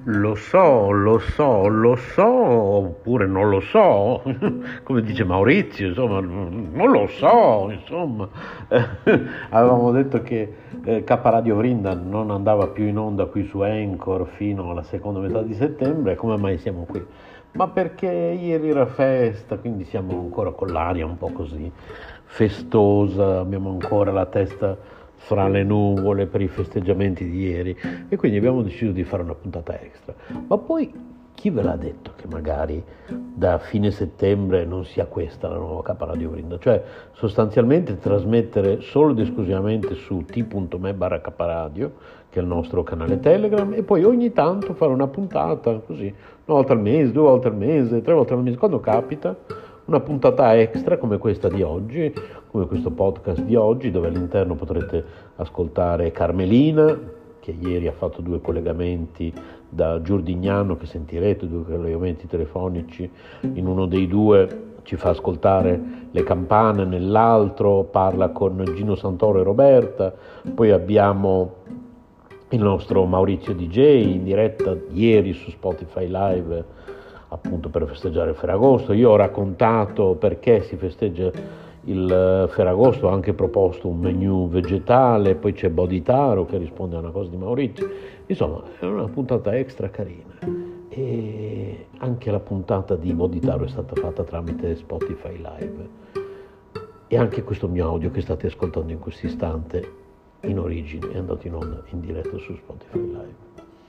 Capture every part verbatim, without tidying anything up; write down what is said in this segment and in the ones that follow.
Lo so, lo so, lo so, oppure non lo so, come dice Maurizio, insomma, non lo so, insomma. Eh, avevamo detto che eh, K Radio Vrinda non andava più in onda qui su Anchor fino alla seconda metà di settembre, come mai siamo qui? Ma perché ieri era festa, quindi siamo ancora con l'aria un po' così festosa, abbiamo ancora la testa fra le nuvole per i festeggiamenti di ieri e quindi abbiamo deciso di fare una puntata extra. Ma poi chi ve l'ha detto che magari da fine settembre non sia questa la nuova K Radio Vrinda? Cioè sostanzialmente trasmettere solo ed esclusivamente su t punto m e barra K Radio, che è il nostro canale Telegram, e poi ogni tanto fare una puntata così, una volta al mese, due volte al mese, tre volte al mese, quando capita, una puntata extra come questa di oggi, come questo podcast di oggi, dove all'interno potrete ascoltare Carmelina, che ieri ha fatto due collegamenti da Giordignano, che sentirete, due collegamenti telefonici, in uno dei due ci fa ascoltare le campane, nell'altro parla con Gino Santoro e Roberta, poi abbiamo il nostro Maurizio D J in diretta ieri su Spotify Live, appunto per festeggiare il Ferragosto. Io ho raccontato perché si festeggia il Ferragosto, ho anche proposto un menù vegetale, poi c'è Boditaro che risponde a una cosa di Maurizio. Insomma, è una puntata extra carina. E anche la puntata di Boditaro è stata fatta tramite Spotify Live. E anche questo mio audio che state ascoltando in questo istante in origine è andato in onda in diretta su Spotify Live.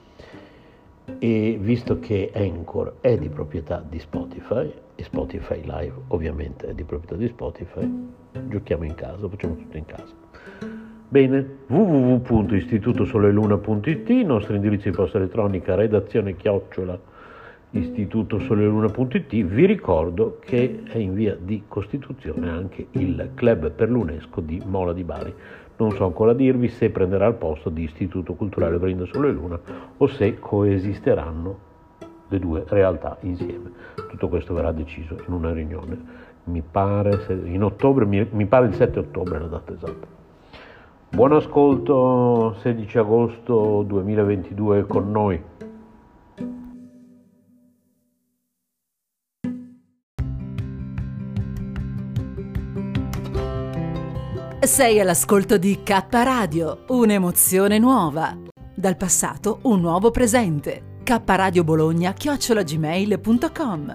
E visto che Anchor è di proprietà di Spotify e Spotify Live ovviamente è di proprietà di Spotify, giochiamo in casa, facciamo tutto in casa. Bene, w w w punto istituto soleluna punto it, il nostro indirizzo di posta elettronica redazione chiocciola istituto soleluna punto it. Vi ricordo che è in via di costituzione anche il club per l'UNESCO di Mola di Bari. Non so ancora dirvi se prenderà il posto di Istituto Culturale Vrinda Sole Luna o se coesisteranno le due realtà insieme. Tutto questo verrà deciso in una riunione, mi pare in ottobre, mi, mi pare il sette ottobre la data esatta. Buon ascolto, sedici agosto duemilaventidue con noi. Sei all'ascolto di K Radio, un'emozione nuova. Dal passato un nuovo presente. K Radio Bologna chiocciola gmail punto com.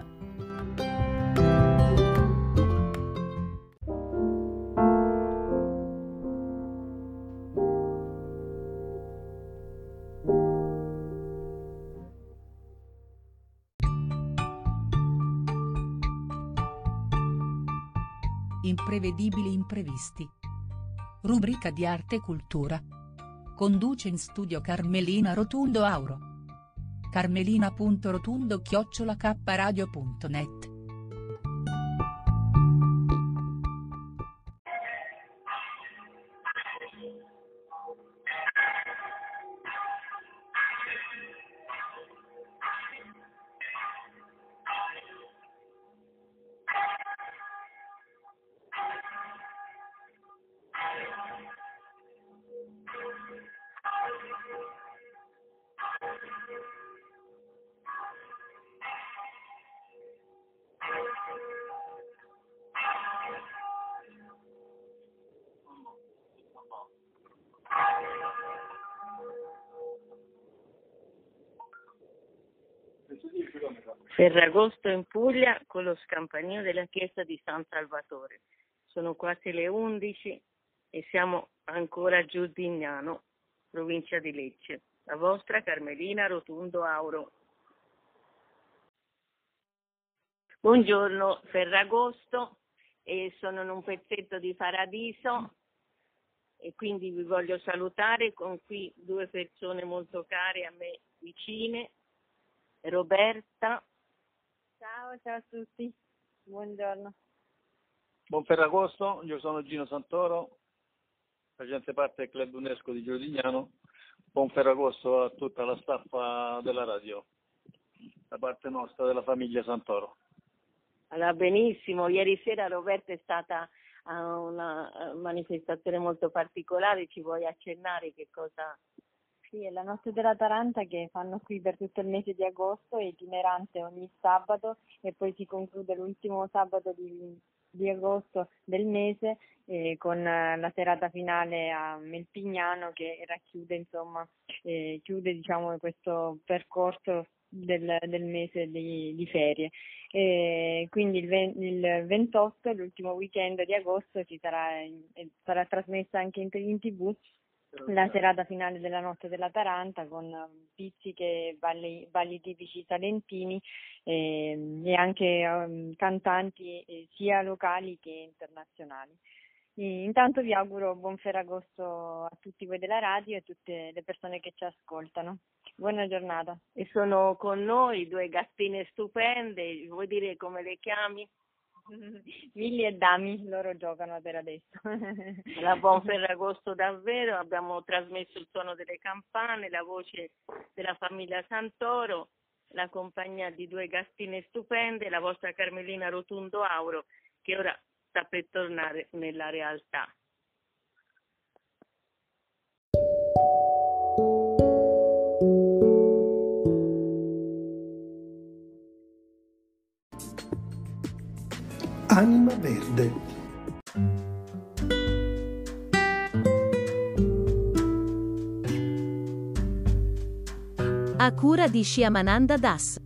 Imprevedibili imprevisti. Rubrica di arte e cultura. Conduce in studio Carmelina Rotundo Auro. carmelina punto rotundo chiocciola k radio punto net. Ferragosto in Puglia con lo scampanio della chiesa di San Salvatore. Sono quasi le undici e siamo ancora a Giordignano, provincia di Lecce. La vostra Carmelina Rotundo Auro. Buongiorno, Ferragosto, e sono in un pezzetto di paradiso e quindi vi voglio salutare con qui due persone molto care a me vicine. Roberta. Ciao, ciao a tutti, buongiorno. Buon Ferragosto, io sono Gino Santoro, facente parte del Club UNESCO di Giordignano. Buon Ferragosto a tutta la staffa della radio, da parte nostra, della famiglia Santoro. Allora, benissimo, ieri sera Roberta è stata a una manifestazione molto particolare, ci vuoi accennare che cosa Sì, è la Notte della Taranta che fanno qui per tutto il mese di agosto, è itinerante ogni sabato e poi si conclude l'ultimo sabato di, di agosto del mese eh, con eh, la serata finale a Melpignano che racchiude, insomma, eh, chiude diciamo questo percorso del, del mese di, di ferie. E quindi il, il ventotto, l'ultimo weekend di agosto, ci sarà, sarà trasmessa anche in, in tv la serata finale della Notte della Taranta con pizziche e balli, balli tipici salentini eh, e anche um, cantanti eh, sia locali che internazionali. E intanto vi auguro buon Ferragosto a tutti voi della radio e a tutte le persone che ci ascoltano. Buona giornata. E sono con noi due gattine stupende, vuoi dire come le chiami? Willy e Dami, loro giocano per adesso. La buon Ferragosto davvero, abbiamo trasmesso il suono delle campane, la voce della famiglia Santoro, la compagnia di due gattine stupende, la vostra Carmelina Rotundo Auro, che ora sta per tornare nella realtà. Anima Verde. A cura di Shyamananda Das.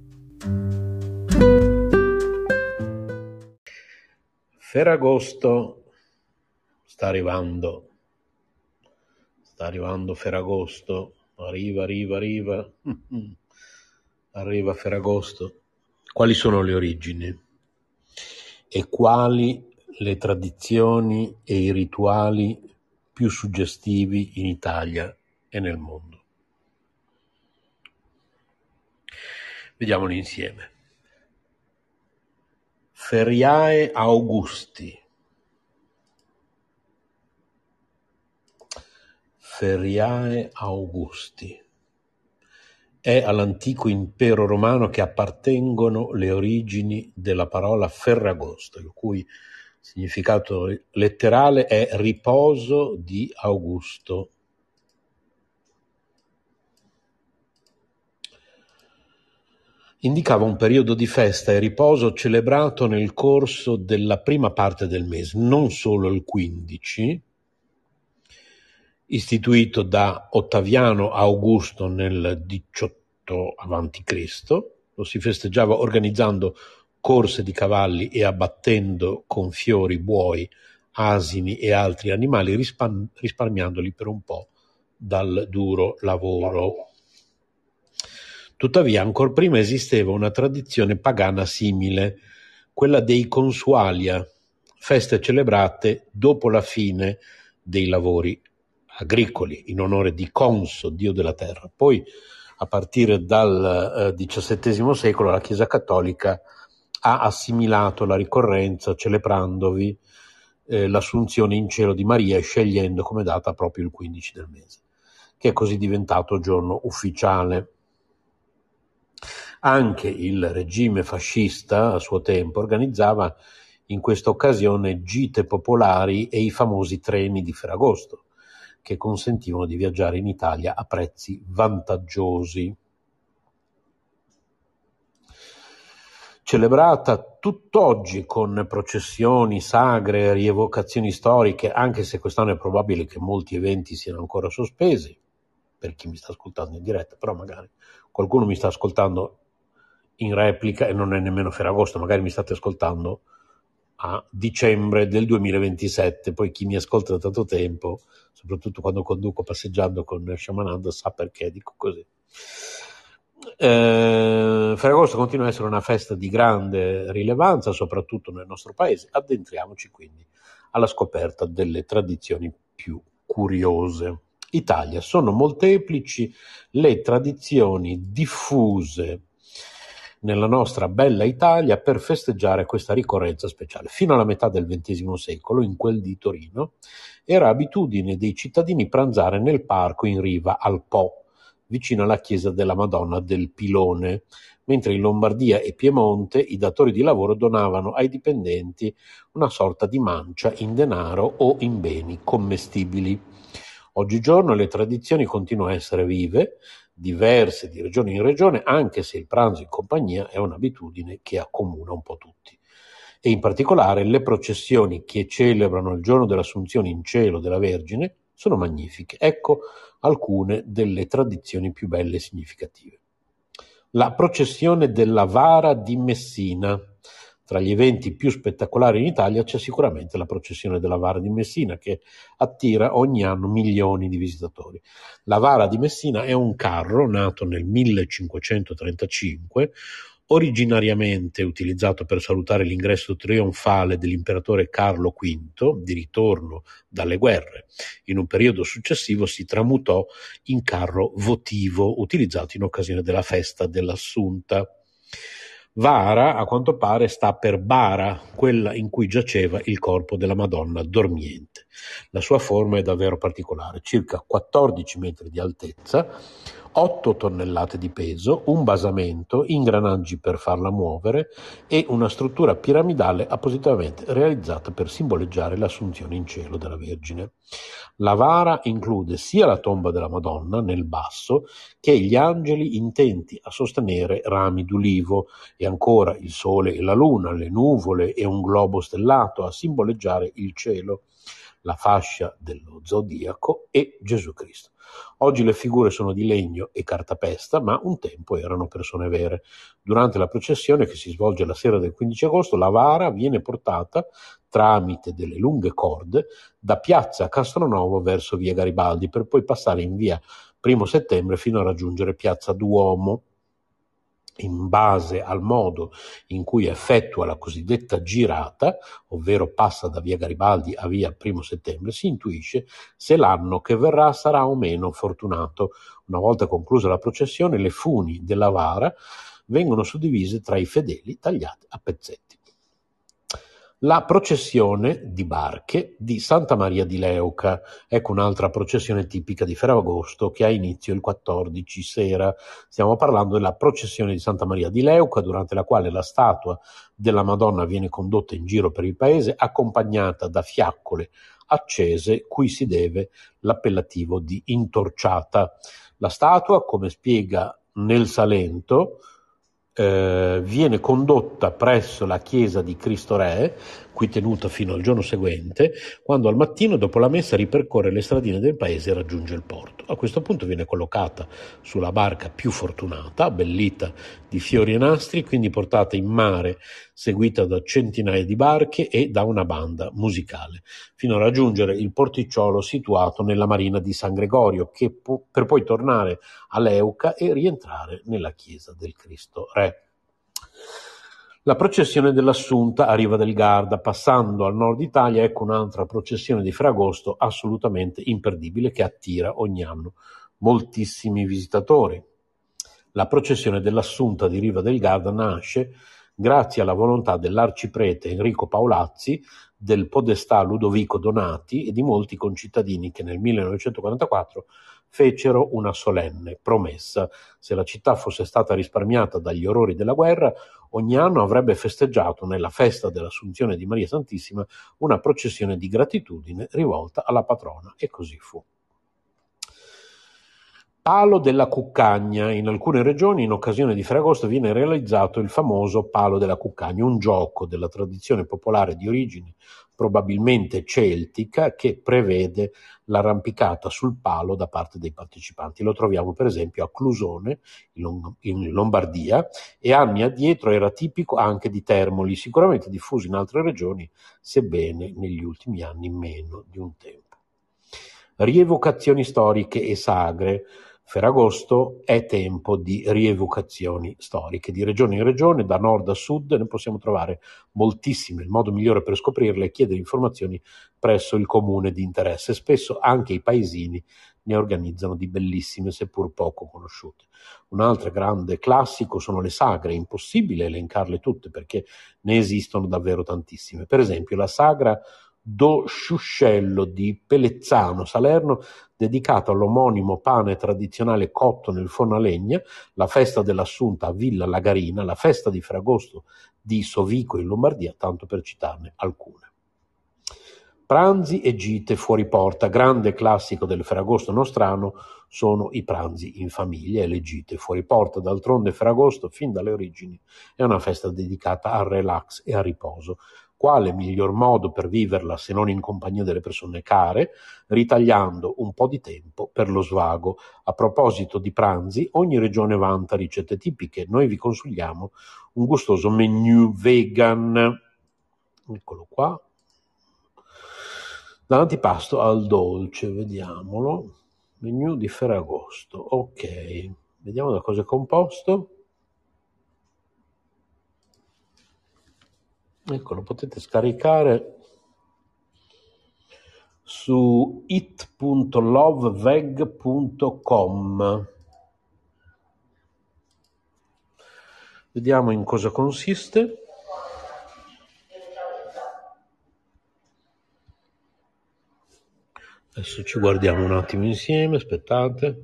Ferragosto sta arrivando, sta arrivando Ferragosto, arriva, arriva, arriva, arriva Ferragosto. Quali sono le origini? E quali le tradizioni e i rituali più suggestivi in Italia e nel mondo? Vediamoli insieme. Feriae Augusti. Feriae Augusti. È all'antico impero romano che appartengono le origini della parola Ferragosto, il cui significato letterale è riposo di Augusto. Indicava un periodo di festa e riposo celebrato nel corso della prima parte del mese, non solo il quindici, istituito da Ottaviano Augusto nel diciotto avanti Cristo. Lo si festeggiava organizzando corse di cavalli e abbattendo con fiori buoi, asini e altri animali, rispar- risparmiandoli per un po' dal duro lavoro. Tuttavia, ancor prima esisteva una tradizione pagana simile, quella dei consualia, feste celebrate dopo la fine dei lavori agricoli, in onore di Conso, dio della terra. Poi, a partire dal eh, diciassettesimo secolo, la Chiesa Cattolica ha assimilato la ricorrenza celebrandovi eh, l'assunzione in cielo di Maria e scegliendo come data proprio il quindici del mese, che è così diventato giorno ufficiale. Anche il regime fascista a suo tempo organizzava in questa occasione gite popolari e i famosi treni di Ferragosto, che consentivano di viaggiare in Italia a prezzi vantaggiosi. Celebrata tutt'oggi con processioni, sagre, rievocazioni storiche, anche se quest'anno è probabile che molti eventi siano ancora sospesi, per chi mi sta ascoltando in diretta, però magari qualcuno mi sta ascoltando in replica e non è nemmeno Ferragosto, magari mi state ascoltando a dicembre del duemilaventisette, poi chi mi ascolta da tanto tempo, soprattutto quando conduco passeggiando con Shyamananda, sa perché dico così. Eh, Ferragosto continua a essere una festa di grande rilevanza, soprattutto nel nostro paese. Addentriamoci quindi alla scoperta delle tradizioni più curiose. Italia, sono molteplici le tradizioni diffuse nella nostra bella Italia per festeggiare questa ricorrenza speciale. Fino alla metà del ventesimo secolo, in quel di Torino, era abitudine dei cittadini pranzare nel parco in riva al Po, vicino alla chiesa della Madonna del Pilone, mentre in Lombardia e Piemonte i datori di lavoro donavano ai dipendenti una sorta di mancia in denaro o in beni commestibili. Oggigiorno le tradizioni continuano a essere vive, diverse di regione in regione, anche se il pranzo in compagnia è un'abitudine che accomuna un po' tutti. E in particolare le processioni che celebrano il giorno dell'Assunzione in cielo della Vergine sono magnifiche. Ecco alcune delle tradizioni più belle e significative. La processione della Vara di Messina. Tra gli eventi più spettacolari in Italia c'è sicuramente la processione della Vara di Messina, che attira ogni anno milioni di visitatori. La Vara di Messina è un carro nato nel millecinquecentotrentacinque, originariamente utilizzato per salutare l'ingresso trionfale dell'imperatore Carlo V di ritorno dalle guerre. In un periodo successivo si tramutò in carro votivo, utilizzato in occasione della festa dell'Assunta. Vara, a quanto pare, sta per bara, quella in cui giaceva il corpo della Madonna dormiente. La sua forma è davvero particolare, circa quattordici metri di altezza, otto tonnellate di peso, un basamento, ingranaggi per farla muovere e una struttura piramidale appositamente realizzata per simboleggiare l'assunzione in cielo della Vergine. La vara include sia la tomba della Madonna nel basso che gli angeli intenti a sostenere rami d'ulivo e ancora il sole e la luna, le nuvole e un globo stellato a simboleggiare il cielo, la fascia dello zodiaco e Gesù Cristo. Oggi le figure sono di legno e cartapesta, ma un tempo erano persone vere. Durante la processione, che si svolge la sera del quindici agosto, la vara viene portata tramite delle lunghe corde da piazza Castronovo verso via Garibaldi, per poi passare in via Primo Settembre fino a raggiungere piazza Duomo. In base al modo in cui effettua la cosiddetta girata, ovvero passa da via Garibaldi a via Primo Settembre, si intuisce se l'anno che verrà sarà o meno fortunato. Una volta conclusa la processione, le funi della vara vengono suddivise tra i fedeli tagliate a pezzetti. La processione di barche di Santa Maria di Leuca, ecco un'altra processione tipica di Ferragosto che ha inizio il quattordici sera. Stiamo parlando della processione di Santa Maria di Leuca, durante la quale la statua della Madonna viene condotta in giro per il paese accompagnata da fiaccole accese, cui si deve l'appellativo di intorciata. La statua, come spiega nel Salento, Eh, viene condotta presso la chiesa di Cristo Re, qui tenuta fino al giorno seguente, quando al mattino dopo la messa ripercorre le stradine del paese e raggiunge il porto. A questo punto viene collocata sulla barca più fortunata, abbellita di fiori e nastri, quindi portata in mare, seguita da centinaia di barche e da una banda musicale, fino a raggiungere il porticciolo situato nella marina di San Gregorio, che po- per poi tornare a Leuca e rientrare nella chiesa del Cristo Re. La processione dell'Assunta a Riva del Garda, passando al nord Italia, ecco un'altra processione di Ferragosto assolutamente imperdibile che attira ogni anno moltissimi visitatori. La processione dell'Assunta di Riva del Garda nasce grazie alla volontà dell'arciprete Enrico Paolazzi, del podestà Ludovico Donati e di molti concittadini che nel millenovecentoquarantaquattro fecero una solenne promessa: se la città fosse stata risparmiata dagli orrori della guerra, ogni anno avrebbe festeggiato nella festa dell'Assunzione di Maria Santissima una processione di gratitudine rivolta alla patrona, e così fu. Palo della Cuccagna. In alcune regioni in occasione di Ferragosto viene realizzato il famoso Palo della Cuccagna, un gioco della tradizione popolare di origine probabilmente celtica che prevede l'arrampicata sul palo da parte dei partecipanti. Lo troviamo per esempio a Clusone in Lombardia, e anni addietro era tipico anche di Termoli, sicuramente diffuso in altre regioni, sebbene negli ultimi anni meno di un tempo. Rievocazioni storiche e sagre. Ferragosto è tempo di rievocazioni storiche. Di regione in regione, da nord a sud, ne possiamo trovare moltissime. Il modo migliore per scoprirle è chiedere informazioni presso il comune di interesse. Spesso anche i paesini ne organizzano di bellissime, seppur poco conosciute. Un altro grande classico sono le sagre. È impossibile elencarle tutte perché ne esistono davvero tantissime. Per esempio la sagra Do Sciuscello di Pelezzano, Salerno, dedicato all'omonimo pane tradizionale cotto nel forno a legna, la festa dell'Assunta a Villa Lagarina, la festa di Ferragosto di Sovico in Lombardia, tanto per citarne alcune. Pranzi e gite fuori porta. Grande classico del Ferragosto nostrano sono i pranzi in famiglia e le gite fuori porta. D'altronde Ferragosto, fin dalle origini, è una festa dedicata al relax e al riposo. Quale miglior modo per viverla se non in compagnia delle persone care, ritagliando un po' di tempo per lo svago. A proposito di pranzi, ogni regione vanta ricette tipiche. Noi vi consigliamo un gustoso menù vegan. Eccolo qua. Dall'antipasto al dolce, vediamolo. Menù di Ferragosto. Ok, vediamo da cosa è composto. Ecco, lo potete scaricare su it punto loveveg punto com. Vediamo in cosa consiste. Adesso ci guardiamo un attimo insieme, aspettate.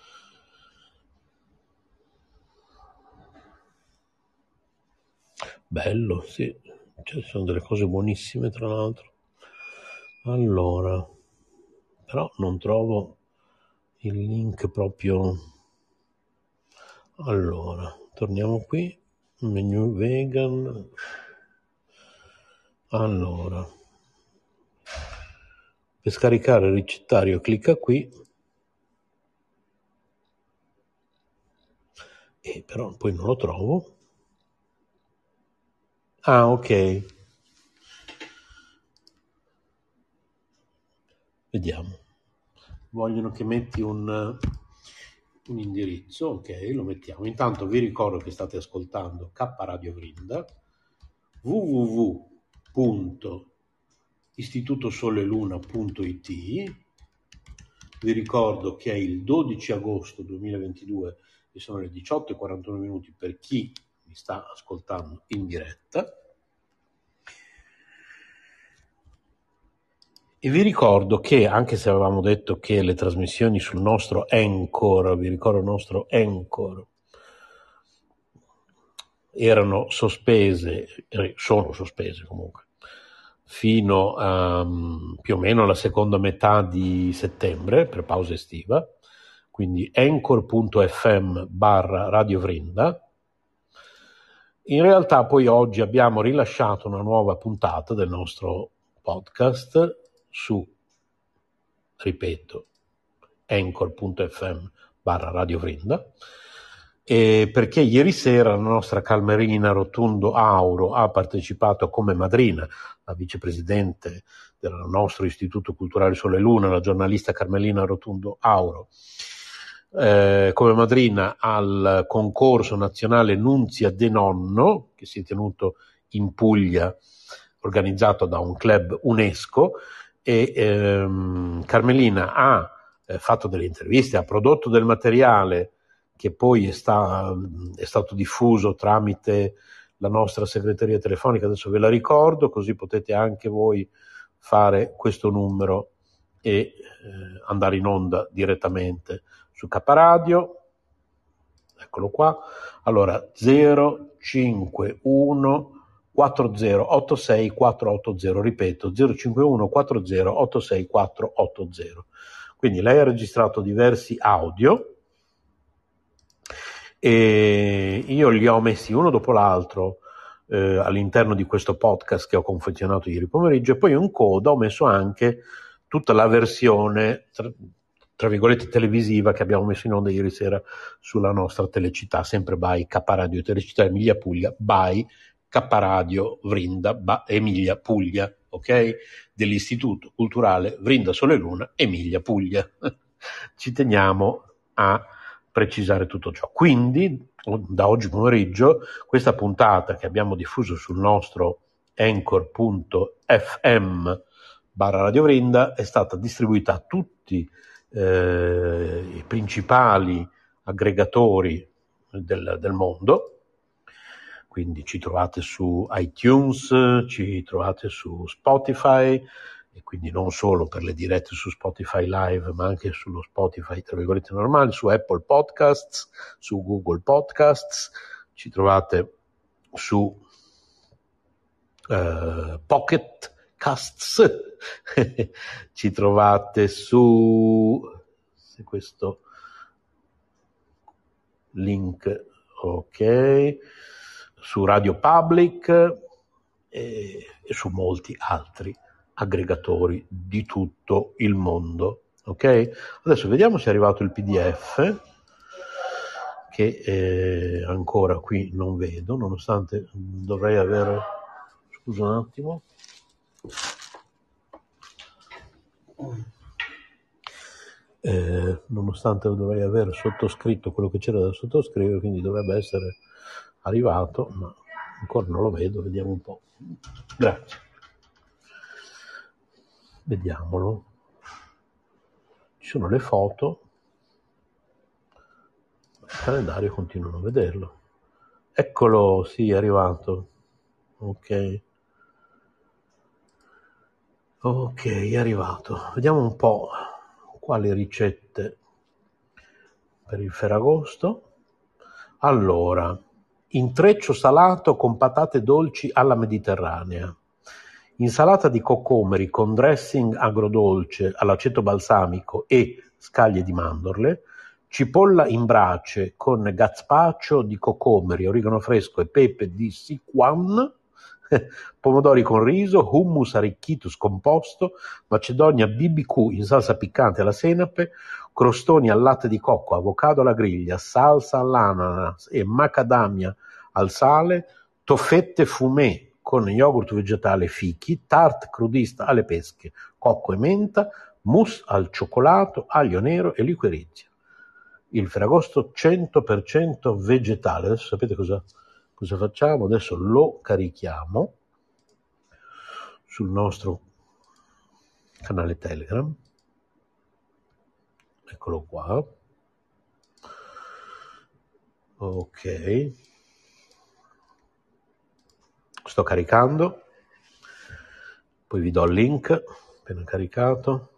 Bello, sì. Ci sono delle cose buonissime, tra l'altro. Allora, però non trovo il link proprio. Allora, torniamo qui, menu vegan. Allora, per scaricare il ricettario clicca qui, e però poi non lo trovo. Ah, ok. Vediamo. Vogliono che metti un, un indirizzo, ok, lo mettiamo. Intanto vi ricordo che state ascoltando K Radio Vrinda, w w w punto istitutosoleluna punto i t. Vi ricordo che è il dodici agosto duemilaventidue e sono le diciotto e quarantuno minuti per chi mi sta ascoltando in diretta. E vi ricordo che, anche se avevamo detto che le trasmissioni sul nostro Anchor, vi ricordo il nostro Anchor, erano sospese, sono sospese comunque, fino a um, più o meno alla seconda metà di settembre, per pausa estiva, quindi anchor punto f m barra Radio Vrinda. In realtà poi oggi abbiamo rilasciato una nuova puntata del nostro podcast su, ripeto, anchor punto f m barra Radio Vrinda, e perché ieri sera la nostra Carmelina Rotundo Auro ha partecipato come madrina, la vicepresidente del nostro Istituto Culturale Sole e Luna, la giornalista Carmelina Rotundo Auro, eh, come madrina al concorso nazionale Nunzia De Nonno, che si è tenuto in Puglia, organizzato da un club UNESCO, e ehm, Carmelina ha eh, fatto delle interviste, ha prodotto del materiale che poi è, sta, è stato diffuso tramite la nostra segreteria telefonica, adesso ve la ricordo, così potete anche voi fare questo numero e eh, andare in onda direttamente su K Radio. Eccolo qua. Allora, zero cinque uno quattro zero otto sei quattro otto zero, ripeto, zero cinque uno quattro zero otto sei quattro otto zero. Quindi lei ha registrato diversi audio e io li ho messi uno dopo l'altro eh, all'interno di questo podcast che ho confezionato ieri pomeriggio, e poi in coda ho messo anche tutta la versione tra, tra virgolette televisiva che abbiamo messo in onda ieri sera sulla nostra Telecittà, sempre by K Radio Telecittà Emilia Puglia, by K Radio Vrinda ba, Emilia Puglia, ok? Dell'Istituto Culturale Vrinda Sole Luna Emilia Puglia. Ci teniamo a precisare tutto ciò. Quindi da oggi pomeriggio questa puntata che abbiamo diffuso sul nostro anchor punto f m barra Radio Vrinda è stata distribuita a tutti eh, i principali aggregatori del, del mondo. Quindi ci trovate su iTunes, ci trovate su Spotify, e quindi non solo per le dirette su Spotify Live, ma anche sullo Spotify, tra virgolette, normale, su Apple Podcasts, su Google Podcasts, ci trovate su eh, Pocket podcasts. Ci trovate su, se questo link, ok, su Radio Public e, e su molti altri aggregatori di tutto il mondo. Ok, adesso vediamo se è arrivato il P D F, che eh, ancora qui non vedo, nonostante dovrei avere, scusa un attimo, eh, nonostante dovrei aver sottoscritto quello che c'era da sottoscrivere, quindi dovrebbe essere arrivato, ma ancora non lo vedo. Vediamo un po'. Grazie. Vediamolo. Ci sono le foto, il calendario continuo a non vederlo. Eccolo, sì, è arrivato. Ok. Ok, è arrivato. Vediamo un po' quali ricette per il Ferragosto. Allora, intreccio salato con patate dolci alla mediterranea. Insalata di coccomeri con dressing agrodolce all'aceto balsamico e scaglie di mandorle, cipolla in brace con gazpacho di coccomeri, origano fresco e pepe di Sichuan, pomodori con riso, hummus arricchito scomposto, macedonia B B Q in salsa piccante alla senape, crostoni al latte di cocco, avocado alla griglia, salsa all'ananas e macadamia al sale, toffette fumé con yogurt vegetale fichi, tarte crudista alle pesche, cocco e menta, mousse al cioccolato, aglio nero e liquirizia. Il Ferragosto cento per cento vegetale. Adesso sapete cosa, cosa facciamo? Adesso lo carichiamo sul nostro canale Telegram. Eccolo qua. Ok. Sto caricando, poi vi do il link appena caricato,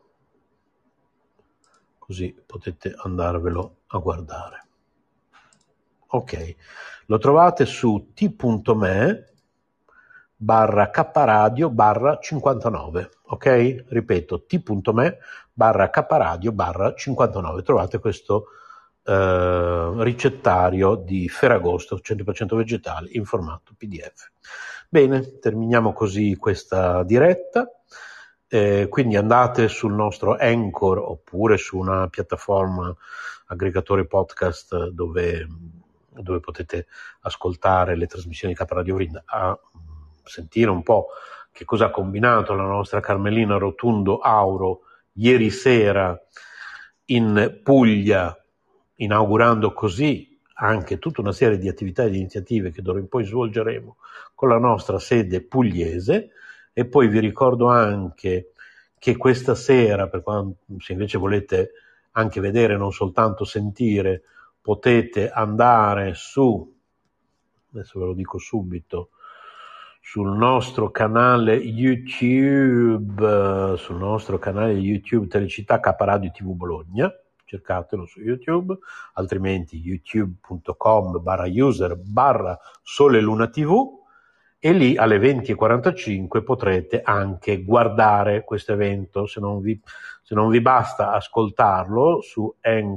così potete andarvelo a guardare. Ok, lo trovate su t.me barra kradio barra cinquantanove, ok? Ripeto, t.me barra kradio barra cinquantanove, trovate questo eh, ricettario di Ferragosto cento per cento vegetale in formato P D F. Bene, terminiamo così questa diretta. Eh, quindi andate sul nostro Anchor oppure su una piattaforma aggregatore podcast dove, dove potete ascoltare le trasmissioni di K Radio Vrinda, a sentire un po' che cosa ha combinato la nostra Carmelina Rotundo Auro ieri sera in Puglia, inaugurando così anche tutta una serie di attività e di iniziative che d'ora in poi svolgeremo con la nostra sede pugliese. E poi vi ricordo anche che questa sera, per quanto, se invece volete anche vedere, non soltanto sentire, potete andare su, adesso ve lo dico subito, sul nostro canale YouTube, sul nostro canale YouTube Telecittà K Radio T V Bologna, cercatelo su YouTube, altrimenti youtube.com barra user barra Sole Luna T V, e lì alle venti e quarantacinque potrete anche guardare questo evento. Se non vi, se non vi basta ascoltarlo su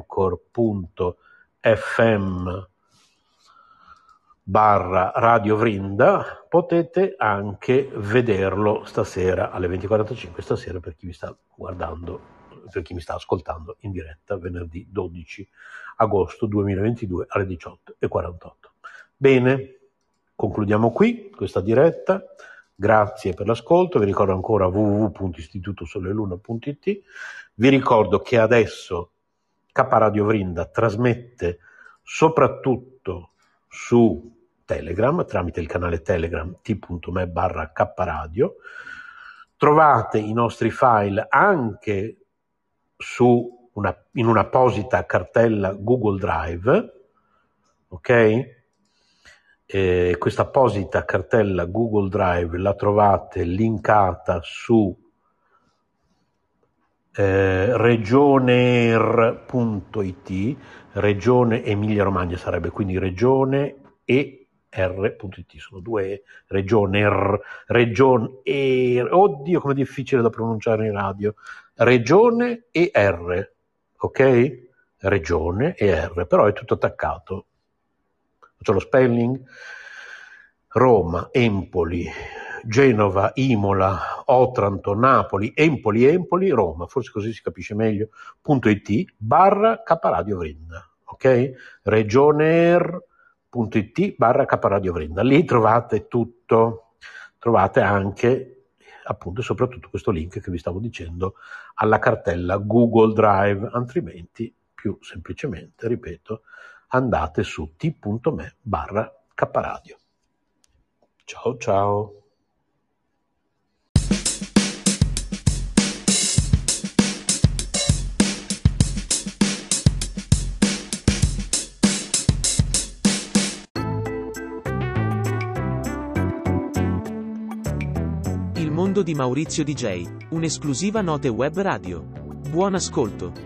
anchor.fm barra Radio Vrinda, potete anche vederlo stasera alle venti e quarantacinque, stasera per chi mi sta guardando, per chi mi sta ascoltando in diretta venerdì dodici agosto duemilaventidue alle diciotto e quarantotto. Bene, concludiamo qui questa diretta. Grazie per l'ascolto. Vi ricordo ancora w w w punto istituto soleluna punto i t. Vi ricordo che adesso K Radio Vrinda trasmette soprattutto su Telegram, tramite il canale Telegram t.me barra kradio. Trovate i nostri file anche su una, in un'apposita cartella Google Drive, ok? Eh, questa apposita cartella Google Drive la trovate linkata su eh, regioneer punto i t, regione Emilia Romagna sarebbe, quindi regione e R.it, sono due Regioner, Region e oddio come è difficile da pronunciare in radio, Regione e R, ok? Regione e R, però è tutto attaccato. Faccio lo spelling: Roma, Empoli, Genova, Imola, Otranto, Napoli, Empoli, Empoli, Roma, forse così si capisce meglio, punto it barra K-Radio Vrinda, ok? Regioner.it barra K-Radio Vrinda, lì trovate tutto, trovate anche appunto e soprattutto questo link che vi stavo dicendo alla cartella Google Drive, altrimenti più semplicemente, ripeto, andate su t.me barra K-Radio. Ciao ciao. Il mondo di Maurizio D J, un'esclusiva Note Web Radio. Buon ascolto.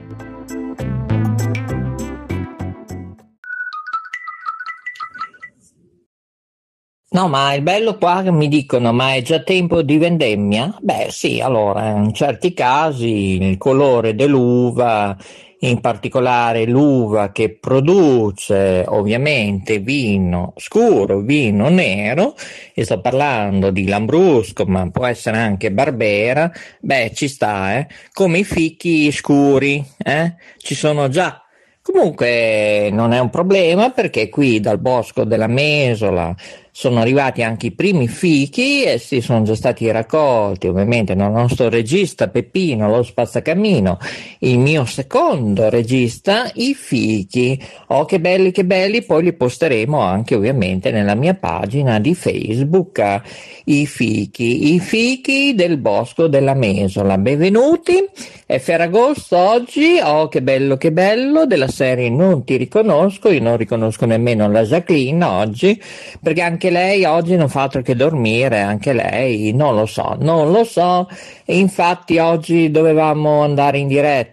No, ma il bello qua che mi dicono, ma è già tempo di vendemmia? Beh sì, allora, in certi casi il colore dell'uva, in particolare l'uva che produce ovviamente vino scuro, vino nero, e sto parlando di Lambrusco, ma può essere anche Barbera, beh ci sta, eh? Come i fichi scuri, eh? Ci sono già. Comunque non è un problema, perché qui dal bosco della Mesola sono arrivati anche i primi fichi e si sono già stati raccolti ovviamente dal nostro regista Peppino, lo spazzacamino, il mio secondo regista, i fichi. Oh che belli che belli, poi li posteremo anche ovviamente nella mia pagina di Facebook, i fichi, i fichi del bosco della Mesola. Benvenuti, è Ferragosto oggi, oh che bello che bello, della serie Non ti riconosco, io non riconosco nemmeno la Jacqueline oggi, perché anche lei oggi non fa altro che dormire, anche lei, non lo so, non lo so, infatti oggi dovevamo andare in diretta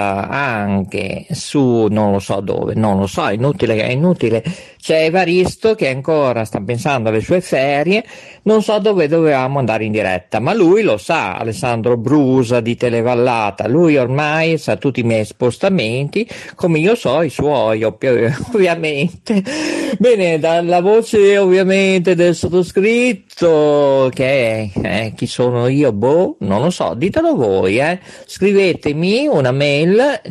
anche su non lo so dove, non lo so, è inutile, è inutile, c'è Evaristo che ancora sta pensando alle sue ferie, non so dove dovevamo andare in diretta, ma lui lo sa, Alessandro Brusa di Televallata, lui ormai sa tutti i miei spostamenti, come io so i suoi ovviamente. Bene, dalla voce ovviamente del sottoscritto, che è, eh, chi sono io, boh, non lo so, ditelo voi, eh. Scrivetemi una mail,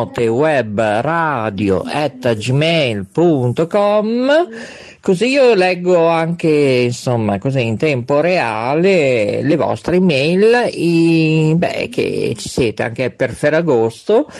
notewebradio at gmail punto com, così io leggo anche, insomma, così in tempo reale le vostre email, i, beh, che ci siete anche per Ferragosto,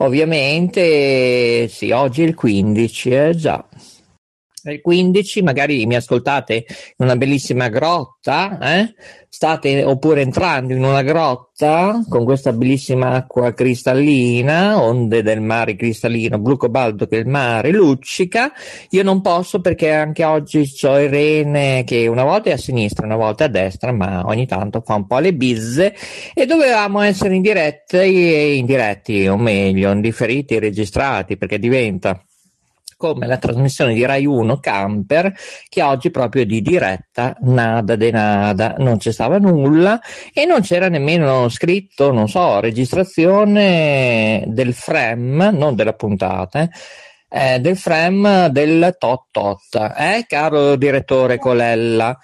ovviamente, sì, oggi è il quindici, eh, già. Il quindici, magari mi ascoltate in una bellissima grotta, eh? State oppure entrando in una grotta con questa bellissima acqua cristallina, onde del mare cristallino, blu cobalto che il mare luccica. Io non posso perché anche oggi c'ho Irene che una volta è a sinistra, una volta a destra, ma ogni tanto fa un po' le bizze e dovevamo essere in diretta e in diretti, o meglio, indifferiti e registrati, perché diventa come la trasmissione di Rai uno Camper, che oggi proprio di diretta nada de nada, non c'è stava nulla e non c'era nemmeno scritto, non so, registrazione del frame, non della puntata, eh, eh, del frame del tot tot, eh, caro direttore Colella.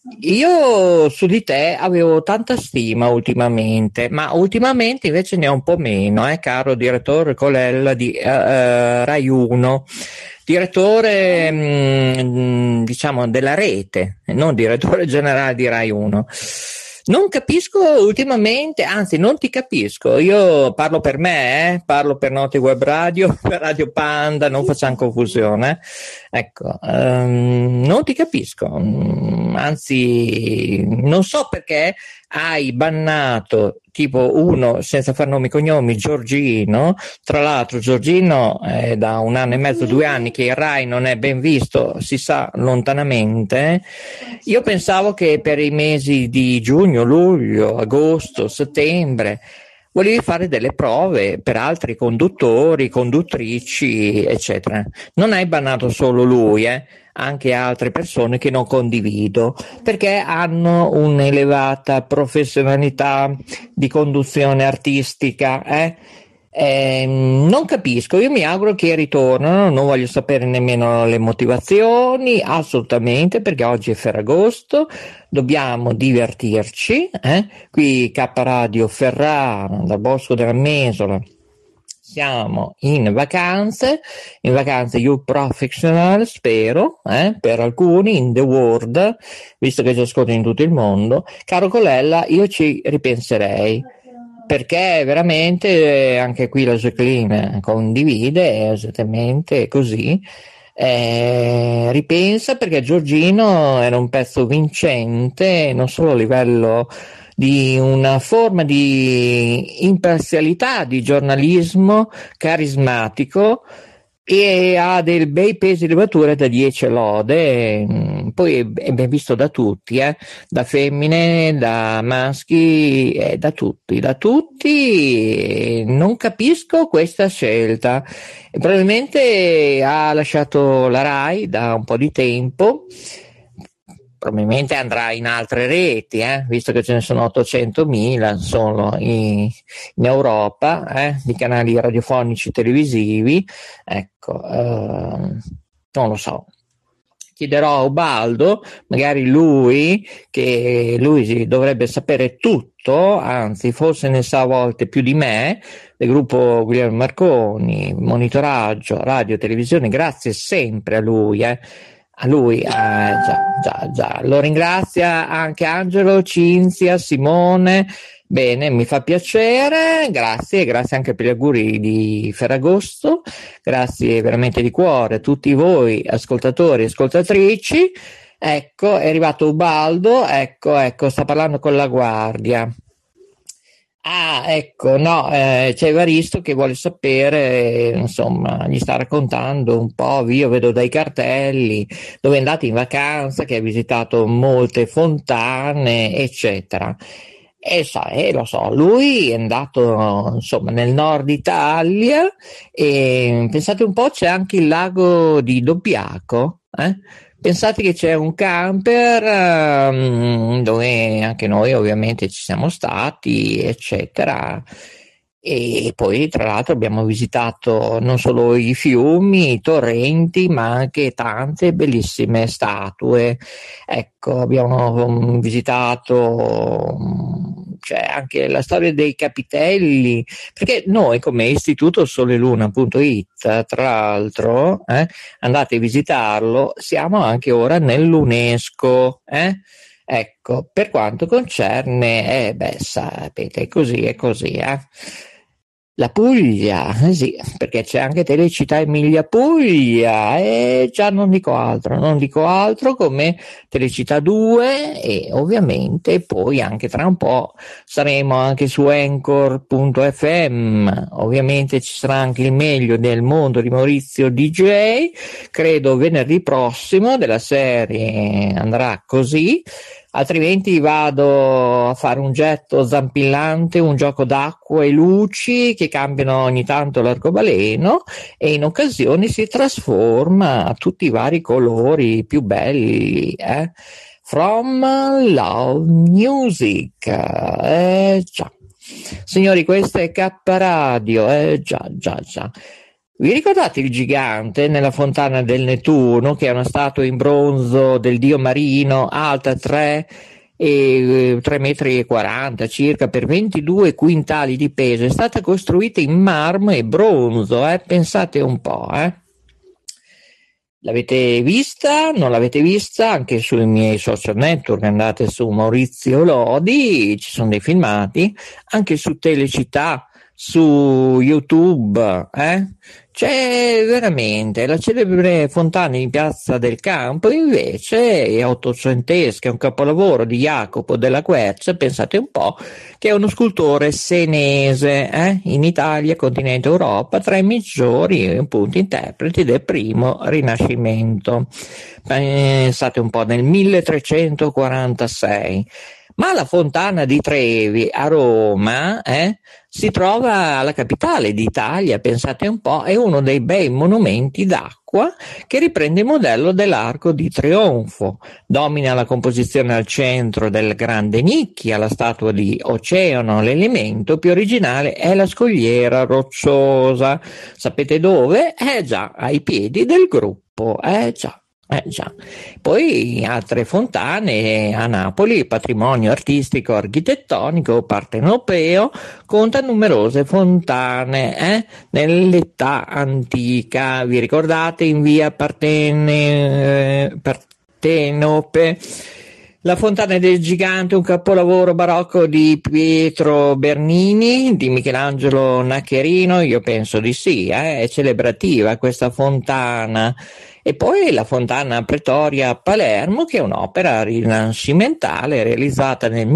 Io su di te avevo tanta stima ultimamente, ma ultimamente invece ne ho un po' meno, eh, caro direttore Colella di uh, uh, Rai uno, direttore mh, diciamo della rete, non direttore generale di Rai uno. Non capisco ultimamente, anzi non ti capisco, io parlo per me, eh? Parlo per Note Web Radio, per Radio Panda, non facciamo confusione, eh? Ecco, um, non ti capisco, um, anzi non so perché hai bannato tipo uno senza far nomi e cognomi, Giorgino, tra l'altro Giorgino è da un anno e mezzo, due anni che il Rai non è ben visto, si sa lontanamente. Io pensavo che per i mesi di giugno, luglio, agosto, settembre volevi fare delle prove per altri conduttori, conduttrici, eccetera. Non hai bannato solo lui, eh? Anche altre persone che non condivido, perché hanno un'elevata professionalità di conduzione artistica, eh? Eh, non capisco, io mi auguro che ritornano, non voglio sapere nemmeno le motivazioni, assolutamente, perché oggi è Ferragosto, dobbiamo divertirci, eh? Qui K Radio Ferrara, dal Bosco della Mesola, siamo in vacanze, in vacanze You Professional, spero, eh? Per alcuni, in the world, visto che ci ascoltano in tutto il mondo. Caro Colella, io ci ripenserei, perché veramente anche qui la Jacqueline condivide, è esattamente così. Eh, ripensa, perché Giorgino era un pezzo vincente non solo a livello di una forma di imparzialità, di giornalismo carismatico, e ha dei bei pesi di levatura da dieci lode, poi è ben visto da tutti, eh? Da femmine, da maschi, eh, da tutti, da tutti. Non capisco questa scelta. Probabilmente ha lasciato la Rai da un po' di tempo, probabilmente andrà in altre reti, eh? Visto che ce ne sono ottocentomila solo in, in Europa, eh? Di canali radiofonici televisivi, ecco, eh, non lo so. Chiederò a Ubaldo, magari lui, che lui dovrebbe sapere tutto, anzi forse ne sa a volte più di me, del gruppo Guglielmo Marconi, monitoraggio, radio, televisione, grazie sempre a lui, eh. A lui, eh, già, già, già. Lo ringrazia anche Angelo, Cinzia, Simone. Bene, mi fa piacere, grazie, grazie anche per gli auguri di Ferragosto, grazie veramente di cuore a tutti voi ascoltatori e ascoltatrici. Ecco, è arrivato Ubaldo, ecco, ecco, sta parlando con la guardia. Ah, ecco, no, eh, c'è Evaristo che vuole sapere, insomma, gli sta raccontando un po', io vedo dai cartelli, dove è andato in vacanza, che ha visitato molte fontane, eccetera. E sa, eh, lo so, lui è andato, insomma, nel nord Italia, e pensate un po', c'è anche il lago di Dobbiaco, eh? Pensate che c'è un camper um, dove anche noi ovviamente ci siamo stati, eccetera. E poi tra l'altro abbiamo visitato non solo i fiumi, i torrenti, ma anche tante bellissime statue. Ecco, abbiamo visitato, cioè, anche la storia dei capitelli, perché noi come Istituto Soleluna punto it, tra l'altro, eh, andate a visitarlo, siamo anche ora nell'UNESCO, eh? Ecco, per quanto concerne, eh, beh, sapete, è così, è così, eh. La Puglia, eh sì, perché c'è anche Telecittà Emilia Puglia, e già non dico altro, non dico altro come Telecittà due, e ovviamente poi anche tra un po' saremo anche su Anchor punto effe emme, ovviamente ci sarà anche il meglio del mondo di Maurizio D J, credo venerdì prossimo della serie andrà così. Altrimenti vado a fare un getto zampillante, un gioco d'acqua e luci che cambiano ogni tanto l'arcobaleno, e in occasioni si trasforma a tutti i vari colori più belli, eh? From Love Music, eh già. Signori, questa è K Radio, eh già, già, già. Vi ricordate il gigante nella fontana del Nettuno, che è una statua in bronzo del dio marino, alta tre metri e quaranta circa per ventidue quintali di peso? È stata costruita in marmo e bronzo, eh? Pensate un po', eh? L'avete vista? Non l'avete vista? Anche sui miei social network, andate su Maurizio Lodi, ci sono dei filmati, anche su Telecittà, su YouTube, eh? C'è veramente la celebre fontana in Piazza del Campo, invece è ottocentesca, è un capolavoro di Jacopo della Quercia, pensate un po', che è uno scultore senese, eh? In Italia, continente Europa, tra i maggiori appunto interpreti del primo Rinascimento. Pensate un po', nel milletrecentoquarantasei. Ma la Fontana di Trevi a Roma eh, si trova alla capitale d'Italia, pensate un po', è uno dei bei monumenti d'acqua che riprende il modello dell'Arco di Trionfo. Domina la composizione al centro del grande nicchia, la statua di Oceano. L'elemento più originale è la scogliera rocciosa. Sapete dove? Eh già, ai piedi del gruppo, eh già. Eh già. Poi altre fontane a Napoli, patrimonio artistico architettonico partenopeo, conta numerose fontane eh? nell'età antica. Vi ricordate in via Partene, eh, Partenope? La Fontana del Gigante, un capolavoro barocco di Pietro Bernini, di Michelangelo Naccherino? Io penso di sì, eh? È celebrativa questa fontana. E poi la Fontana Pretoria a Palermo, che è un'opera rinascimentale realizzata nel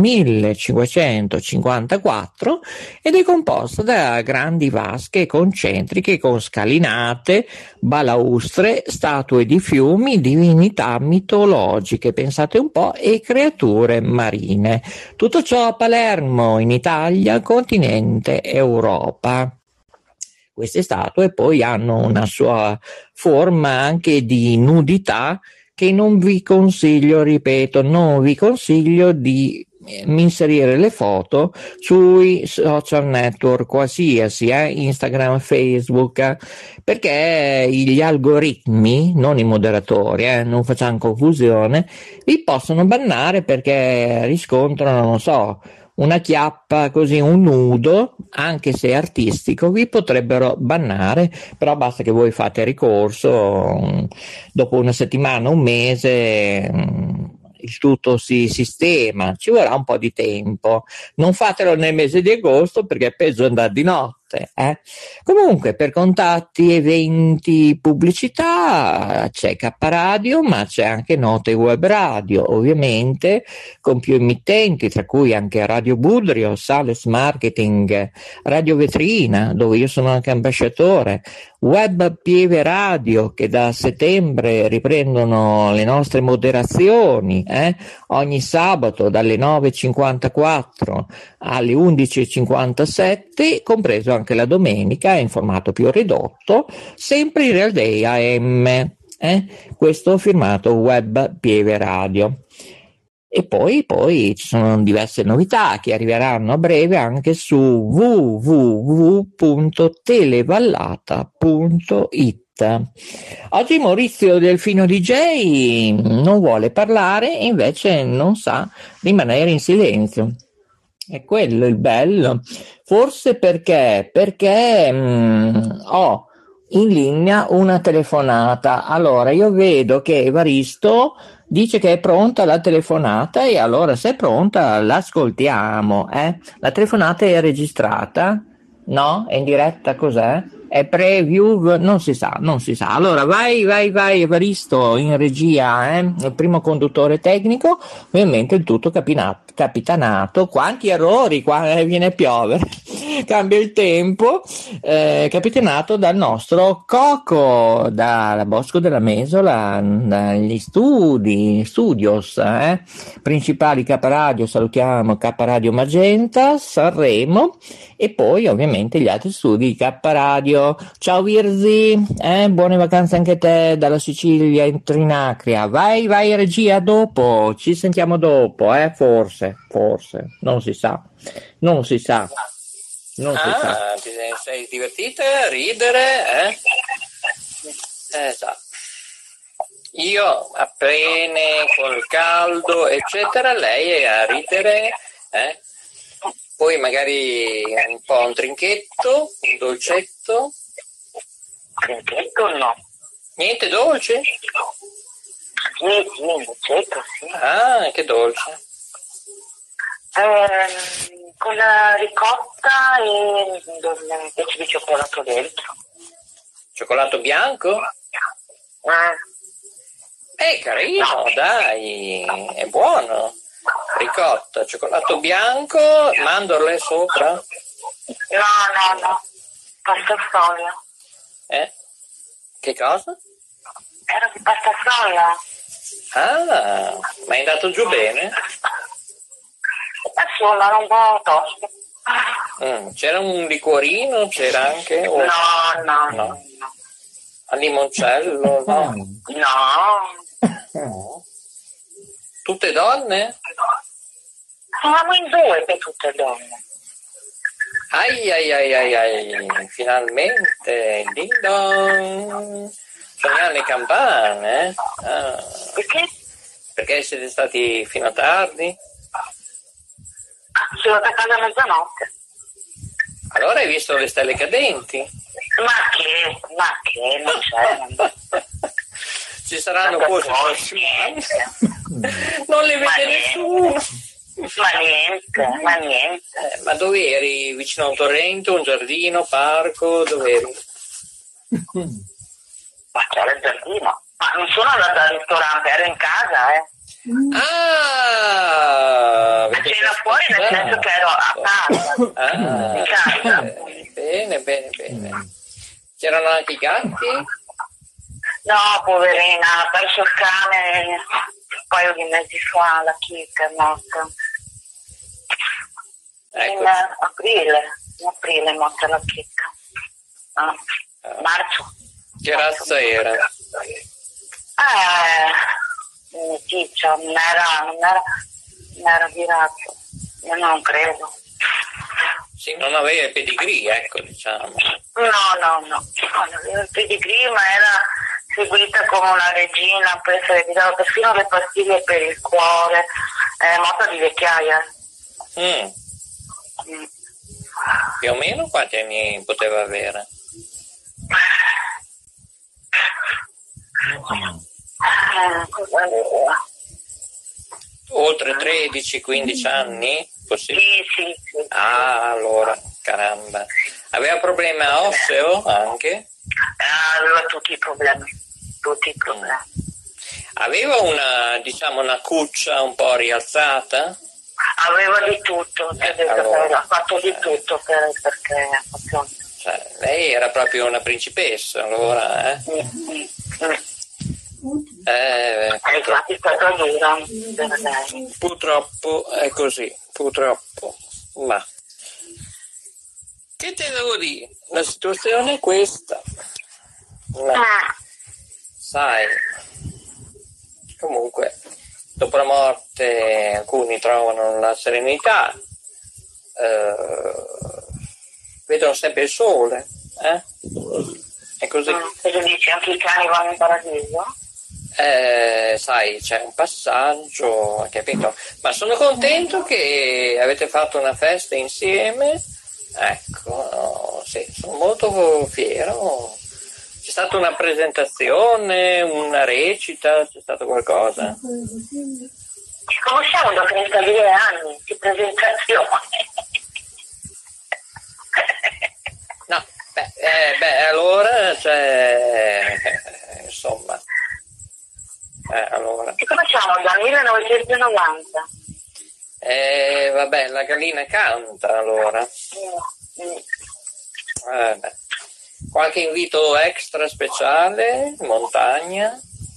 millecinquecentocinquantaquattro ed è composta da grandi vasche concentriche con scalinate, balaustre, statue di fiumi, divinità mitologiche, pensate un po', e creature marine. Tutto ciò a Palermo, in Italia, continente Europa. Queste statue poi hanno una sua forma anche di nudità che non vi consiglio, ripeto, non vi consiglio di inserire le foto sui social network qualsiasi, eh, Instagram, Facebook, perché gli algoritmi, non i moderatori, eh, non facciamo confusione, vi possono bannare perché riscontrano, non so, una chiappa, così un nudo, anche se artistico, vi potrebbero bannare, però basta che voi fate ricorso, dopo una settimana, un mese, il tutto si sistema, ci vorrà un po' di tempo. Non fatelo nel mese di agosto perché è peggio andare di notte. Eh? Comunque, per contatti, eventi, pubblicità c'è K Radio, ma c'è anche Note Web Radio, ovviamente con più emittenti, tra cui anche Radio Budrio, Sales Marketing, Radio Vetrina, dove io sono anche ambasciatore, Web Pieve Radio, che da settembre riprendono le nostre moderazioni eh? ogni sabato dalle nove e cinquantaquattro alle undici e cinquantasette, compreso anche la domenica in formato più ridotto, sempre in Real Day A M, eh? questo firmato Web Pieve Radio. E poi, poi ci sono diverse novità che arriveranno a breve anche su w w w punto televallata punto it. Oggi Maurizio Delfino D J non vuole parlare, invece non sa rimanere in silenzio. È quello il bello. Forse perché? Perché mh, ho in linea una telefonata. Allora, io vedo che Evaristo dice che è pronta la telefonata e allora se è pronta l'ascoltiamo. Eh? La telefonata è registrata? No? È in diretta? Cos'è? È preview? Non si sa, non si sa. Allora vai, vai, vai Evaristo in regia, eh? Il primo conduttore tecnico, ovviamente il tutto capinato, capitanato. Quanti errori qua eh, viene a piovere, cambia il tempo, eh, capitanato dal nostro Coco, dalla Bosco della Mesola, dagli studi, studios, eh? principali K Radio, salutiamo K Radio Magenta, Sanremo e poi ovviamente gli altri studi K Radio. Ciao Virzi, eh? buone vacanze anche a te dalla Sicilia in Trinacria. Vai, vai regia dopo, ci sentiamo dopo, eh? forse, forse, non si sa, non si sa, non ah, si sa. Ti sei divertita a ridere, eh? Esatto. Io appena col caldo, eccetera, lei è a ridere, eh? Poi magari un po' un trinchetto, un dolcetto. Trinchetto no. Niente dolce? Niente, dolcetto, sì. Ah, che dolce. Eh, con la ricotta e un pezzo di cioccolato dentro. Cioccolato bianco? Eh. È carino, no. Dai, è buono. Ricotta, cioccolato bianco, mandorle sopra? No, no, no. Pasta soia. Eh? Che cosa? Era di pasta soia. Ah, ma è andato giù bene? Insomma, era un po' tosto. Mm, c'era un liquorino, c'era anche? O... No, no, no, no. no. A limoncello, no? No. Tutte donne? Eravamo in due per tutte donne. Ai ai ai ai ai, finalmente, ding dong, suonano le campane, eh? Ah. Perché? Perché siete stati fino a tardi? Sono a casa a mezzanotte. Allora hai visto le stelle cadenti? Ma che, ma che, non c'è. Ci saranno forse prossimi anni? Non le vede nessuno. Ma niente, ma niente. Eh, ma dove eri? Vicino a un torrente, un giardino, parco? Dove eri? Ma c'era il giardino. Ma non sono andata al ristorante, ero in casa, eh. Ah! Ma c'era fuori nel senso che ero a casa. Ah, in casa. Bene, bene, bene. C'erano anche i gatti? No, poverina, ha perso il cane un paio di mesi fa, la chicca è morta. Ecco. In aprile, in aprile è morta la chicca. Ah, marzo. Che razza era? Eh, un ciccio, non era, non era, non era di razza, io non credo. Sì, non aveva il pedigree, ecco, diciamo. No, no, no, non aveva il pedigree, ma era seguita come una regina, presa, gli dava perfino le pastiglie per il cuore, è morta di vecchiaia. Mm. Mm. Più o meno quanti anni poteva avere? Eh, cosa aveva? Oltre tredici quindici anni? Possibile? Sì, sì, sì. Ah, allora, caramba. Aveva problema osseo anche? Eh, aveva tutti i problemi, tutti i problemi. Aveva una, diciamo, una cuccia un po' rialzata? Aveva di tutto, Eh, detto, allora, ha fatto di eh. tutto per, perché appunto. Cioè, lei era proprio una principessa, allora, eh? Mm, mm, mm. Eh, Eh, infatti è stata dura per lei. purtroppo è così, purtroppo. Ma che te devo dire? La situazione è questa. Ma, Ah, sai, comunque, dopo la morte alcuni trovano la serenità, eh, vedono sempre il sole, eh? È così. cosa dici? Anche i cani vanno in paradiso? Eh, sai, c'è un passaggio, hai capito? Ma sono contento che avete fatto una festa insieme. Ecco, no, sì, sono molto fiero. C'è stata una presentazione, una recita, c'è stato qualcosa? Ci conosciamo da trentadue anni, di presentazione. No, beh, eh, beh allora, cioè, insomma, eh, allora. Ci conosciamo dal millenovecentonovanta. Eh, vabbè, la gallina canta allora. Mm, mm. Eh, beh. Qualche invito extra speciale in montagna?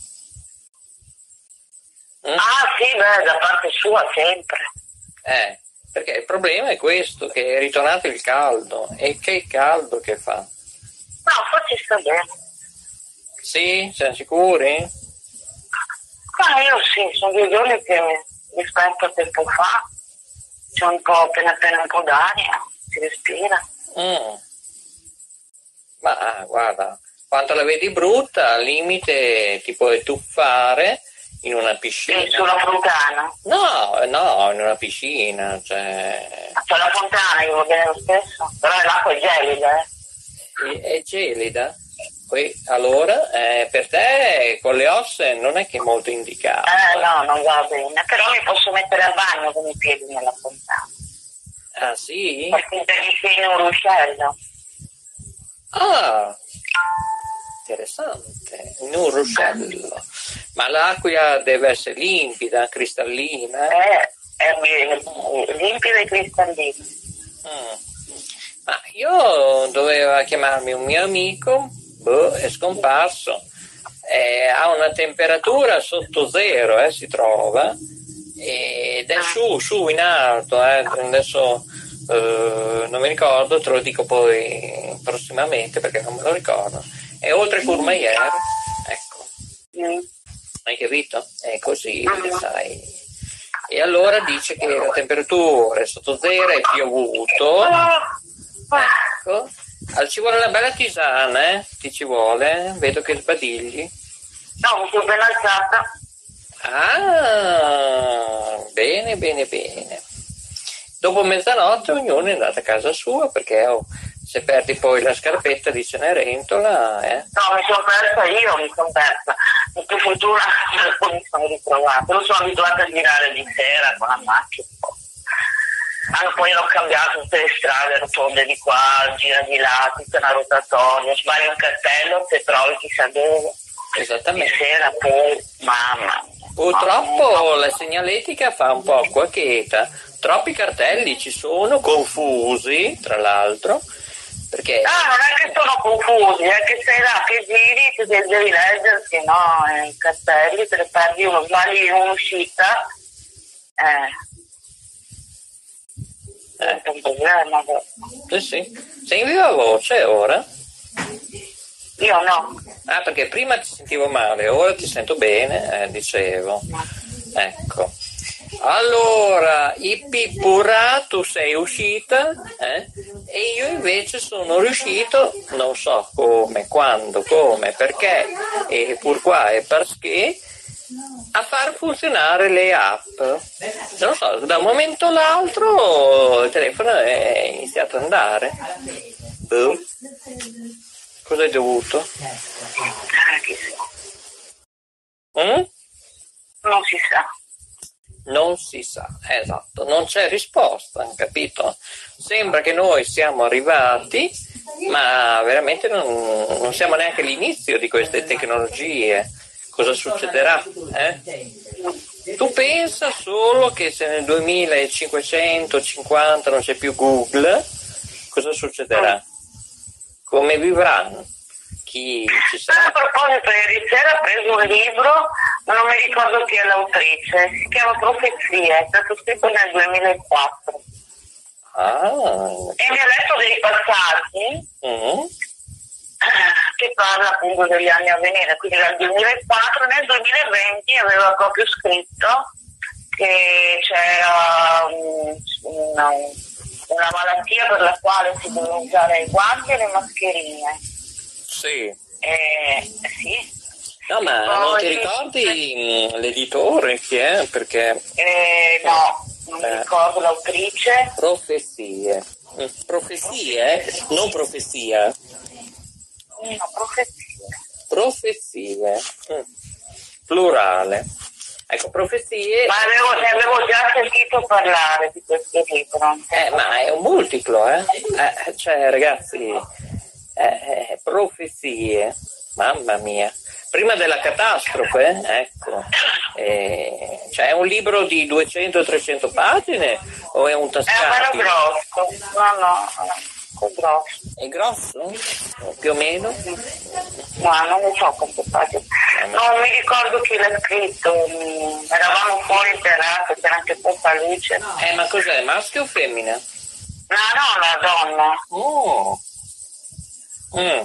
Mm? Ah sì, beh, da parte sua sempre. Eh, perché il problema è questo, che è ritornato il caldo, e che caldo che fa. No, forse sta bene. Sì? Siamo sicuri? Ma io sì, sono due giorni che rispetto a tempo fa c'è un po' appena appena un po' d'aria, si respira. Mm. Ma ah, guarda, quanto la vedi brutta, al limite ti puoi tuffare in una piscina. Sì, sulla fontana. No, no, in una piscina, cioè... C'è la fontana, io va bene lo stesso, però l'acqua è gelida, eh. È, è gelida? Poi, allora, eh, per te con le ossa non è che è molto indicato. Eh no, non va bene, però mi posso mettere al bagno con i piedi nella fontana. Ah sì? Perché mi sei in un ruscello. Ah, interessante, in un ruscello. Ma l'acqua deve essere limpida, cristallina? Eh, è limpida e cristallina. Mm. Ma io dovevo chiamarmi un mio amico, boh, è scomparso. Eh, ha una temperatura sotto zero, eh, si trova, ed è su, su in alto, eh. Adesso eh, non mi ricordo, te lo dico poi prossimamente perché non me lo ricordo. È oltre Courmayeur, ecco. Mm. Hai capito? È così, sai. E allora dice che la temperatura è sotto zero, è piovuto. Ecco. Allora, ci vuole una bella tisana, eh? Ti ci vuole? Vedo che sbadigli. No, mi sono ben alzata. Ah, bene, bene, bene. Dopo mezzanotte ognuno è andato a casa sua perché oh, se perdi poi la scarpetta di Cenerentola, eh? No, mi sono persa io, mi sono persa. Per fortuna poi mi sono ritrovata. Non sono abituata a girare di sera con la macchina. Allora, poi ho cambiato tutte le strade, rotonde di qua, gira di là, tutta una rotatoria, sbagli un cartello, se trovi chissà dove. Esattamente. Di sera poi, mamma. Purtroppo mamma. la segnaletica fa un po' acqua cheta. Troppi cartelli ci sono, confusi, tra l'altro, perché... Ah, non è che sono confusi, è che sei là che giri, tu devi leggersi, no, i cartelli, te ne perdi uno, sbagli un'uscita, eh... Eh. È un problema. Sì, sì. Sei in viva voce ora? Io no. Ah, perché prima ti sentivo male, ora ti sento bene, eh, dicevo. Ecco. Allora, Ippipurà, tu sei uscita, eh? E io invece sono riuscito, non so come, quando, come, perché, e pur qua e perché, a far funzionare le app. Non so, da un momento all'altro il telefono è iniziato ad andare. Boh. Cosa hai dovuto? Ah, chissà. Mm? Non si sa. Non si sa, esatto, non c'è risposta, capito? Sembra che noi siamo arrivati, ma veramente non, non siamo neanche all'inizio di queste tecnologie. Cosa succederà? Eh? Tu pensa solo che se nel duemilacinquecentocinquanta non c'è più Google, cosa succederà? Come vivranno? Chi ci sarà? A proposito, ieri sera ho preso un libro, ma non mi ricordo chi è l'autrice, si chiama Profezie, è stato scritto nel duemilaquattro. Ah. E mi ha letto dei passaggi Mm. che parla appunto degli anni a venire, quindi dal duemilaquattro, nel duemilaventi aveva proprio scritto che c'era um, una, una malattia per la quale si devono usare i guanti e le mascherine. Sì. Eh, sì. No, ma Poi, non ti ricordi mh, l'editore chi è? Perché... Eh, no, non eh. mi ricordo l'autrice. Profezie. Mm, Profezie? Non profezia. No, profezie. Profezie. Mm. Plurale. Ecco, profezie... Ma avevo, ne avevo già sentito parlare di questo libro. Eh, ma è un multiplo, eh? eh cioè, ragazzi, eh, eh, profezie, mamma mia. Prima della catastrofe, ecco, eh, cioè è un libro di duecento trecento pagine o è un tascabile? È un grosso, no, no, è grosso. È grosso? Più o meno? No, non lo so quante pagine. Non mi ricordo chi l'ha scritto, eravamo fuori in terrazza, c'era anche poca luce. Eh, ma cos'è, maschio o femmina? No, no, una donna. Oh. Mm.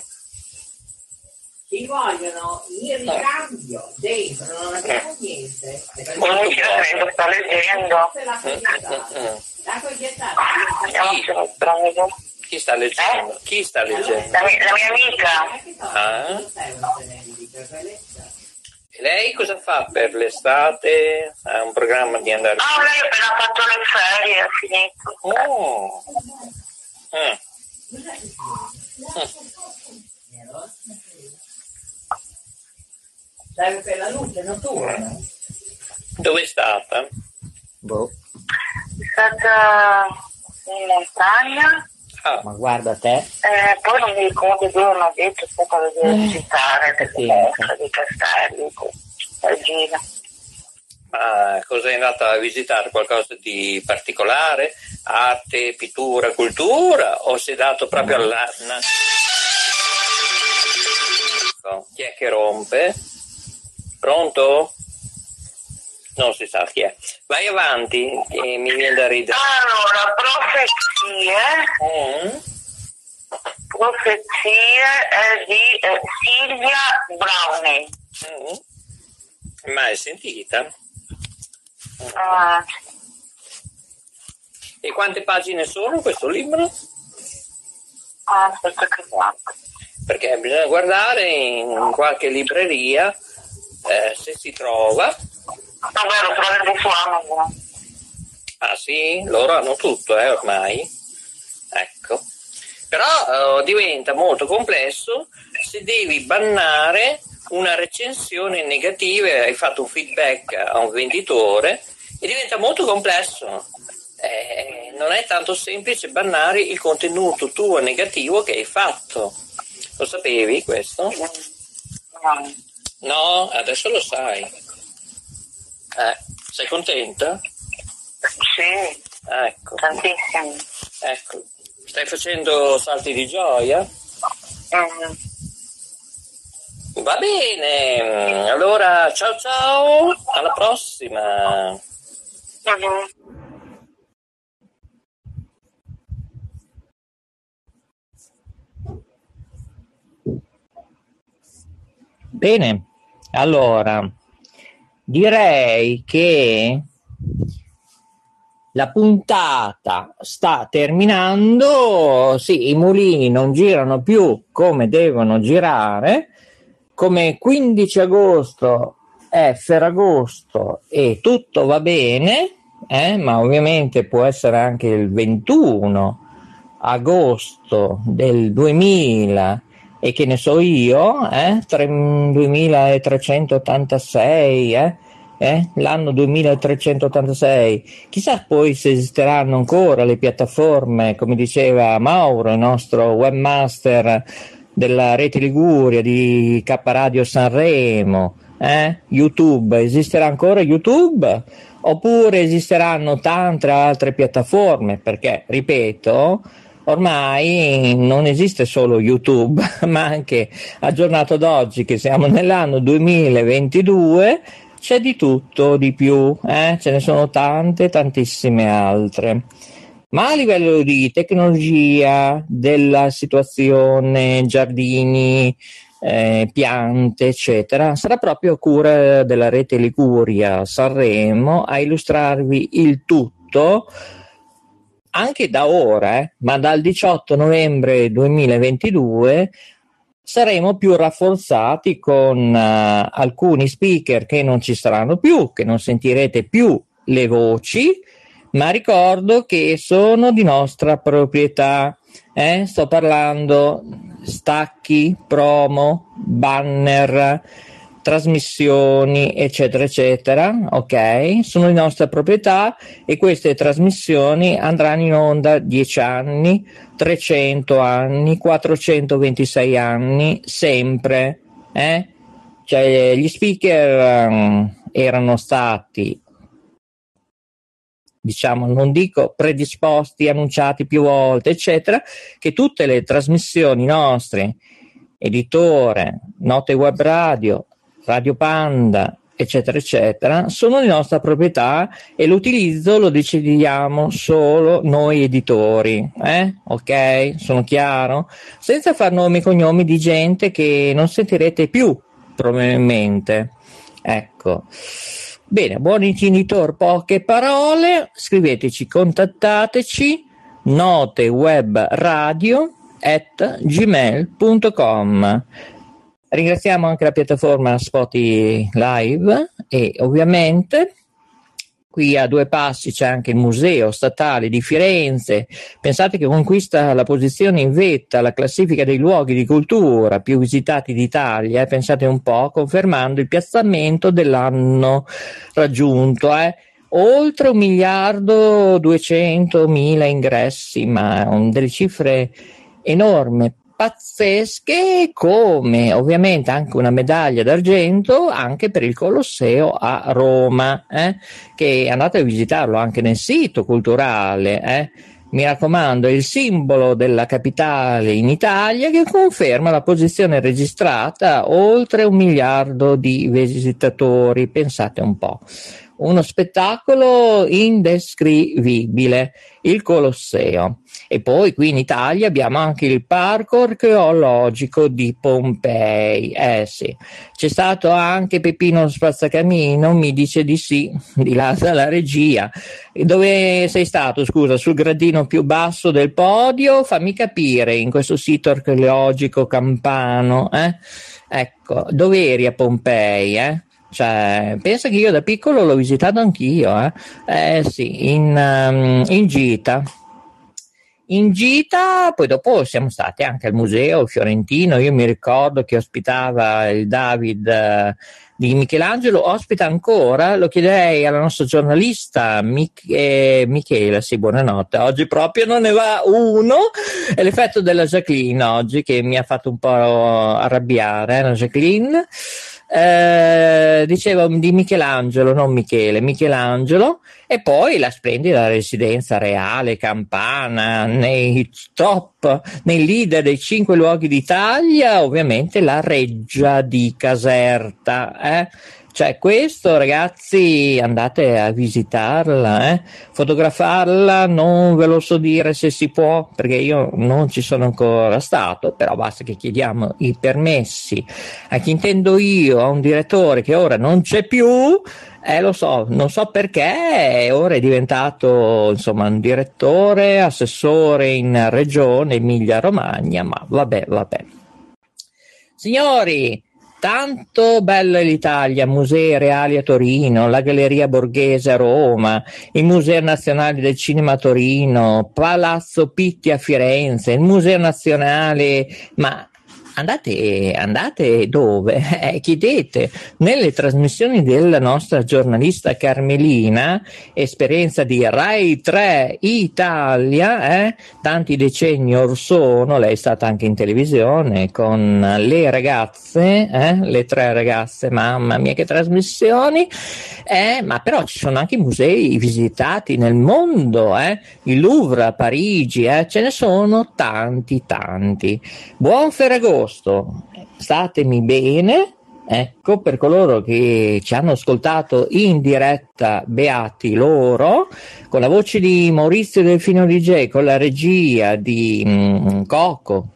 Ci vogliono il ricambio dentro, non abbiamo niente. Non ci credo, sta leggendo. Chi sta leggendo? Eh? Chi sta leggendo? La mia, la mia amica. Ah. E lei cosa fa per l'estate? Ha un programma di andare? Ah, lei ha appena fatto le ferie, ha finito. Oh. Mm. Mm. Serve per la luce notturna. Dove è stata? Boh. È stata in montagna. Ah. Ma guarda te. Eh, poi non mi ricordo dove mi ha detto, è stata a vedere visitare delle mostre, dei castelli, regina. Ma cosa è andata a visitare? Qualcosa di particolare? Arte, pittura, cultura? O si è dato proprio alla... Chi è che rompe? Pronto? Non si sa chi è. Vai avanti, che mi viene da ridere. Allora, profezie. Mm. Profezie eh, di eh, Silvia Browning. Mm. Mai sentita? Ah. E quante pagine sono questo libro? Ah, aspetta che guardo. Perché bisogna guardare in qualche libreria eh, se si trova. Davvero, prendete su Amazon. Ah sì? Loro hanno tutto, eh, ormai. Ecco. Però eh, diventa molto complesso se devi bannare una recensione negativa, hai fatto un feedback a un venditore e diventa molto complesso. Eh, non è tanto semplice bannare il contenuto tuo negativo che hai fatto. Lo sapevi questo? No. No, adesso lo sai. Eh, sei contenta? Sì. Ecco. Tantissimo. Ecco. Stai facendo salti di gioia? Mm. Va bene, allora ciao ciao, alla prossima. Mm-hmm. Bene, allora direi che la puntata sta terminando. Sì, i mulini non girano più come devono girare. Come quindici agosto è Ferragosto e tutto va bene, eh, ma ovviamente può essere anche il ventuno agosto del duemila e che ne so io, eh, duemilatrecentottantasei, eh, eh, l'anno duemilatrecentottantasei. Chissà poi se esisteranno ancora le piattaforme, come diceva Mauro, il nostro webmaster della Rete Liguria, di K Radio Sanremo, eh? YouTube, esisterà ancora YouTube? Oppure esisteranno tante altre piattaforme? Perché, ripeto, ormai non esiste solo YouTube, ma anche aggiornato d'oggi, che siamo nell'anno duemilaventidue, c'è di tutto, di più, eh? Ce ne sono tante, tantissime altre. Ma a livello di tecnologia, della situazione, giardini, eh, piante, eccetera, sarà proprio cura della Rete Liguria Sanremo a illustrarvi il tutto, anche da ora, eh, ma dal diciotto novembre duemilaventidue saremo più rafforzati con uh, alcuni speaker che non ci saranno più, che non sentirete più le voci, ma ricordo che sono di nostra proprietà, eh? Sto parlando stacchi, promo, banner, trasmissioni, eccetera, eccetera, ok? Sono di nostra proprietà e queste trasmissioni andranno in onda dieci anni, trecento anni, quattrocentoventisei anni, sempre, eh? Cioè, gli speaker um, erano stati, diciamo, non dico predisposti, annunciati più volte, eccetera, che tutte le trasmissioni nostre, editore, Note Web Radio, Radio Panda, eccetera, eccetera, sono di nostra proprietà e l'utilizzo lo decidiamo solo noi editori, eh? Ok? Sono chiaro? Senza far nomi e cognomi di gente che non sentirete più, probabilmente. Ecco. Bene, buon intenitor, poche parole, scriveteci, contattateci, notewebradio at gmail punto com. Ringraziamo anche la piattaforma Spotify Live e ovviamente qui a due passi c'è anche il Museo Statale di Firenze. Pensate che conquista la posizione in vetta alla classifica dei luoghi di cultura più visitati d'Italia, eh? Pensate un po', confermando il piazzamento dell'anno raggiunto, eh? Oltre un miliardo duecentomila ingressi, ma delle cifre enormi, pazzesche, come ovviamente anche una medaglia d'argento anche per il Colosseo a Roma, eh? Che andate a visitarlo anche nel sito culturale, eh? Mi raccomando, è il simbolo della capitale in Italia che conferma la posizione registrata oltre un miliardo di visitatori, pensate un po'. uno spettacolo indescrivibile, il Colosseo. E poi qui in Italia abbiamo anche il Parco Archeologico di Pompei. Eh sì, c'è stato anche Peppino lo Spazzacamino, mi dice di sì, di là dalla regia. Dove sei stato, scusa, sul gradino più basso del podio? Fammi capire, in questo sito archeologico campano, eh? Ecco, dove eri a Pompei, eh? Cioè, pensa che io da piccolo l'ho visitato anch'io, eh? Eh sì, in, um, in gita. In gita, poi dopo siamo stati anche al museo fiorentino. Io mi ricordo che ospitava il David eh, di Michelangelo, ospita ancora, lo chiederei alla nostra giornalista Mich- eh, Michela, sì, buonanotte, oggi proprio non ne va uno, è l'effetto della Jacqueline oggi che mi ha fatto un po' arrabbiare, eh, la Jacqueline. Eh, dicevo di Michelangelo, non Michele, Michelangelo, e poi la splendida residenza reale campana nei top, nei leader dei cinque luoghi d'Italia, ovviamente la Reggia di Caserta, eh? Cioè questo, ragazzi, andate a visitarla, eh? Fotografarla, non ve lo so dire se si può, perché io non ci sono ancora stato, però basta che chiediamo i permessi a chi intendo io, a un direttore che ora non c'è più, eh lo so, non so perché, ora è diventato insomma un direttore, assessore in regione Emilia Romagna, ma vabbè, vabbè. Signori, tanto bella l'Italia, musei reali a Torino, la Galleria Borghese a Roma, il Museo Nazionale del Cinema a Torino, Palazzo Pitti a Firenze, il Museo Nazionale, ma andate, andate dove? Eh, chiedete nelle trasmissioni della nostra giornalista Carmelina, esperienza di Rai tre Italia, eh? Tanti decenni or sono, lei è stata anche in televisione con le ragazze, eh? Le tre ragazze, mamma mia che trasmissioni, eh? Ma però ci sono anche i musei visitati nel mondo, eh? Il Louvre a Parigi, eh? Ce ne sono tanti tanti. Buon Ferragosto, statemi bene, ecco, per coloro che ci hanno ascoltato in diretta, beati loro, con la voce di Maurizio Delfino D J, con la regia di mm, Coco,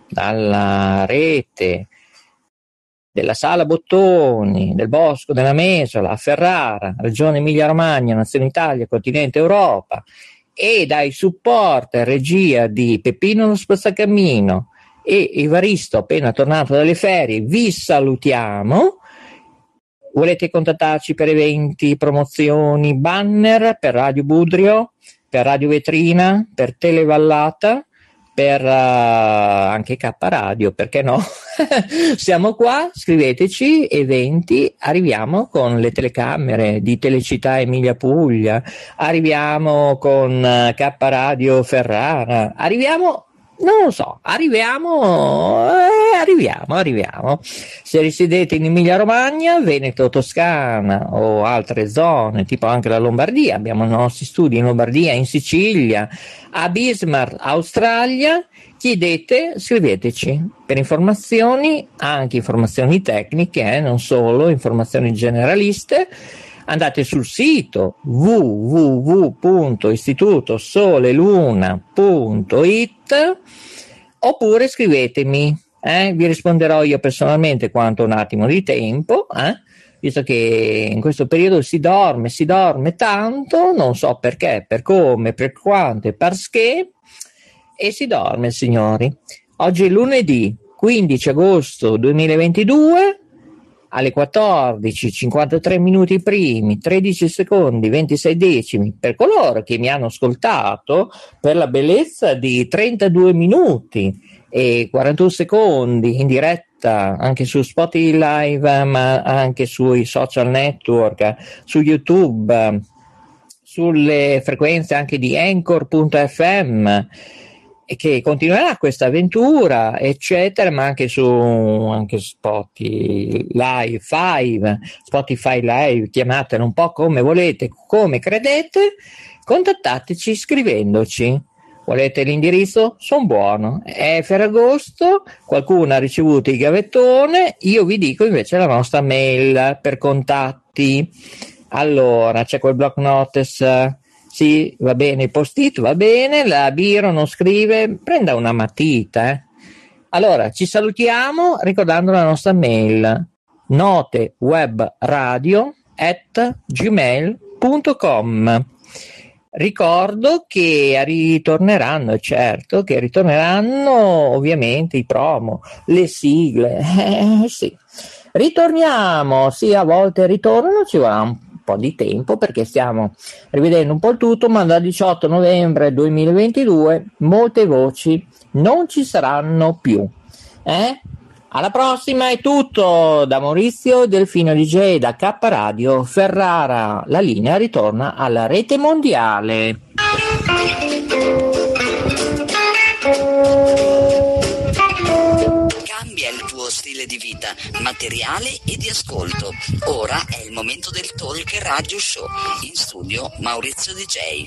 dalla rete della Sala Bottoni, del Bosco della Mesola, a Ferrara, Regione Emilia Romagna, Nazione Italia, Continente Europa, e dai supporter regia di Peppino lo Spazzacamino e Evaristo appena tornato dalle ferie, vi salutiamo. Volete contattarci per eventi, promozioni, banner per Radio Budrio, per Radio Vetrina, per Televallata, per uh, anche K Radio, perché no? Siamo qua, scriveteci, eventi, arriviamo con le telecamere di Telecittà Emilia Puglia, arriviamo con uh, K Radio Ferrara, arriviamo, non lo so, arriviamo, eh, arriviamo, arriviamo. Se risiedete in Emilia Romagna, Veneto, Toscana o altre zone, tipo anche la Lombardia, abbiamo i nostri studi in Lombardia, in Sicilia, a Bismarck, Australia, chiedete, scriveteci per informazioni, anche informazioni tecniche, eh, non solo informazioni generaliste. Andate sul sito w w w punto istituto sole luna punto i t oppure scrivetemi, eh, vi risponderò io personalmente quanto un attimo di tempo, eh, visto che in questo periodo si dorme, si dorme tanto, non so perché, per come, per quanto e perché, e si dorme, signori. Oggi è lunedì quindici agosto duemilaventidue, alle quattordici cinquantatré minuti primi, tredici secondi, ventisei decimi, per coloro che mi hanno ascoltato per la bellezza di trentadue minuti e quarantuno secondi in diretta anche su Spotify Live, ma anche sui social network, su YouTube, sulle frequenze anche di Anchor punto effe emme, e che continuerà questa avventura, eccetera, ma anche su anche Spotify Live, five, Spotify Live, chiamatelo un po' come volete, come credete, contattateci scrivendoci. Volete l'indirizzo? Sono buono. È Ferragosto, qualcuno ha ricevuto il gavettone, io vi dico invece la nostra mail per contatti. allora c'è quel block notice, sì, va bene, il post-it va bene, la Biro non scrive, prenda una matita. Eh. Allora, ci salutiamo ricordando la nostra mail, notewebradio at gmail punto com. Ricordo che ritorneranno, certo, che ritorneranno ovviamente i promo, le sigle, eh, sì. Ritorniamo, sì, a volte ritornano, ci vorrà un po' di tempo perché stiamo rivedendo un po' il tutto, ma dal diciotto novembre duemilaventidue molte voci non ci saranno più. Eh? Alla prossima, è tutto da Maurizio Delfino D J da K Radio Ferrara. La linea ritorna alla rete mondiale. Cambia il tuo stile di vita, materiale e di ascolto. Ora è il momento del Talk Radio Show. In studio Maurizio D J.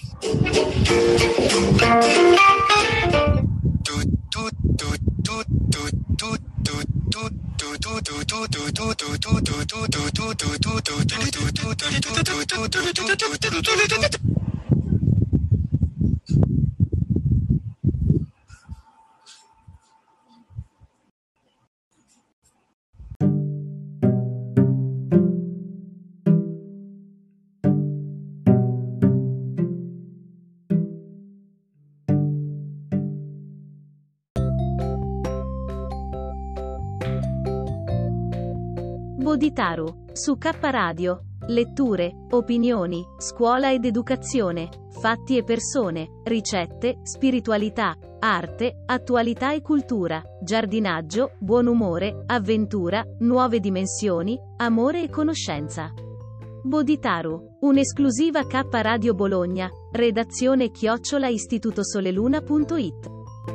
Bodhitaru, su K Radio. Letture, opinioni, scuola ed educazione, fatti e persone, ricette, spiritualità, arte, attualità e cultura, giardinaggio, buon umore, avventura, nuove dimensioni, amore e conoscenza. Bodhitaru, un'esclusiva K Radio Bologna, redazione chiocciola istitutosoleluna punto it.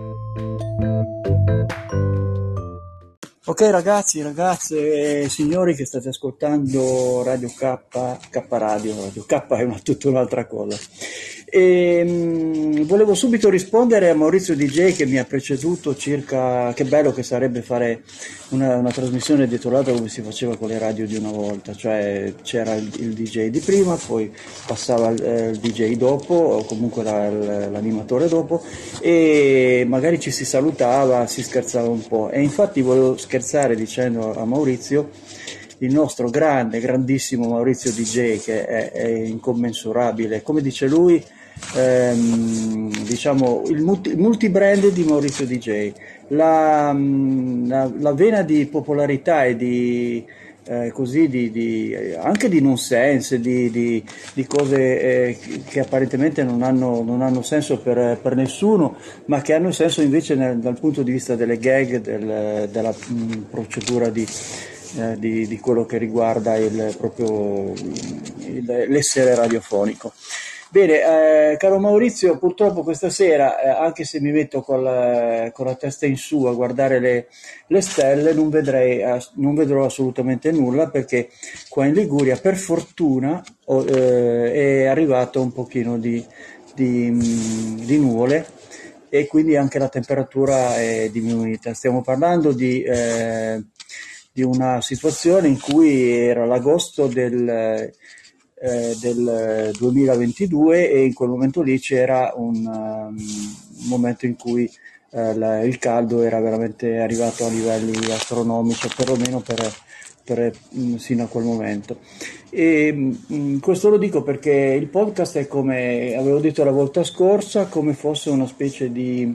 Ok ragazzi, ragazze e signori che state ascoltando Radio K, K Radio, Radio K è una, tutta un'altra cosa. E, mh, volevo subito rispondere a Maurizio D J che mi ha preceduto circa che bello che sarebbe fare una, una trasmissione dietro l'altra come si faceva con le radio di una volta, cioè c'era il, il D J di prima, poi passava il, eh, il D J dopo o comunque la, l'animatore dopo e magari ci si salutava, si scherzava un po', e infatti volevo scherzare dicendo a Maurizio, il nostro grande, grandissimo Maurizio D J che è, è incommensurabile, come dice lui, ehm, diciamo il multi, multibrand di Maurizio D J, la, la, la vena di popolarità e di eh, così di, di anche di nonsense, di, di, di cose eh, che apparentemente non hanno, non hanno senso per, per nessuno, ma che hanno senso invece nel, dal punto di vista delle gag, del, della mh, procedura di Eh, di, di quello che riguarda il, proprio il, l'essere radiofonico. Bene, eh, caro Maurizio, purtroppo questa sera, eh, anche se mi metto con la, con la testa in su a guardare le, le stelle, non, vedrei, non vedrò assolutamente nulla, perché qua in Liguria, per fortuna, oh, eh, è arrivato un pochino di, di, di nuvole, e quindi anche la temperatura è diminuita. Stiamo parlando di... Eh, di una situazione in cui era l'agosto del, eh, del duemilaventidue e in quel momento lì c'era un, um, un momento in cui eh, la, il caldo era veramente arrivato a livelli astronomici, perlomeno per, per, mh, sino a quel momento. E mh, questo lo dico perché il podcast è, come avevo detto la volta scorsa, come fosse una specie di...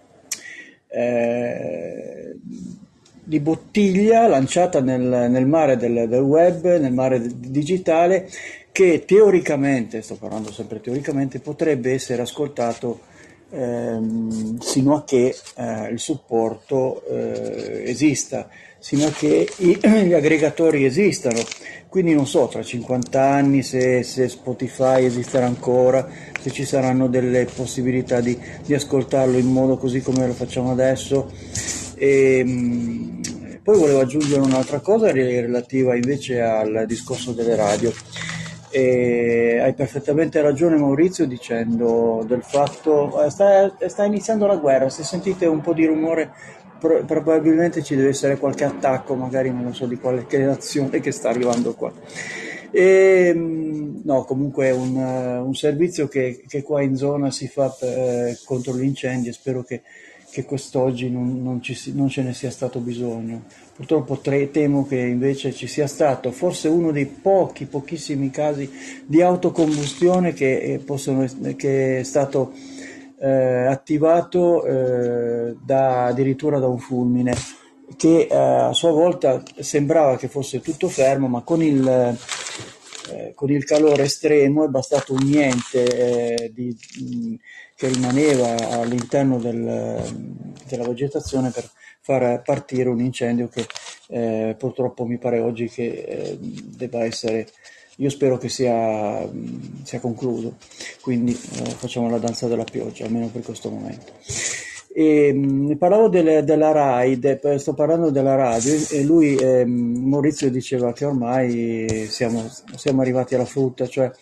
Eh, di bottiglia lanciata nel, nel mare del, del web, nel mare digitale, che teoricamente, sto parlando sempre teoricamente, potrebbe essere ascoltato ehm, sino a che eh, il supporto eh, esista, sino a che i, gli aggregatori esistano. Quindi non so, tra cinquanta anni se, se Spotify esisterà ancora, se ci saranno delle possibilità di, di ascoltarlo in modo così come lo facciamo adesso. E, mh, poi volevo aggiungere un'altra cosa relativa invece al discorso delle radio. E hai perfettamente ragione Maurizio dicendo del fatto, sta, sta iniziando la guerra, se sentite un po' di rumore pro, probabilmente ci deve essere qualche attacco, magari non so di quale nazione che sta arrivando qua. E, no, comunque è un, un servizio che, che qua in zona si fa per, contro gli incendi, e spero che, che quest'oggi non, non, ci si, non ce ne sia stato bisogno. Purtroppo tre, temo che invece ci sia stato forse uno dei pochi, pochissimi casi di autocombustione che, eh, possono, che è stato eh, attivato eh, da, addirittura da un fulmine, che eh, a sua volta sembrava che fosse tutto fermo, ma con il, eh, con il calore estremo è bastato un niente eh, di, mh, che rimaneva all'interno del, della vegetazione per far partire un incendio che eh, purtroppo mi pare oggi che eh, debba essere, io spero che sia, sia concluso, quindi eh, facciamo la danza della pioggia, almeno per questo momento. E, mh, parlavo delle, della RAI, de, sto parlando della radio, e lui, eh, Maurizio, diceva che ormai siamo, siamo arrivati alla frutta, cioè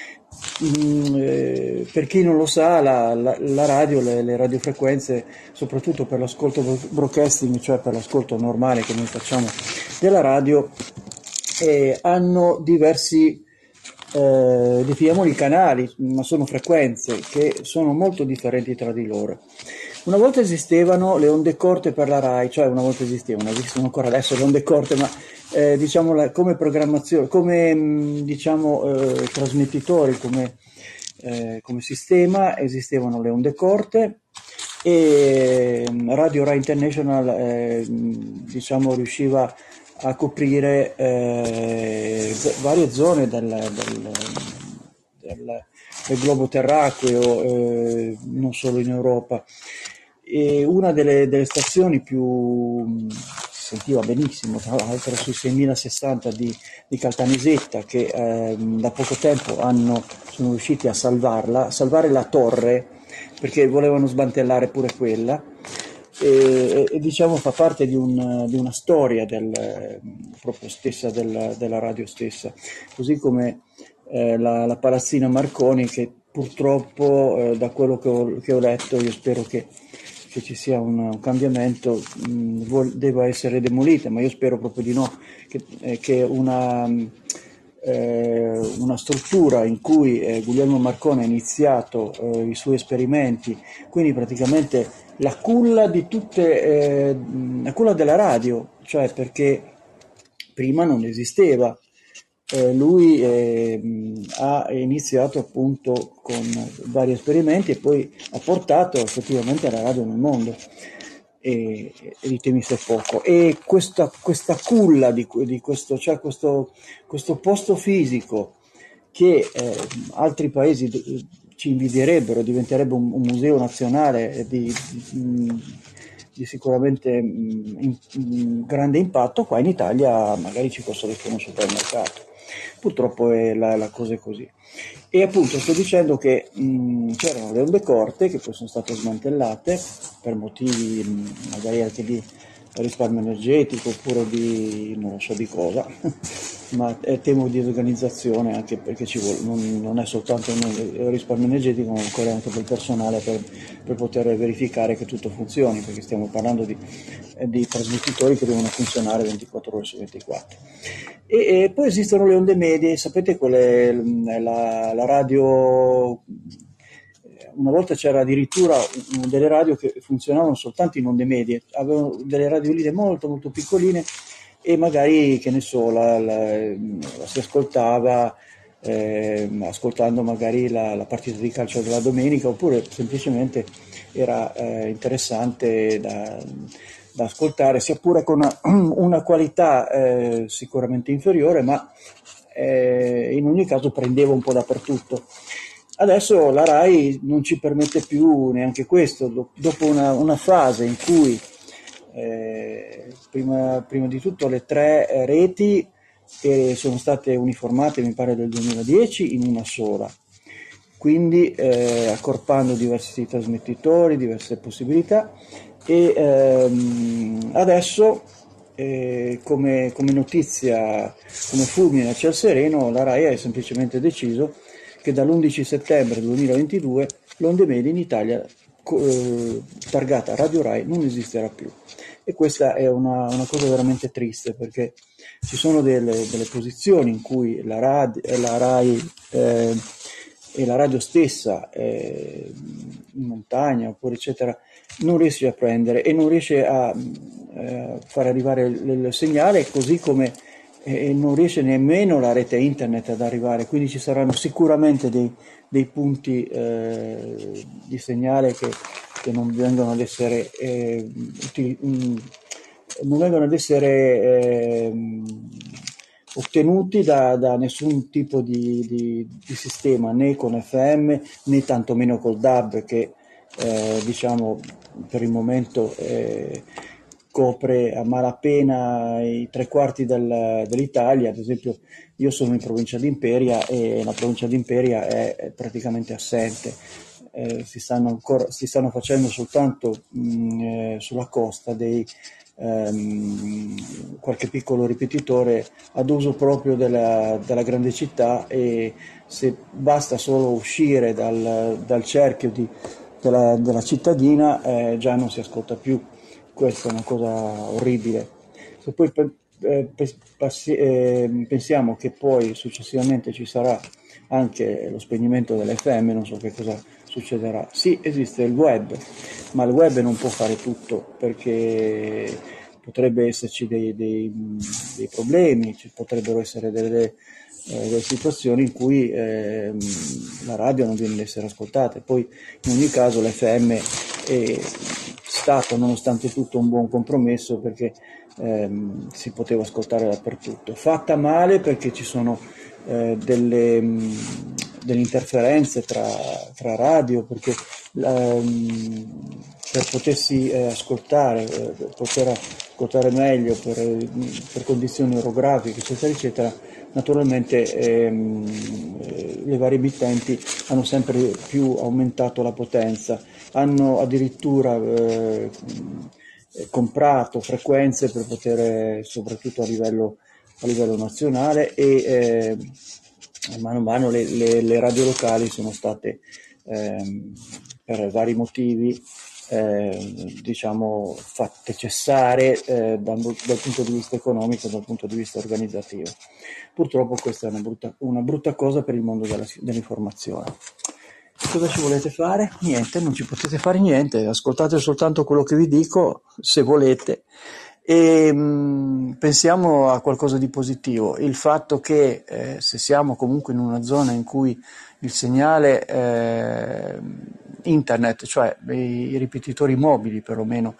mh, eh, per chi non lo sa, la, la, la radio, le, le radiofrequenze, soprattutto per l'ascolto broadcasting, cioè per l'ascolto normale che noi facciamo della radio, eh, hanno diversi eh, definiamoli canali, ma sono frequenze che sono molto differenti tra di loro. Una volta esistevano le onde corte per la RAI, cioè una volta esistevano, esistono ancora adesso le onde corte, ma eh, diciamo la, come programmazione, come mh, diciamo eh, trasmettitori, come, eh, come sistema esistevano le onde corte, e Radio Rai International eh, diciamo riusciva a coprire eh, varie zone del, del, del, del globo terracqueo, eh, non solo in Europa. E una delle, delle stazioni più, si sentiva benissimo tra l'altro, sui seimilasessanta di, di Caltanissetta, che eh, da poco tempo hanno, sono riusciti a salvarla, a salvare la torre, perché volevano smantellare pure quella, e, e diciamo fa parte di, un, di una storia del, proprio stessa del, della radio stessa, così come eh, la, la palazzina Marconi, che purtroppo eh, da quello che ho, che ho letto, io spero che che ci sia un, un cambiamento, mh, vuol, debba essere demolita, ma io spero proprio di no, che, eh, che una, eh, una struttura in cui eh, Guglielmo Marconi ha iniziato eh, i suoi esperimenti, quindi praticamente la culla di tutte, eh, la culla della radio, cioè perché prima non esisteva. Eh, lui eh, ha iniziato appunto con vari esperimenti e poi ha portato effettivamente la radio nel mondo, e, e ditemi se è poco. E questa, questa culla di, di questo, cioè questo, questo posto fisico che eh, altri paesi d- ci invidierebbero, diventerebbe un, un museo nazionale di, di, di sicuramente in, in grande impatto, qua in Italia magari ci possa essere un supermercato. Purtroppo è la, la cosa è così. E appunto sto dicendo che mh, c'erano le onde corte che poi sono state smantellate per motivi mh, magari anche di risparmio energetico oppure di non so di cosa, ma è temo di organizzazione, anche perché ci vuole, non, non è soltanto un risparmio energetico, ma occorre anche del personale per, per poter verificare che tutto funzioni, perché stiamo parlando di, eh, di trasmettitori che devono funzionare ventiquattro ore su ventiquattro. E, e poi esistono le onde medie, sapete quelle, la, la radio, una volta c'era addirittura delle radio che funzionavano soltanto in onde medie, avevano delle radioline molto molto piccoline e magari, che ne so, la, la, la si ascoltava eh, ascoltando magari la, la partita di calcio della domenica, oppure semplicemente era eh, interessante da, da ascoltare, sia pure con una, una qualità eh, sicuramente inferiore, ma eh, in ogni caso prendeva un po' dappertutto. Adesso la RAI non ci permette più neanche questo, dopo una, una fase in cui eh, prima, prima di tutto le tre eh, reti eh, sono state uniformate, mi pare del duemiladieci, in una sola, quindi eh, accorpando diversi trasmettitori, diverse possibilità, e ehm, adesso eh, come, come notizia, come fulmine a ciel sereno, la RAI ha semplicemente deciso che dall'undici settembre duemilaventidue l'onde media in Italia eh, targata Radio Rai non esisterà più. e questa è una, una cosa veramente triste, perché ci sono delle, delle posizioni in cui la, rad, la RAI eh, e la radio stessa eh, in montagna oppure eccetera non riesce a prendere e non riesce a eh, far arrivare il, il segnale, così come eh, non riesce nemmeno la rete internet ad arrivare, quindi ci saranno sicuramente dei, dei punti eh, di segnale che, che non vengono ad essere eh, utili, mh, non vengono ad essere eh, ottenuti da, da nessun tipo di, di, di sistema, né con F M né tantomeno col D A B, che eh, diciamo per il momento eh, copre a malapena i tre quarti del, dell'Italia. Ad esempio io sono in provincia di Imperia e la provincia di Imperia è, è praticamente assente. Eh, si stanno ancora si stanno facendo soltanto mh, eh, sulla costa dei ehm, qualche piccolo ripetitore ad uso proprio della, della grande città, e se basta solo uscire dal, dal cerchio di, della, della cittadina eh, già non si ascolta più. Questa è una cosa orribile. Se poi eh, passi, eh, pensiamo che poi successivamente ci sarà anche lo spegnimento dell'F M, non so che cosa succederà. Sì, esiste il web, ma il web non può fare tutto, perché potrebbe esserci dei, dei, dei problemi, ci potrebbero essere delle, eh, delle situazioni in cui eh, la radio non viene ad essere ascoltata. Poi in ogni caso l'F M è stato nonostante tutto un buon compromesso, perché ehm, si poteva ascoltare dappertutto. Fatta male perché ci sono eh, delle, mh, delle interferenze tra, tra radio, perché ehm, per potersi eh, ascoltare, eh, per poter ascoltare meglio per, per condizioni orografiche eccetera eccetera, naturalmente ehm, le varie emittenti hanno sempre più aumentato la potenza, hanno addirittura eh, comprato frequenze per poter, soprattutto a livello, a livello nazionale, e eh, mano a mano le, le, le radio locali sono state ehm, per vari motivi eh, diciamo fatte cessare eh, dal, dal punto di vista economico, dal punto di vista organizzativo. Purtroppo questa è una brutta, una brutta cosa per il mondo della, dell'informazione. Cosa ci volete fare? Niente, non ci potete fare niente, ascoltate soltanto quello che vi dico, se volete, e mh, pensiamo a qualcosa di positivo. Il fatto che eh, se siamo comunque in una zona in cui il segnale eh, internet, cioè i, i ripetitori mobili perlomeno,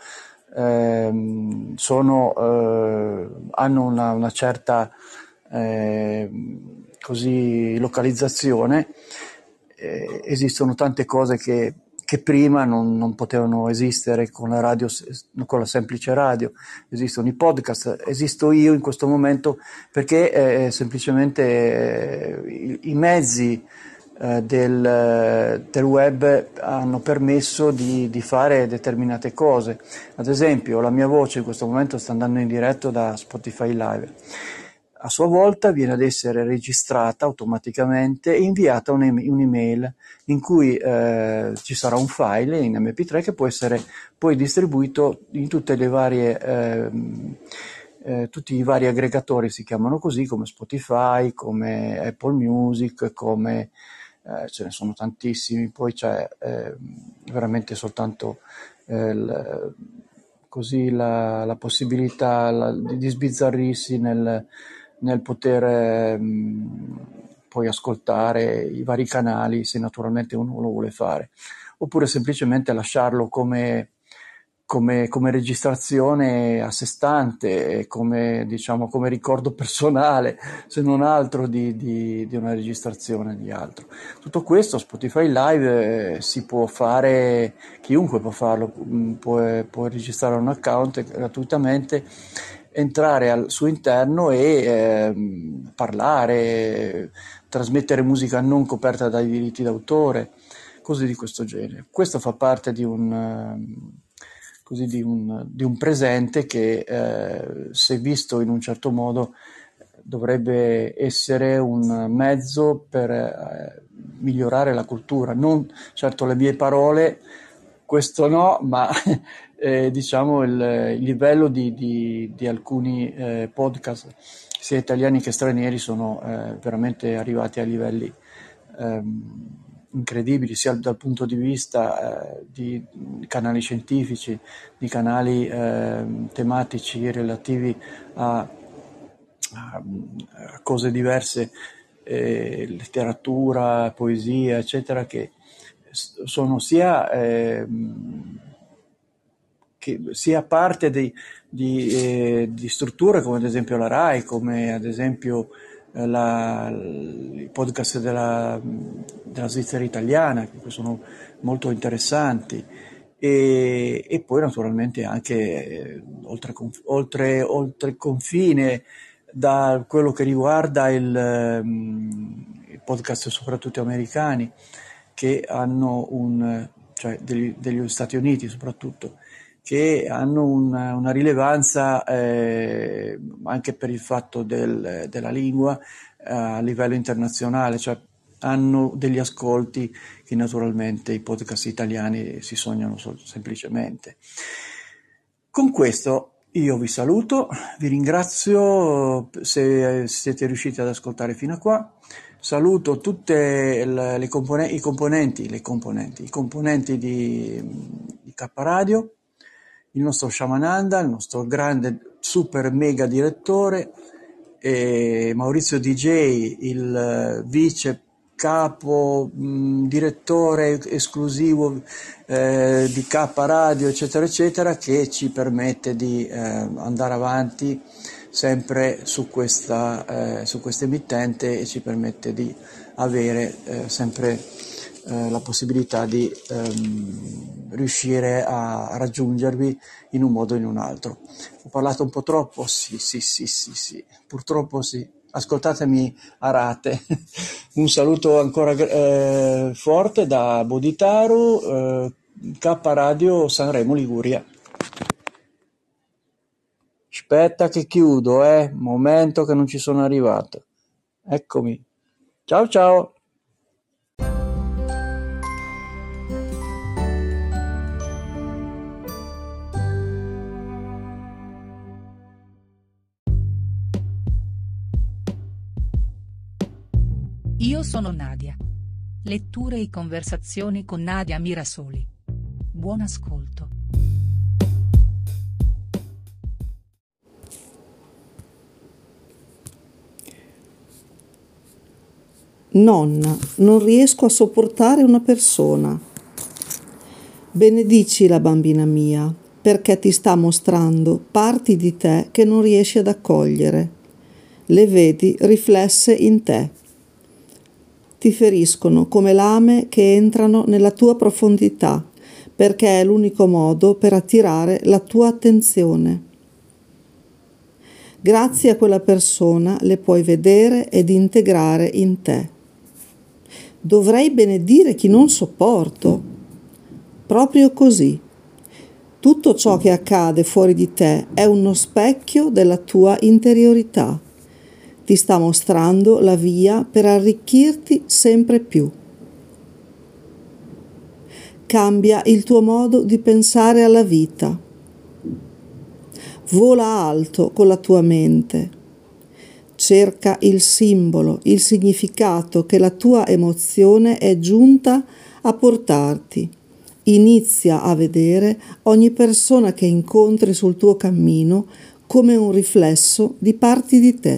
eh, sono, eh, hanno una, una certa eh, così localizzazione, eh, esistono tante cose che, che prima non, non potevano esistere con la radio, con la semplice radio. Esistono i podcast, esisto io in questo momento perché eh, semplicemente eh, i, i mezzi eh, del, del web hanno permesso di, di fare determinate cose. Ad esempio la mia voce in questo momento sta andando in diretto da Spotify Live. A sua volta viene ad essere registrata automaticamente e inviata un'email in cui eh, ci sarà un file in emme pi tre che può essere poi distribuito in tutte le varie eh, eh, tutti i vari aggregatori, si chiamano così, come Spotify, come Apple Music, come eh, ce ne sono tantissimi. Poi c'è eh, veramente soltanto eh, il, così la, la possibilità la, di sbizzarrirsi nel nel poter mh, poi ascoltare i vari canali, se naturalmente uno lo vuole fare, oppure semplicemente lasciarlo come, come, come registrazione a sé stante, come, diciamo, come ricordo personale, se non altro, di, di, di una registrazione di altro. Tutto questo Spotify Live eh, si può fare, chiunque può farlo, può, può registrare un account gratuitamente, entrare al suo interno e eh, parlare, trasmettere musica non coperta dai diritti d'autore, cose di questo genere. Questo fa parte di un, così, di un, di un presente che, eh, se visto in un certo modo, dovrebbe essere un mezzo per eh, migliorare la cultura. Non certo le mie parole, questo no, ma eh, diciamo il, il livello di, di, di alcuni eh, podcast, sia italiani che stranieri, sono eh, veramente arrivati a livelli ehm, incredibili, sia dal punto di vista eh, di canali scientifici, di canali eh, tematici relativi a, a, a cose diverse, eh, letteratura, poesia, eccetera, che sono sia, eh, che sia parte di, di, eh, di strutture come ad esempio la RAI, come ad esempio la, i podcast della, della Svizzera italiana, che sono molto interessanti, e, e poi naturalmente anche eh, oltre, oltre, oltre il confine, da quello che riguarda il, um, i podcast soprattutto americani, che hanno un, cioè degli, degli Stati Uniti soprattutto, che hanno una, una rilevanza eh, anche per il fatto del, della lingua eh, a livello internazionale, cioè hanno degli ascolti che naturalmente i podcast italiani si sognano sol- semplicemente. Con questo io vi saluto, vi ringrazio se siete riusciti ad ascoltare fino a qua. Saluto tutte le, le compone- i componenti, le componenti, i componenti di, di K Radio, il nostro Shamananda, il nostro grande super mega direttore, e Maurizio D J, il vice capo mh, direttore esclusivo eh, di K Radio, eccetera eccetera, che ci permette di eh, andare avanti sempre su questa eh, su questa emittente, e ci permette di avere eh, sempre eh, la possibilità di ehm, riuscire a, a raggiungervi in un modo o in un altro. Ho parlato un po' troppo? Sì, sì, sì, sì, sì. Purtroppo sì. Ascoltatemi a rate. Un saluto ancora eh, forte da Bodhitaru, eh, K Radio Sanremo Liguria. Aspetta che chiudo, eh. Momento che non ci sono arrivato. Eccomi. Ciao ciao. Io sono Nadia. Letture e conversazioni con Nadia Mirasoli. Buon ascolto. Nonna, non riesco a sopportare una persona. Benedici la bambina mia, perché ti sta mostrando parti di te che non riesci ad accogliere. Le vedi riflesse in te. Ti feriscono come lame che entrano nella tua profondità, perché è l'unico modo per attirare la tua attenzione. Grazie a quella persona le puoi vedere ed integrare in te. Dovrei benedire chi non sopporto. Proprio così. Tutto ciò che accade fuori di te è uno specchio della tua interiorità. Ti sta mostrando la via per arricchirti sempre più. Cambia il tuo modo di pensare alla vita. Vola alto con la tua mente. Cerca il simbolo, il significato che la tua emozione è giunta a portarti. Inizia a vedere ogni persona che incontri sul tuo cammino come un riflesso di parti di te.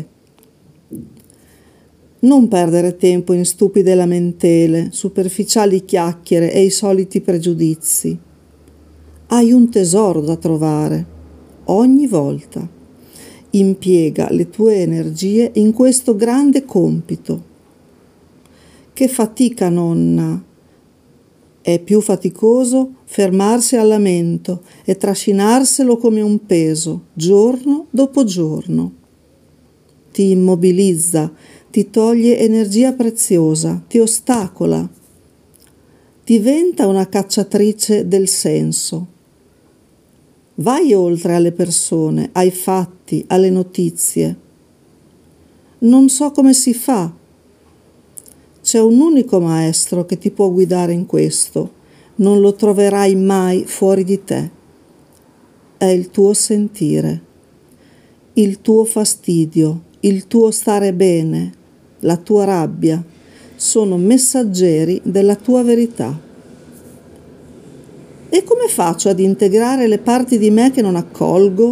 Non perdere tempo in stupide lamentele, superficiali chiacchiere e i soliti pregiudizi. Hai un tesoro da trovare, ogni volta. Impiega le tue energie in questo grande compito. Che fatica, nonna! È più faticoso fermarsi al lamento e trascinarselo come un peso, giorno dopo giorno. Ti immobilizza, ti toglie energia preziosa, ti ostacola. Diventa una cacciatrice del senso. Vai oltre alle persone, ai fatti, alle notizie. Non so come si fa. C'è un unico maestro che ti può guidare in questo. Non lo troverai mai fuori di te. è il tuo sentire, il tuo fastidio, il tuo stare bene, la tua rabbia, sono messaggeri della tua verità. E come faccio ad integrare le parti di me che non accolgo?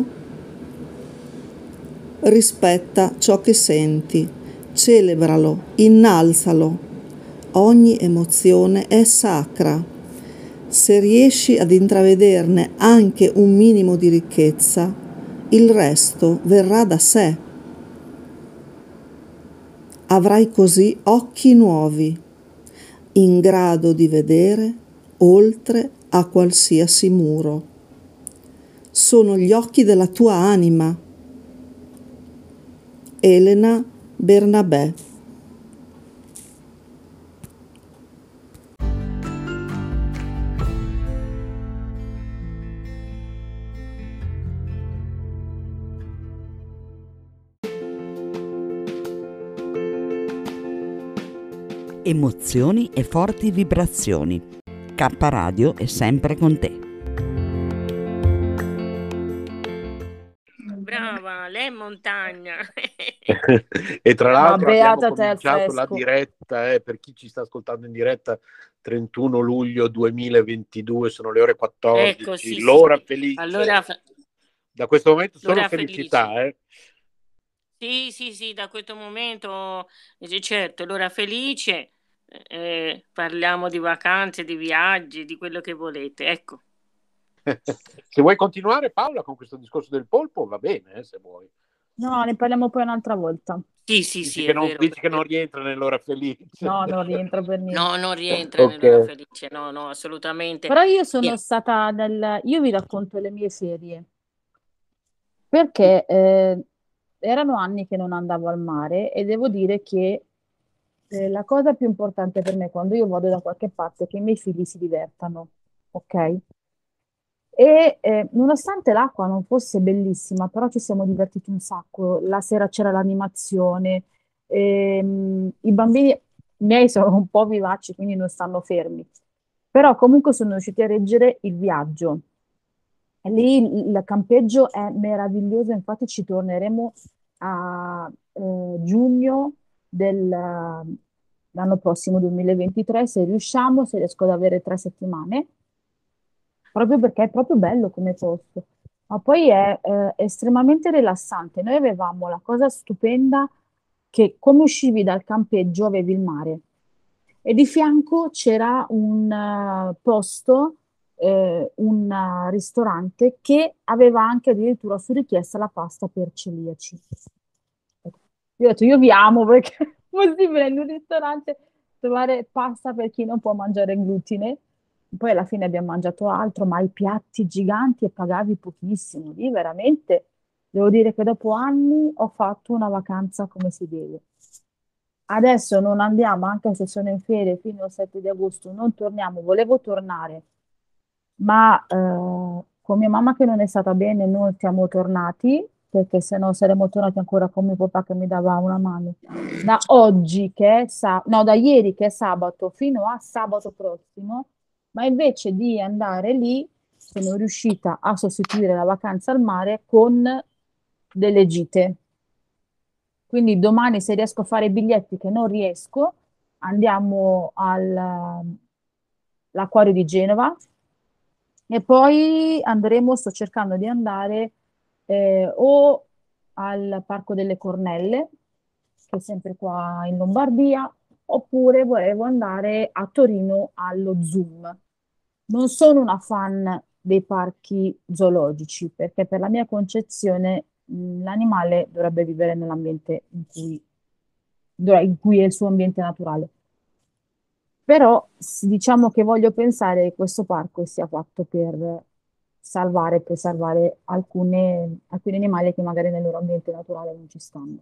Rispetta ciò che senti, celebralo, innalzalo. Ogni emozione è sacra. Se riesci ad intravederne anche un minimo di ricchezza, il resto verrà da sé. Avrai così occhi nuovi, in grado di vedere oltre a qualsiasi muro. Sono gli occhi della tua anima. Elena Bernabé. Emozioni e forti vibrazioni. K Radio è sempre con te. Brava, lei è in montagna. E tra l'altro abbiamo beata te al cominciato la fresco. diretta, eh, per chi ci sta ascoltando in diretta, trentuno luglio duemilaventidue, sono le ore quattordici, Ecco, sì, sì, l'ora sì. felice. Allora, fe- Da questo momento solo l'ora felicità, felice. eh. Sì, sì, sì, da questo momento, eh, certo, l'ora felice, eh, parliamo di vacanze, di viaggi, di quello che volete, ecco. Se vuoi continuare, Paola, con questo discorso del polpo, va bene, eh, se vuoi. No, ne parliamo poi un'altra volta. Sì, sì, Dici sì, che è non, vero. dici che non rientra nell'ora felice. No, non rientra per niente. No, non rientra Ok. nell'ora felice, no, no, assolutamente. Però io sono Io- stata nel... Io vi racconto le mie ferie, perché eh, erano anni che non andavo al mare e devo dire che eh, la cosa più importante per me quando io vado da qualche parte è che i miei figli si divertano, ok? E eh, nonostante l'acqua non fosse bellissima, però ci siamo divertiti un sacco. La sera c'era l'animazione, ehm, i bambini miei sono un po' vivaci, quindi non stanno fermi. Però comunque sono riusciti a reggere il viaggio. E lì il, il campeggio è meraviglioso, infatti ci torneremo a eh, giugno dell'anno prossimo, duemilaventitré, se riusciamo, se riesco ad avere tre settimane proprio perché è proprio bello come posto. Ma poi è eh, estremamente rilassante. Noi avevamo la cosa stupenda che come uscivi dal campeggio avevi il mare e di fianco c'era un eh, posto, eh, un eh, ristorante che aveva anche addirittura su richiesta la pasta per celiaci. Io ho detto, io vi amo perché è possibile in un ristorante trovare pasta per chi non può mangiare glutine. Poi alla fine abbiamo mangiato altro, ma i piatti giganti e pagavi pochissimo. Lì veramente devo dire che dopo anni ho fatto una vacanza come si deve. Adesso non andiamo, anche se sono in ferie fino al sette di agosto, non torniamo. Volevo tornare, ma eh, con mia mamma che non è stata bene non siamo tornati, perché se no saremmo tornati ancora con mio papà che mi dava una mano. Da oggi che è sa- no, da ieri che è sabato fino a sabato prossimo, ma invece di andare lì sono riuscita a sostituire la vacanza al mare con delle gite. Quindi domani se riesco a fare i biglietti che non riesco, andiamo all'acquario di Genova e poi andremo, sto cercando di andare eh, o al Parco delle Cornelle, che è sempre qua in Lombardia, oppure volevo andare a Torino allo Zoom. Non sono una fan dei parchi zoologici, perché per la mia concezione mh, l'animale dovrebbe vivere nell'ambiente in cui, dov- in cui è il suo ambiente naturale. Però s- diciamo che voglio pensare che questo parco sia fatto per salvare, preservare alcune, alcuni animali che magari nel loro ambiente naturale non ci stanno.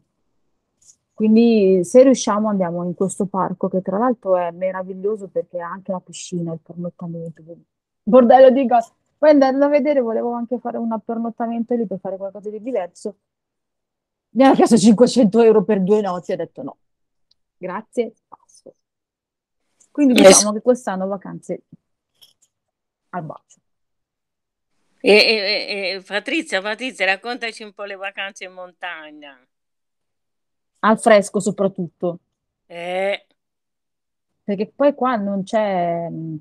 Quindi se riusciamo andiamo in questo parco che tra l'altro è meraviglioso perché ha anche la piscina, il pernottamento, bordello di cose. Poi andando a vedere volevo anche fare un pernottamento lì per fare qualcosa di diverso. Mi hanno chiesto cinquecento euro per due notti, ho detto no, grazie, passo. Quindi Yes. diciamo che quest'anno vacanze al bacio. E, e- e- Patrizia, Patrizia, raccontaci un po' le vacanze in montagna. Al fresco soprattutto, Eh, perché poi qua non c'è... mh,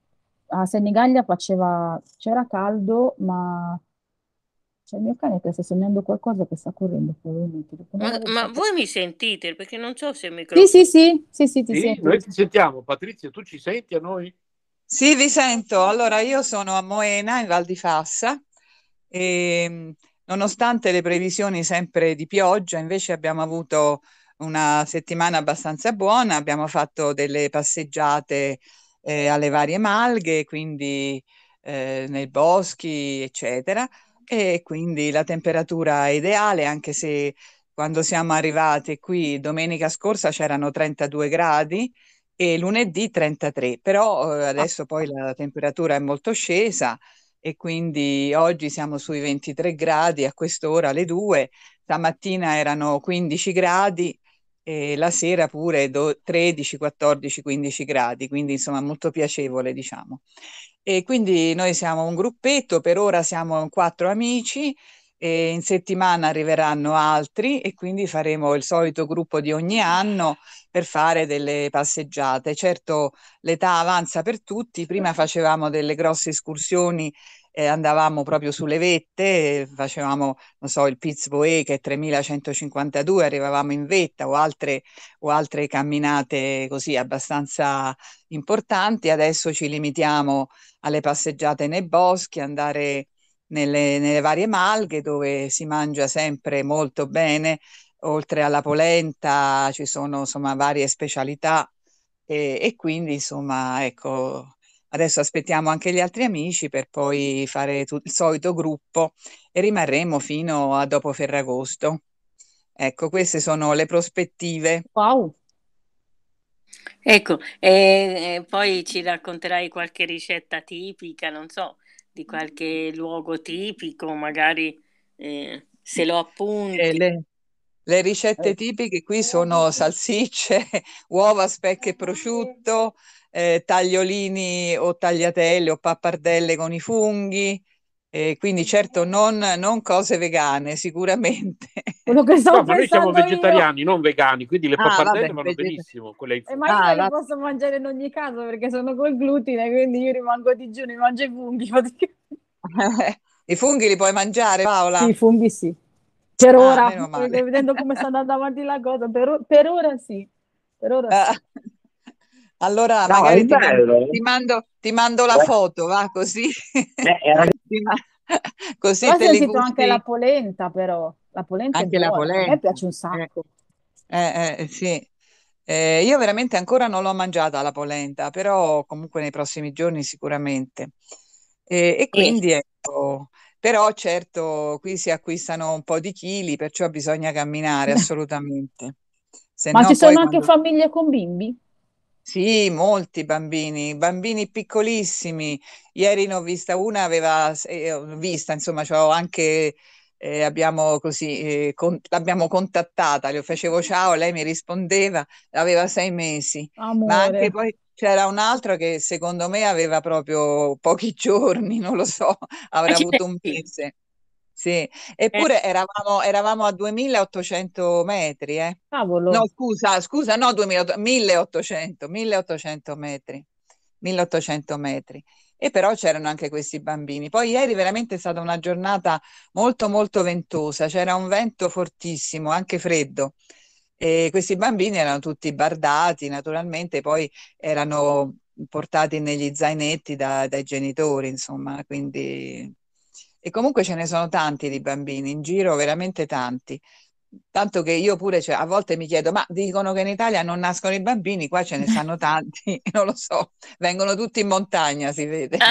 a Senigallia faceva... c'era caldo, ma c'è il mio cane che sta sognando qualcosa che sta correndo, probabilmente. Dopo ma, un'ora di ma fatto- voi mi sentite? Perché non so se il Sì, sì, microfono... sì, sì, sì, ti Sì, sento. noi ti sentiamo. Patrizia, tu ci senti a noi? Sì, vi sento. Allora, io sono a Moena, in Val di Fassa, e mh, nonostante le previsioni sempre di pioggia, invece abbiamo avuto una settimana abbastanza buona, abbiamo fatto delle passeggiate eh, alle varie malghe, quindi eh, nei boschi, eccetera, e quindi la temperatura è ideale, anche se quando siamo arrivati qui domenica scorsa c'erano trentadue gradi e lunedì trentatré, però eh, adesso poi la temperatura è molto scesa e quindi oggi siamo sui ventitré gradi a quest'ora alle due, stamattina erano quindici gradi e la sera pure do- tredici, quattordici, quindici gradi, quindi insomma molto piacevole, diciamo. E quindi noi siamo un gruppetto, per ora siamo quattro amici e in settimana arriveranno altri e quindi faremo il solito gruppo di ogni anno per fare delle passeggiate. Certo, l'età avanza per tutti, prima facevamo delle grosse escursioni, eh, andavamo proprio sulle vette, eh, facevamo, non so, il Piz Boé che è tremilacentocinquantadue, arrivavamo in vetta o altre, o altre camminate così abbastanza importanti. Adesso ci limitiamo alle passeggiate nei boschi, andare nelle, nelle varie malghe dove si mangia sempre molto bene. Oltre alla polenta ci sono insomma varie specialità e, e quindi insomma ecco adesso aspettiamo anche gli altri amici per poi fare tu- il solito gruppo e rimarremo fino a dopo Ferragosto. Ecco, queste sono le prospettive. Wow. Ecco, e, e poi ci racconterai qualche ricetta tipica, non so, di qualche luogo tipico, magari eh, se lo Eh, appunti. le, le ricette tipiche qui sono salsicce, uova, speck e prosciutto, eh, tagliolini o tagliatelle o pappardelle con i funghi, eh, quindi certo non, non cose vegane, sicuramente. Quello che No, stavo ma noi siamo pensando io. vegetariani, non vegani, quindi le Ah, vabbè, pappardelle vanno vegeta- benissimo, quelle in Eh, ma fungo. io Ah, non li va- posso mangiare in ogni caso perché sono col glutine, quindi io rimango a digiuno e mangio i funghi. praticamente. I funghi li puoi mangiare, Paola? Sì, i funghi sì. Per Ah, ora, meno male. perché vedendo come sta andando avanti la cosa, per, o- per ora sì. Per ora sì. Ah, allora No, è magari ti, man- bello. ti mando, ti mando la foto, va così. Eh, era- Ti ma- Però Così ho te li sentito anche la gusti polenta, però. La polenta è anche la buona, a me polenta. piace un Eh, sacco. eh, eh, sì. Eh, io veramente ancora non l'ho mangiata la polenta, però comunque nei prossimi giorni sicuramente. E, e E, quindi ecco, però certo qui si acquistano un po' di chili, perciò bisogna camminare assolutamente. Se Ma no ci poi sono anche quando... famiglie con bimbi? Sì, molti bambini, bambini piccolissimi. Ieri ne ho vista una, aveva, eh, ho vista, insomma, c'ho anche, eh, abbiamo così, eh, con- l'abbiamo contattata, le facevo ciao, lei mi rispondeva, aveva sei mesi, ma anche Amore. poi c'era un altro che secondo me aveva proprio pochi giorni, non lo so, avrà avuto un accidenti. mese. Sì, Eh, eppure eravamo, eravamo a duemilaottocento metri, eh. No, Cavolo. scusa, scusa, no, duemilaottocento, milleottocento, milleottocento metri, milleottocento metri. E però c'erano anche questi bambini. Poi ieri veramente è stata una giornata molto molto ventosa, c'era un vento fortissimo, anche freddo. E questi bambini erano tutti bardati, naturalmente, poi erano portati negli zainetti da- dai genitori, insomma, quindi... E comunque ce ne sono tanti di bambini in giro, veramente tanti. Tanto che io pure, cioè, a volte mi chiedo, ma dicono che in Italia non nascono i bambini, qua ce ne stanno tanti, non lo so, vengono tutti in montagna, si vede.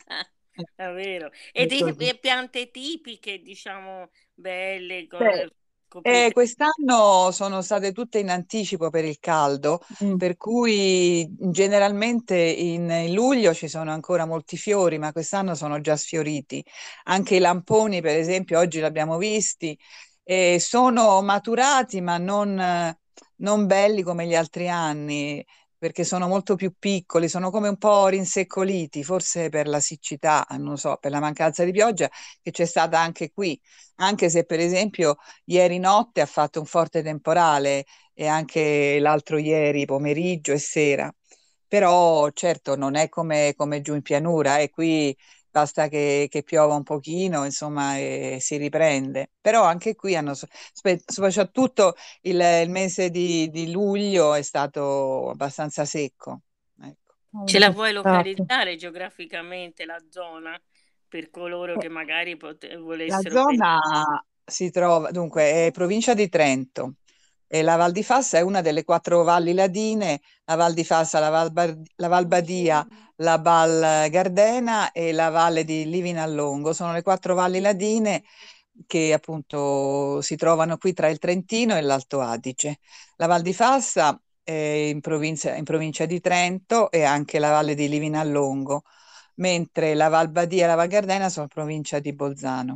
è vero. E È di così. e piante tipiche, diciamo, belle, co- Beh, eh, coprite. quest'anno sono state tutte in anticipo per il caldo, Mm. per cui generalmente in, in luglio ci sono ancora molti fiori, ma quest'anno sono già sfioriti. Anche i lamponi, per esempio, oggi l'abbiamo visti, e sono maturati, ma non, eh, non belli come gli altri anni. perché sono molto più piccoli, sono come un po' rinseccoliti, forse per la siccità, non so, per la mancanza di pioggia che c'è stata anche qui, anche se per esempio ieri notte ha fatto un forte temporale e anche l'altro ieri pomeriggio e sera, però certo non è come, come giù in pianura, e qui basta che, che piova un pochino, insomma, e si riprende. Però anche qui hanno, so- spe- soprattutto il, il mese di, di luglio è stato abbastanza secco. Ecco. Ce la vuoi Esatto. localizzare geograficamente la zona per coloro che magari pote- La volessero venire? zona si trova, dunque, è provincia di Trento. E la Val di Fassa è una delle quattro valli ladine: la Val di Fassa, la Val, Bar- la Val Badia, la Val Gardena e la Valle di Livinallongo. Sono le quattro valli ladine che appunto si trovano qui tra il Trentino e l'Alto Adige. La Val di Fassa è in provincia, in provincia di Trento, e anche la Valle di Livinallongo, mentre la Val Badia e la Val Gardena sono provincia di Bolzano.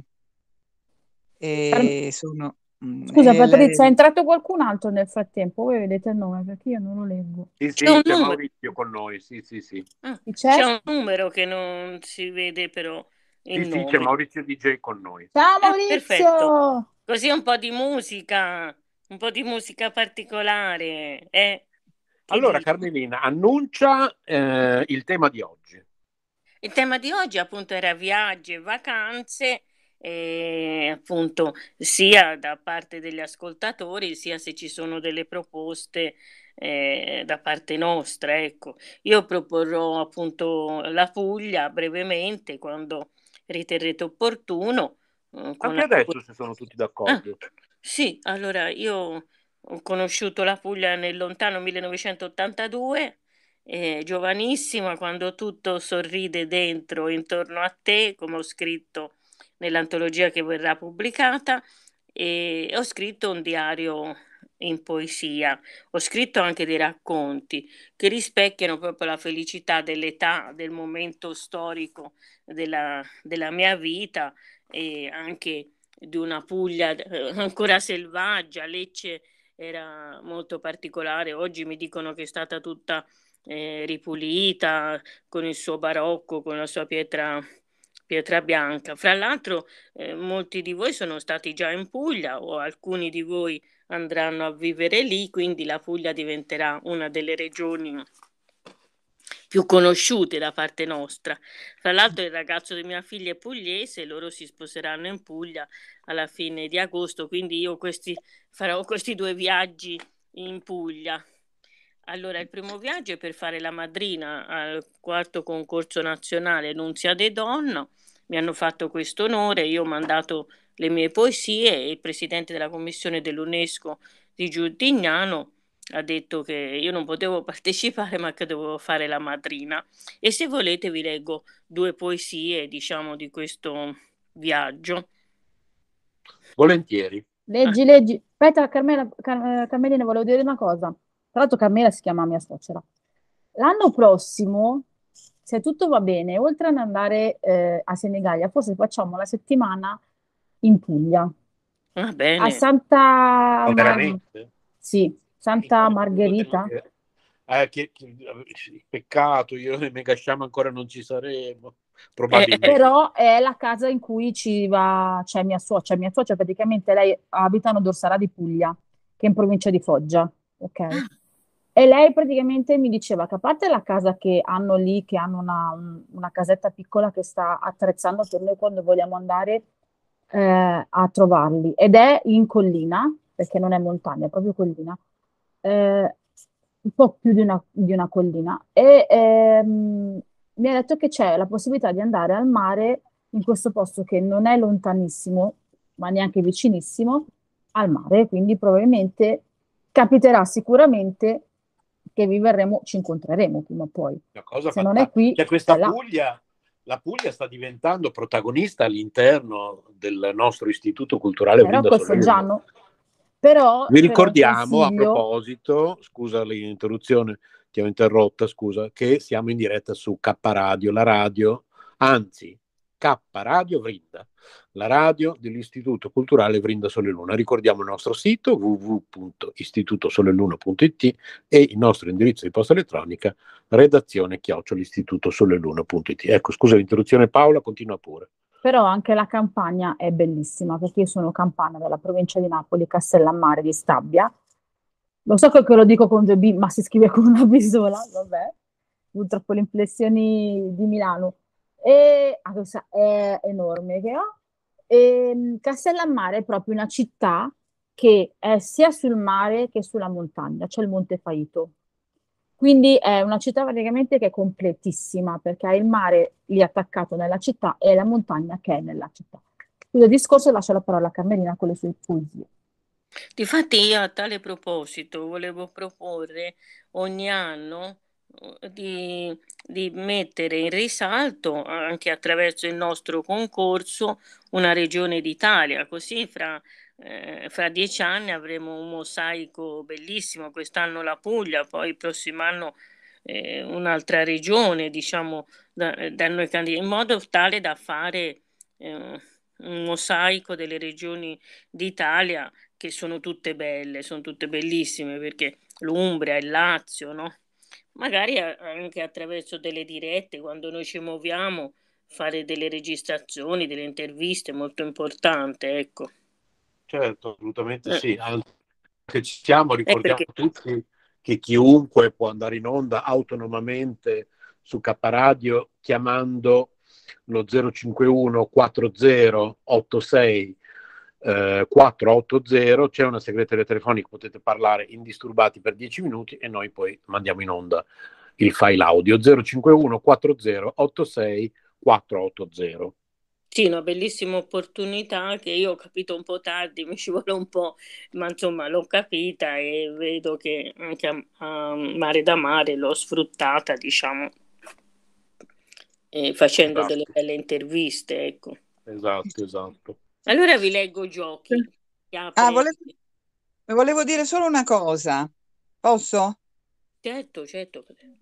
E sono... mm, Scusa e le- Patrizia, è entrato qualcun altro nel frattempo? Voi vedete il nome perché io non lo leggo. Sì, C'è sì, un c'è numero, Maurizio con noi, sì, sì, sì. ah, Chi c'è? c'è un numero che non si vede però il Sì, sì, c'è nome. Maurizio D J con noi. Ciao Ah, perfetto. Maurizio! Così un po' di musica, un po' di musica particolare, eh? Che Allora, dici? Carmelina, annuncia eh, il tema di oggi. Il tema di oggi appunto era viaggi e vacanze, e appunto sia da parte degli ascoltatori, sia se ci sono delle proposte eh, da parte nostra. Ecco, io proporrò appunto la Puglia brevemente quando riterrete opportuno. eh, con Anche alcuni- adesso, se sono tutti Ah, d'accordo. sì, allora io ho conosciuto la Puglia nel lontano millenovecentottantadue, eh, giovanissima, quando tutto sorride dentro e intorno a te, come ho scritto nell'antologia che verrà pubblicata, e ho scritto un diario in poesia, ho scritto anche dei racconti che rispecchiano proprio la felicità dell'età, del momento storico della, della mia vita, e anche di una Puglia eh, ancora selvaggia. Lecce era molto particolare, oggi mi dicono che è stata tutta eh, ripulita con il suo barocco, con la sua pietra, pietra bianca. Fra l'altro eh, molti di voi sono stati già in Puglia o alcuni di voi andranno a vivere lì, quindi la Puglia diventerà una delle regioni più conosciute da parte nostra. Fra l'altro il ragazzo di mia figlia è pugliese, loro si sposeranno in Puglia alla fine di agosto, quindi io questi, farò questi due viaggi in Puglia. Allora, il primo viaggio è per fare la madrina al quarto concorso nazionale Nunzia de Donna. Mi hanno fatto questo onore, io ho mandato le mie poesie e il presidente della commissione dell'UNESCO di Giudignano ha detto che io non potevo partecipare, ma che dovevo fare la madrina. E se volete vi leggo due poesie, diciamo, di questo viaggio. Volentieri. Leggi, leggi. Aspetta, Carmela, Car- Carmelina, volevo dire una cosa. Tra l'altro Carmela si chiama mia suocera. L'anno prossimo, se tutto va bene, oltre ad andare eh, a Senigallia, forse facciamo la settimana in Puglia, Va a bene. Santa Ma Mar- veramente? sì, Santa Margherita. Eh, che, che- peccato, io e Megasciama ancora non ci saremo, Eh, probabilmente. però è la casa in cui ci va, c'è mia suocera. Mia suocera praticamente lei abita a Dorsara di Puglia, che è in provincia di Foggia, ok? E lei praticamente mi diceva che a parte la casa che hanno lì, che hanno una, un- una casetta piccola che sta attrezzando per noi quando vogliamo andare eh, a trovarli, ed è in collina, perché non è montagna, è proprio collina, eh, un po' più di una, di una collina, e ehm, mi ha detto che c'è la possibilità di andare al mare in questo posto che non è lontanissimo, ma neanche vicinissimo al mare, quindi probabilmente capiterà sicuramente che vi verremo, ci incontreremo prima o poi. Una cosa Se non è fantastica. qui, Cioè, è questa là. Puglia, la Puglia sta diventando protagonista all'interno del nostro Istituto Culturale Però Brinda col Solerno. Foggiano. Però, Vi però un ricordiamo, a consiglio, proposito, scusa l'interruzione, ti ho interrotta, scusa, che siamo in diretta su K Radio, la radio, anzi, K Radio Vrinda, la radio dell'Istituto Culturale Vrinda Sole Luna. Ricordiamo il nostro sito w w w punto istituto sole luna punto i t e il nostro indirizzo di posta elettronica redazione chiocciola istituto sole luna punto i t. Ecco, scusa l'interruzione Paola, continua pure. Però anche la Campania è bellissima, perché io sono campana della provincia di Napoli, Castellammare di Stabia. Lo so che lo dico con due B, ma si scrive con una B sola, vabbè. Purtroppo le inflessioni di Milano. E ah, questa è enorme che ho. E Castellammare è proprio una città che è sia sul mare che sulla montagna, c'è il Monte Faito. Quindi è una città praticamente che è completissima, perché ha il mare lì attaccato nella città e la montagna che è nella città. Quindi il discorso lascia la parola a Carmelina con le sue poesie. Difatti io a tale proposito volevo proporre ogni anno di, di mettere in risalto, anche attraverso il nostro concorso, una regione d'Italia, così fra, eh, fra dieci anni avremo un mosaico bellissimo, quest'anno la Puglia, poi il prossimo anno eh, un'altra regione, diciamo, da, da noi candidati, in modo tale da fare eh, un mosaico delle regioni d'Italia che sono tutte belle, sono tutte bellissime, perché l'Umbria, il Lazio, no? Magari anche attraverso delle dirette, quando noi ci muoviamo, fare delle registrazioni, delle interviste, molto importante, ecco. Certo, assolutamente Eh. sì. Anche ci siamo, ricordiamo perché- tutti che chiunque può andare in onda autonomamente su K Radio chiamando lo zero cinque uno quattro zero otto sei quattro otto zero, c'è una segreteria telefonica, potete parlare indisturbati per dieci minuti e noi poi mandiamo in onda il file audio zero cinque uno quattro zero otto sei quattro otto zero. Sì, una bellissima opportunità che io ho capito un po' tardi, mi ci vuole un po', ma insomma l'ho capita e vedo che anche a, a Mare da Mare l'ho sfruttata, diciamo, eh, facendo Esatto. delle belle interviste, ecco. Esatto, esatto. Allora vi leggo Giochi. che apre- Ah, volevo, volevo dire solo una cosa. Posso? Certo, certo.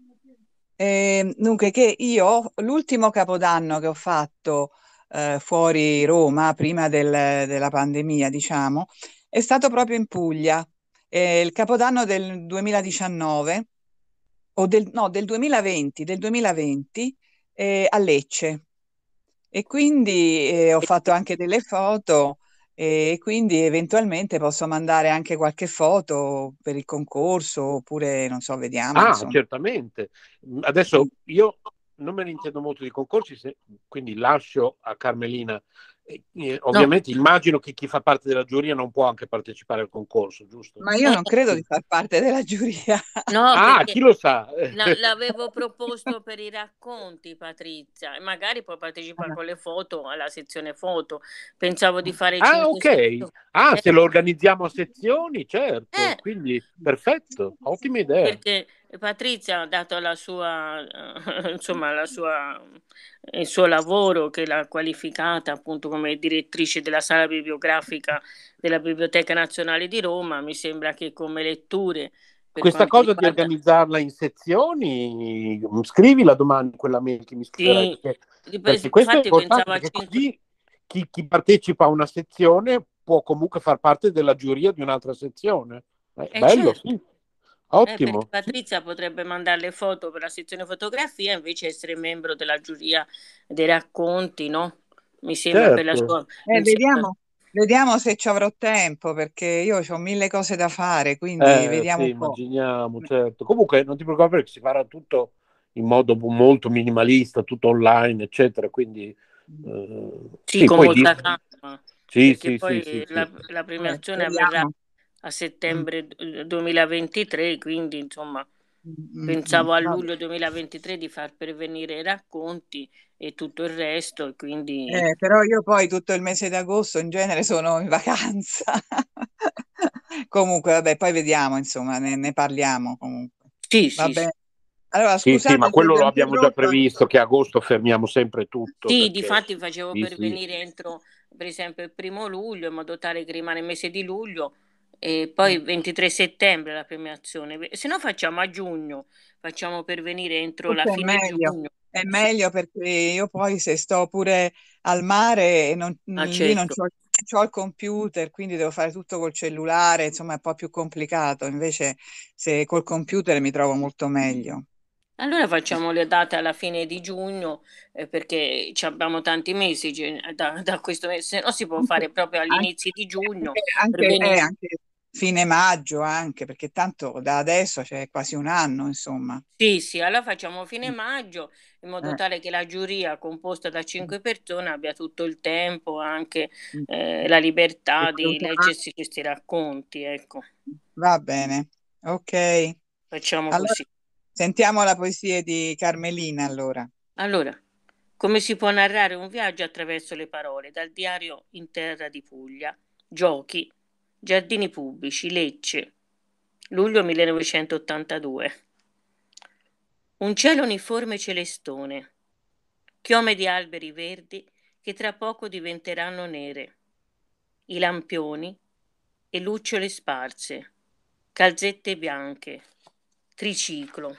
Eh, dunque, che io l'ultimo Capodanno che ho fatto eh, fuori Roma, prima del- della pandemia, diciamo, è stato proprio in Puglia. Eh, il Capodanno del duemiladiciannove, o del, no, del duemilaventi, del duemilaventi eh, a Lecce. E quindi eh, ho fatto anche delle foto e quindi eventualmente posso mandare anche qualche foto per il concorso oppure non so, vediamo, Ah, insomma. certamente. Adesso io non me ne intendo molto di concorsi, se- quindi lascio a Carmelina. Eh, eh, ovviamente immagino che chi fa parte della giuria non può anche partecipare al concorso, giusto? Ma io non credo di far parte della giuria. No, Ah, perché chi lo sa? la- l'avevo proposto per i racconti, Patrizia, e magari puoi partecipare con le foto alla sezione foto. Pensavo di fare Ah, cinque ok. sezioni. Ah, Eh, se lo organizziamo a sezioni, certo. Eh. Quindi, perfetto, ottima idea. Perché Patrizia ha dato la sua, eh, insomma, la sua, il suo lavoro che l'ha qualificata appunto come direttrice della sala bibliografica della Biblioteca Nazionale di Roma. Mi sembra che come letture per Questa quanto cosa di riguarda... organizzarla in sezioni, scrivila domani quella mail che mi scriverai, Sì, perché, di- perché questo è infatti importante, pensavo a perché cinque... così chi, chi partecipa a una sezione può comunque far parte della giuria di un'altra sezione. Eh, Eh, bello, certo. sì. Eh, Ottimo. perché Patrizia potrebbe mandare le foto per la sezione fotografia e invece essere membro della giuria dei racconti, no? Mi sembra per la Certo. sua... Eh, insieme- vediamo, vediamo se ci avrò tempo perché io ho mille cose da fare, quindi Eh, vediamo sì, un po'. immaginiamo, certo. Comunque non ti preoccupare perché si farà tutto in modo molto minimalista, tutto online, eccetera, quindi eh, Sì, sì, con poi molta di- calma, sì, perché sì, poi sì, sì, sì. la, la Eh, premiazione avverrà speriamo. a settembre eh, duemilaventitré, quindi insomma Mm, mm, pensavo a vabbè. luglio duemilaventitré di far pervenire i racconti e tutto il resto, e quindi Eh, però io poi tutto il mese d'agosto in genere sono in vacanza. Comunque, vabbè, poi vediamo, insomma, ne, ne parliamo comunque. sì, Va sì, sì. bene. Allora, Sì, sì, ma scusate se quello vi lo ho abbiamo già interrotto. previsto che a agosto fermiamo sempre tutto Sì, perché difatti facevo sì, sì. pervenire entro, per esempio, il primo luglio, in modo tale che rimane il mese di luglio, e poi il ventitré settembre la premiazione. Se no facciamo a giugno, facciamo pervenire entro la Forse è fine meglio. giugno. è meglio perché io poi se sto pure al mare e non- Ah, lì non certo. c'ho, c'ho il computer, quindi devo fare tutto col cellulare, insomma è un po' più complicato. Invece se col computer mi trovo molto meglio. Allora facciamo le date alla fine di giugno, eh, perché ci abbiamo tanti mesi gen- da, da questo mese, se no si può Anche, fare proprio anche, all'inizio di giugno per anche, eh, venire. anche fine maggio, anche perché tanto da adesso c'è quasi un anno, insomma. Sì, sì, allora facciamo fine maggio in modo Eh, tale che la giuria composta da cinque persone abbia tutto il tempo, anche mm. eh, la E libertà quello di sarà- leggersi questi racconti, ecco, Va bene, ok. facciamo Allora, così. sentiamo la poesia di Carmelina, allora. Allora, come si può narrare un viaggio attraverso le parole? Dal diario In terra di Puglia. Giochi, giardini pubblici, Lecce, luglio millenovecentottantadue. Un cielo uniforme celestone, chiome di alberi verdi che tra poco diventeranno nere, i lampioni e lucciole sparse, calzette bianche, triciclo,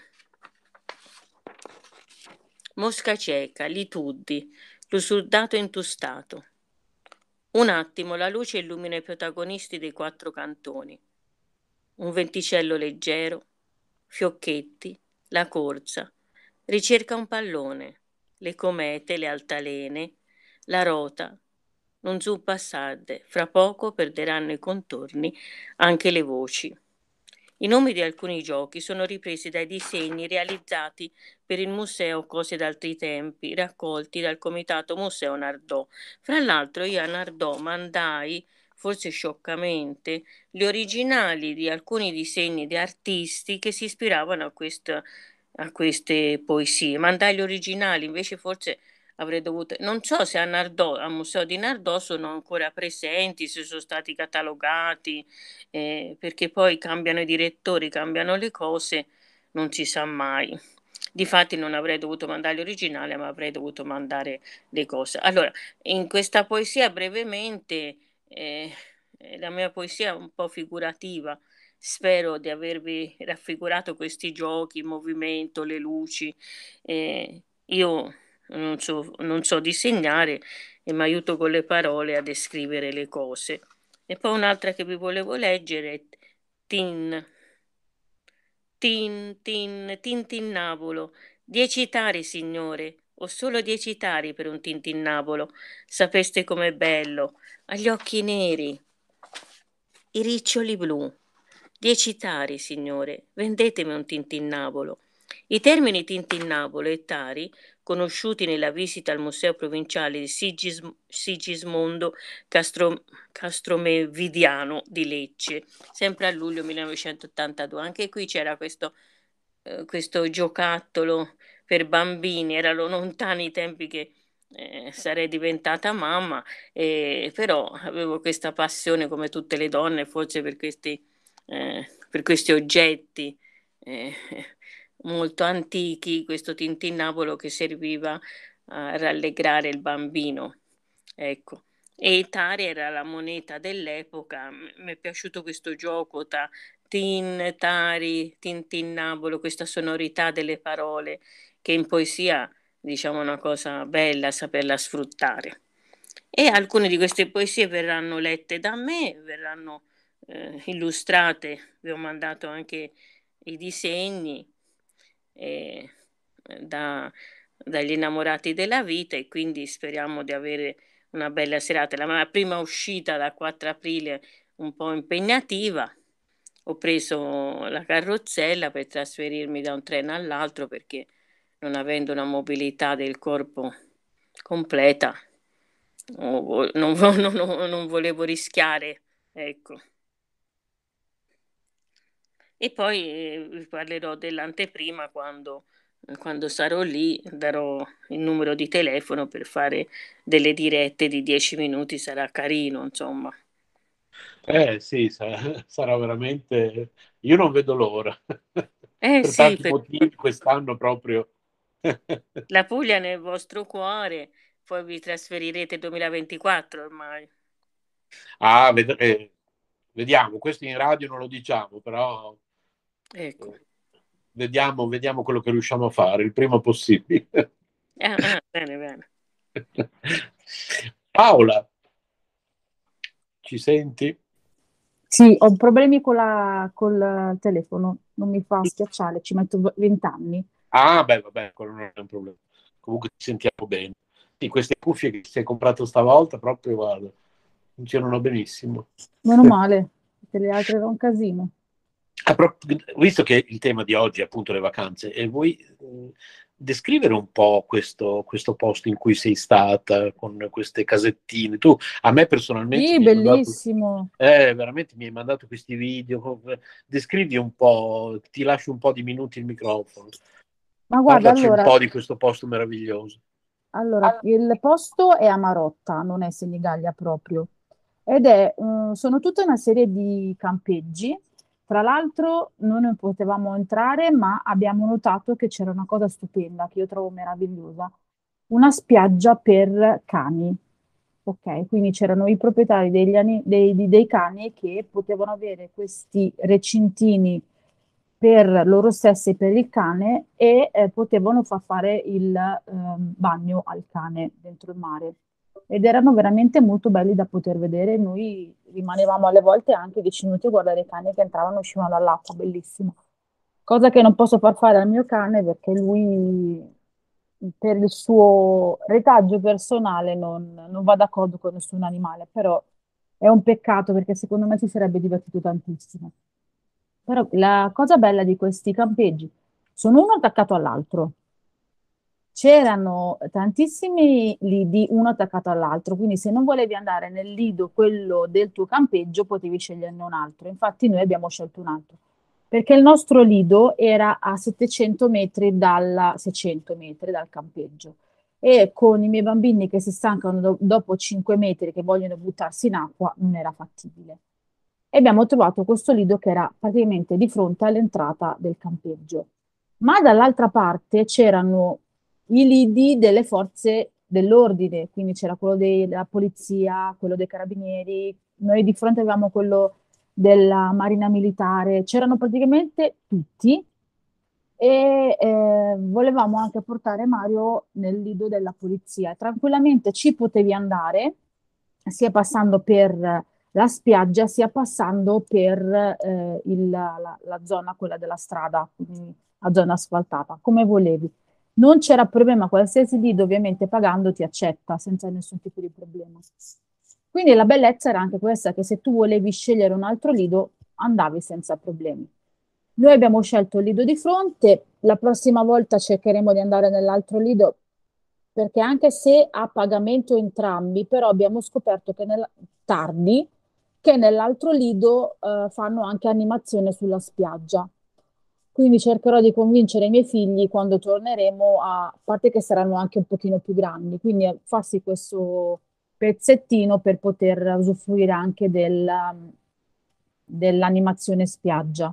mosca cieca, lituddi, lusurdato intustato. Un attimo la luce illumina i protagonisti dei quattro cantoni. Un venticello leggero, fiocchetti, la corsa, ricerca un pallone, le comete, le altalene, la rota, non zuppa sarde, fra poco perderanno i contorni anche le voci. I nomi di alcuni giochi sono ripresi dai disegni realizzati per il Museo Cose d'altri tempi, raccolti dal Comitato Museo Nardò. Fra l'altro io a Nardò mandai, forse scioccamente, gli originali di alcuni disegni di artisti che si ispiravano a, questa, a queste poesie. Mandai gli originali, invece forse avrei dovuto... Non so se a Nardò, al Museo di Nardò sono ancora presenti, se sono stati catalogati, eh, perché poi cambiano i direttori, cambiano le cose, non si sa mai. Difatti non avrei dovuto mandare l'originale, ma avrei dovuto mandare le cose. Allora, in questa poesia brevemente, eh, la mia poesia è un po' figurativa. Spero di avervi raffigurato questi giochi, il movimento, le luci. Eh, io non so, non so disegnare e mi aiuto con le parole a descrivere le cose. E poi un'altra che vi volevo leggere è Tin, Tin, Tin, Tintinnavolo. Dieci tari, signore, ho solo dieci tari per un tintinnavolo. Sapeste com'è bello, ha gli occhi neri, i riccioli blu. Dieci tari, signore, vendetemi un tintinnavolo. I termini tintinnavolo e tari, conosciuti nella visita al Museo Provinciale di Sigis- Sigismondo Castro- Castromevidiano di Lecce, sempre a luglio millenovecentottantadue. Anche qui c'era questo, eh, questo giocattolo per bambini, erano lontani i tempi che eh, sarei diventata mamma, eh, però avevo questa passione come tutte le donne, forse per questi, eh, per questi oggetti eh, molto antichi, questo tintinnavolo che serviva a rallegrare il bambino. Ecco. E Tari era la moneta dell'epoca. M- Mi è piaciuto questo gioco tra tin, tari, tintinnabolo, questa sonorità delle parole che in poesia diciamo una cosa bella saperla sfruttare. E alcune di queste poesie verranno lette da me, verranno eh, illustrate, vi ho mandato anche i disegni eh, da- dagli innamorati della vita e quindi speriamo di avere una bella serata. La mia prima uscita da quattro aprile un po' impegnativa. Ho preso la carrozzella per trasferirmi da un treno all'altro perché non avendo una mobilità del corpo completa, o- non, vo- non- non- non volevo rischiare, ecco. E poi eh, vi parlerò dell'anteprima quando, quando sarò lì, darò il numero di telefono per fare delle dirette di dieci minuti, sarà carino, insomma. Eh sì, sa- sarà veramente... Io non vedo l'ora. Eh Per sì, tanti per- motivi quest'anno proprio. la Puglia è nel vostro cuore, poi vi trasferirete duemilaventiquattro ormai. Ah, ved- eh, vediamo, questo in radio non lo diciamo, però Ecco. vediamo, vediamo quello che riusciamo a fare il prima possibile. Ah, ah, bene, bene. Paola, ci senti? Sì, ho problemi con la, col telefono, non mi fa schiacciare, ci metto venti anni. Ah, beh, vabbè, quello non è un problema. Comunque ti sentiamo bene. Sì, queste cuffie che ti sei comprato stavolta proprio, guarda, funzionano benissimo. Meno male, perché le altre erano un casino. Ah, pro- visto che il tema di oggi è appunto le vacanze, e vuoi eh, descrivere un po' questo, questo posto in cui sei stata, con queste casettine? Tu, a me personalmente Sì, mi hai mandato, bellissimo. eh, veramente mi hai mandato questi video. Descrivi un po', ti lascio un po' di minuti il microfono. Ma guarda, Parlaci un allora, po' di questo posto meraviglioso. allora, il posto è a Marotta, non è Senigallia proprio. Ed è, eh, sono tutta una serie di campeggi. Tra l'altro, noi non potevamo entrare, ma abbiamo notato che c'era una cosa stupenda che io trovo meravigliosa, una spiaggia per cani. Ok, quindi c'erano i proprietari degli ani- dei, di- dei cani che potevano avere questi recintini per loro stessi e per il cane e eh, potevano far fare il ehm, bagno al cane dentro il mare. Ed erano veramente molto belli da poter vedere. Noi rimanevamo alle volte anche dieci minuti a guardare i cani che entravano e uscivano dall'acqua, bellissimo. Cosa che non posso far fare al mio cane perché lui, per il suo retaggio personale, non, non va d'accordo con nessun animale, però è un peccato perché secondo me si sarebbe divertito tantissimo. Però la cosa bella di questi campeggi sono uno attaccato all'altro. C'erano tantissimi lidi uno attaccato all'altro, quindi se non volevi andare nel lido, quello del tuo campeggio, potevi sceglierne un altro. Infatti noi abbiamo scelto un altro, perché il nostro lido era a settecento metri dal, seicento metri dal campeggio e con i miei bambini che si stancano do- dopo cinque metri, che vogliono buttarsi in acqua, non era fattibile. E abbiamo trovato questo lido che era praticamente di fronte all'entrata del campeggio. Ma dall'altra parte c'erano i lidi delle forze dell'ordine, quindi c'era quello dei- della polizia, quello dei carabinieri, noi di fronte avevamo quello della Marina Militare, c'erano praticamente tutti e eh, volevamo anche portare Mario nel lido della polizia. Tranquillamente ci potevi andare, sia passando per la spiaggia, sia passando per eh, il- la, la zona, quella della strada, quindi la zona asfaltata, come volevi. Non c'era problema, qualsiasi lido ovviamente pagando ti accetta senza nessun tipo di problema. Quindi la bellezza era anche questa, che se tu volevi scegliere un altro lido, andavi senza problemi. Noi abbiamo scelto il lido di fronte, la prossima volta cercheremo di andare nell'altro lido, perché anche se a pagamento entrambi, però abbiamo scoperto che nel, tardi, che nell'altro lido eh, fanno anche animazione sulla spiaggia. Quindi cercherò di convincere i miei figli quando torneremo, a, a parte che saranno anche un pochino più grandi, quindi a farsi questo pezzettino per poter usufruire anche del, dell'animazione spiaggia.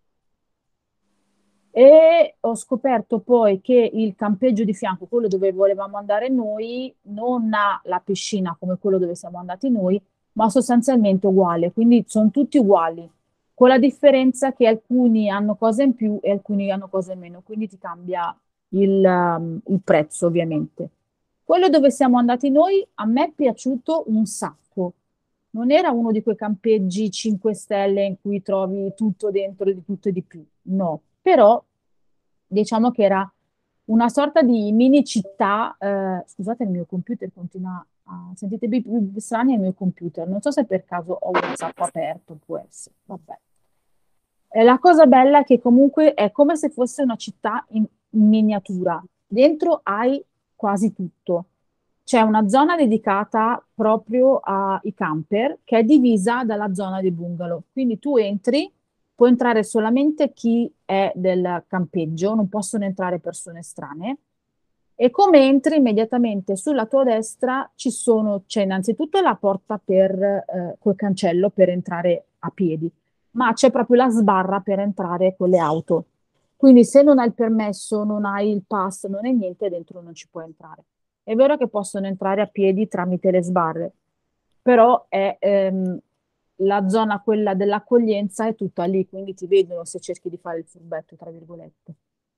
E ho scoperto poi che il campeggio di fianco, quello dove volevamo andare noi, non ha la piscina come quello dove siamo andati noi, ma sostanzialmente uguale, quindi sono tutti uguali, con la differenza che alcuni hanno cose in più e alcuni hanno cose in meno, quindi ti cambia il, um, il prezzo ovviamente. Quello dove siamo andati noi a me è piaciuto un sacco. Non era uno di quei campeggi cinque stelle in cui trovi tutto dentro di tutto e di più, no, però diciamo che era una sorta di mini città. Eh, scusate, il mio computer continua a... Sentite bip bip strani al mio computer, non so se per caso ho WhatsApp aperto, può essere, vabbè. E la cosa bella è che comunque è come se fosse una città in in miniatura. Dentro hai quasi tutto. C'è una zona dedicata proprio ai camper che è divisa dalla zona dei bungalow. Quindi tu entri, può entrare solamente chi è del campeggio, non possono entrare persone estranee. E come entri immediatamente sulla tua destra ci sono, c'è innanzitutto la porta per, eh, col cancello per entrare a piedi, ma c'è proprio la sbarra per entrare con le auto. Quindi se non hai il permesso, non hai il pass, non hai niente, dentro non ci puoi entrare. È vero che possono entrare a piedi tramite le sbarre, però è ehm, la zona quella dell'accoglienza è tutta lì, quindi ti vedono se cerchi di fare il furbetto, tra virgolette.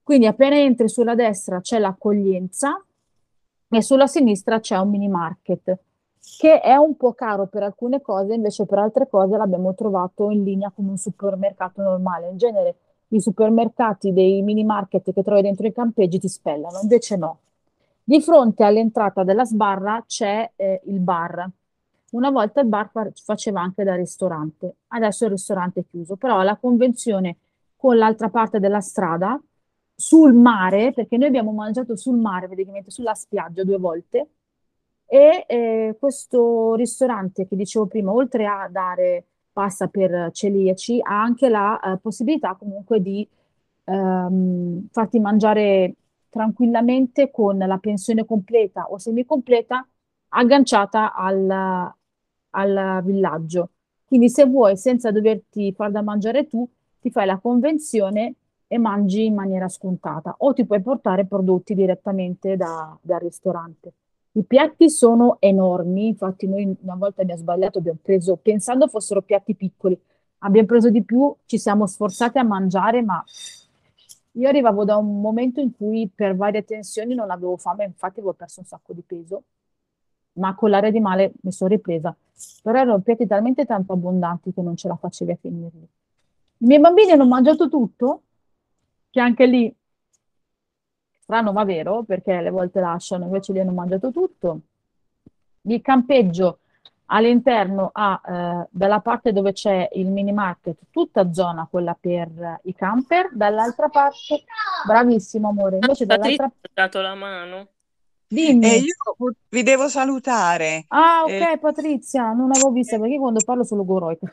Quindi appena entri sulla destra c'è l'accoglienza e sulla sinistra c'è un mini market, che è un po' caro per alcune cose, invece per altre cose l'abbiamo trovato in linea con un supermercato normale. In genere i supermercati dei mini market che trovi dentro i campeggi ti spellano, invece no. Di fronte all'entrata della sbarra c'è eh, il bar. Una volta il bar fa- faceva anche da ristorante, adesso il ristorante è chiuso, però la convenzione con l'altra parte della strada, sul mare, perché noi abbiamo mangiato sul mare, praticamente sulla spiaggia due volte, e eh, questo ristorante che dicevo prima, oltre a dare pasta per celiaci, ha anche la eh, possibilità comunque di ehm, farti mangiare tranquillamente con la pensione completa o semicompleta agganciata al, al villaggio. Quindi se vuoi, senza doverti far da mangiare tu, ti fai la convenzione e mangi in maniera scontata o ti puoi portare prodotti direttamente da- dal ristorante. I piatti sono enormi, infatti noi una volta abbiamo sbagliato, abbiamo preso, pensando fossero piatti piccoli, abbiamo preso di più, ci siamo sforzati a mangiare, ma io arrivavo da un momento in cui per varie tensioni non avevo fame, infatti avevo perso un sacco di peso, ma con l'aria di male mi sono ripresa. Però erano piatti talmente tanto abbondanti che non ce la facevi a finirli. I miei bambini hanno mangiato tutto, che anche lì strano ma vero, perché alle volte lasciano, invece lì hanno mangiato tutto. Il campeggio all'interno ha, eh, dalla parte dove c'è il mini market, tutta zona quella per eh, i camper, dall'altra parte, bravissimo amore, invece Patrizia dall'altra, ha dato la mano. E dimmi. io vi devo salutare. Ah, Eh, ok, Patrizia, non avevo vista perché io quando parlo solo goroica.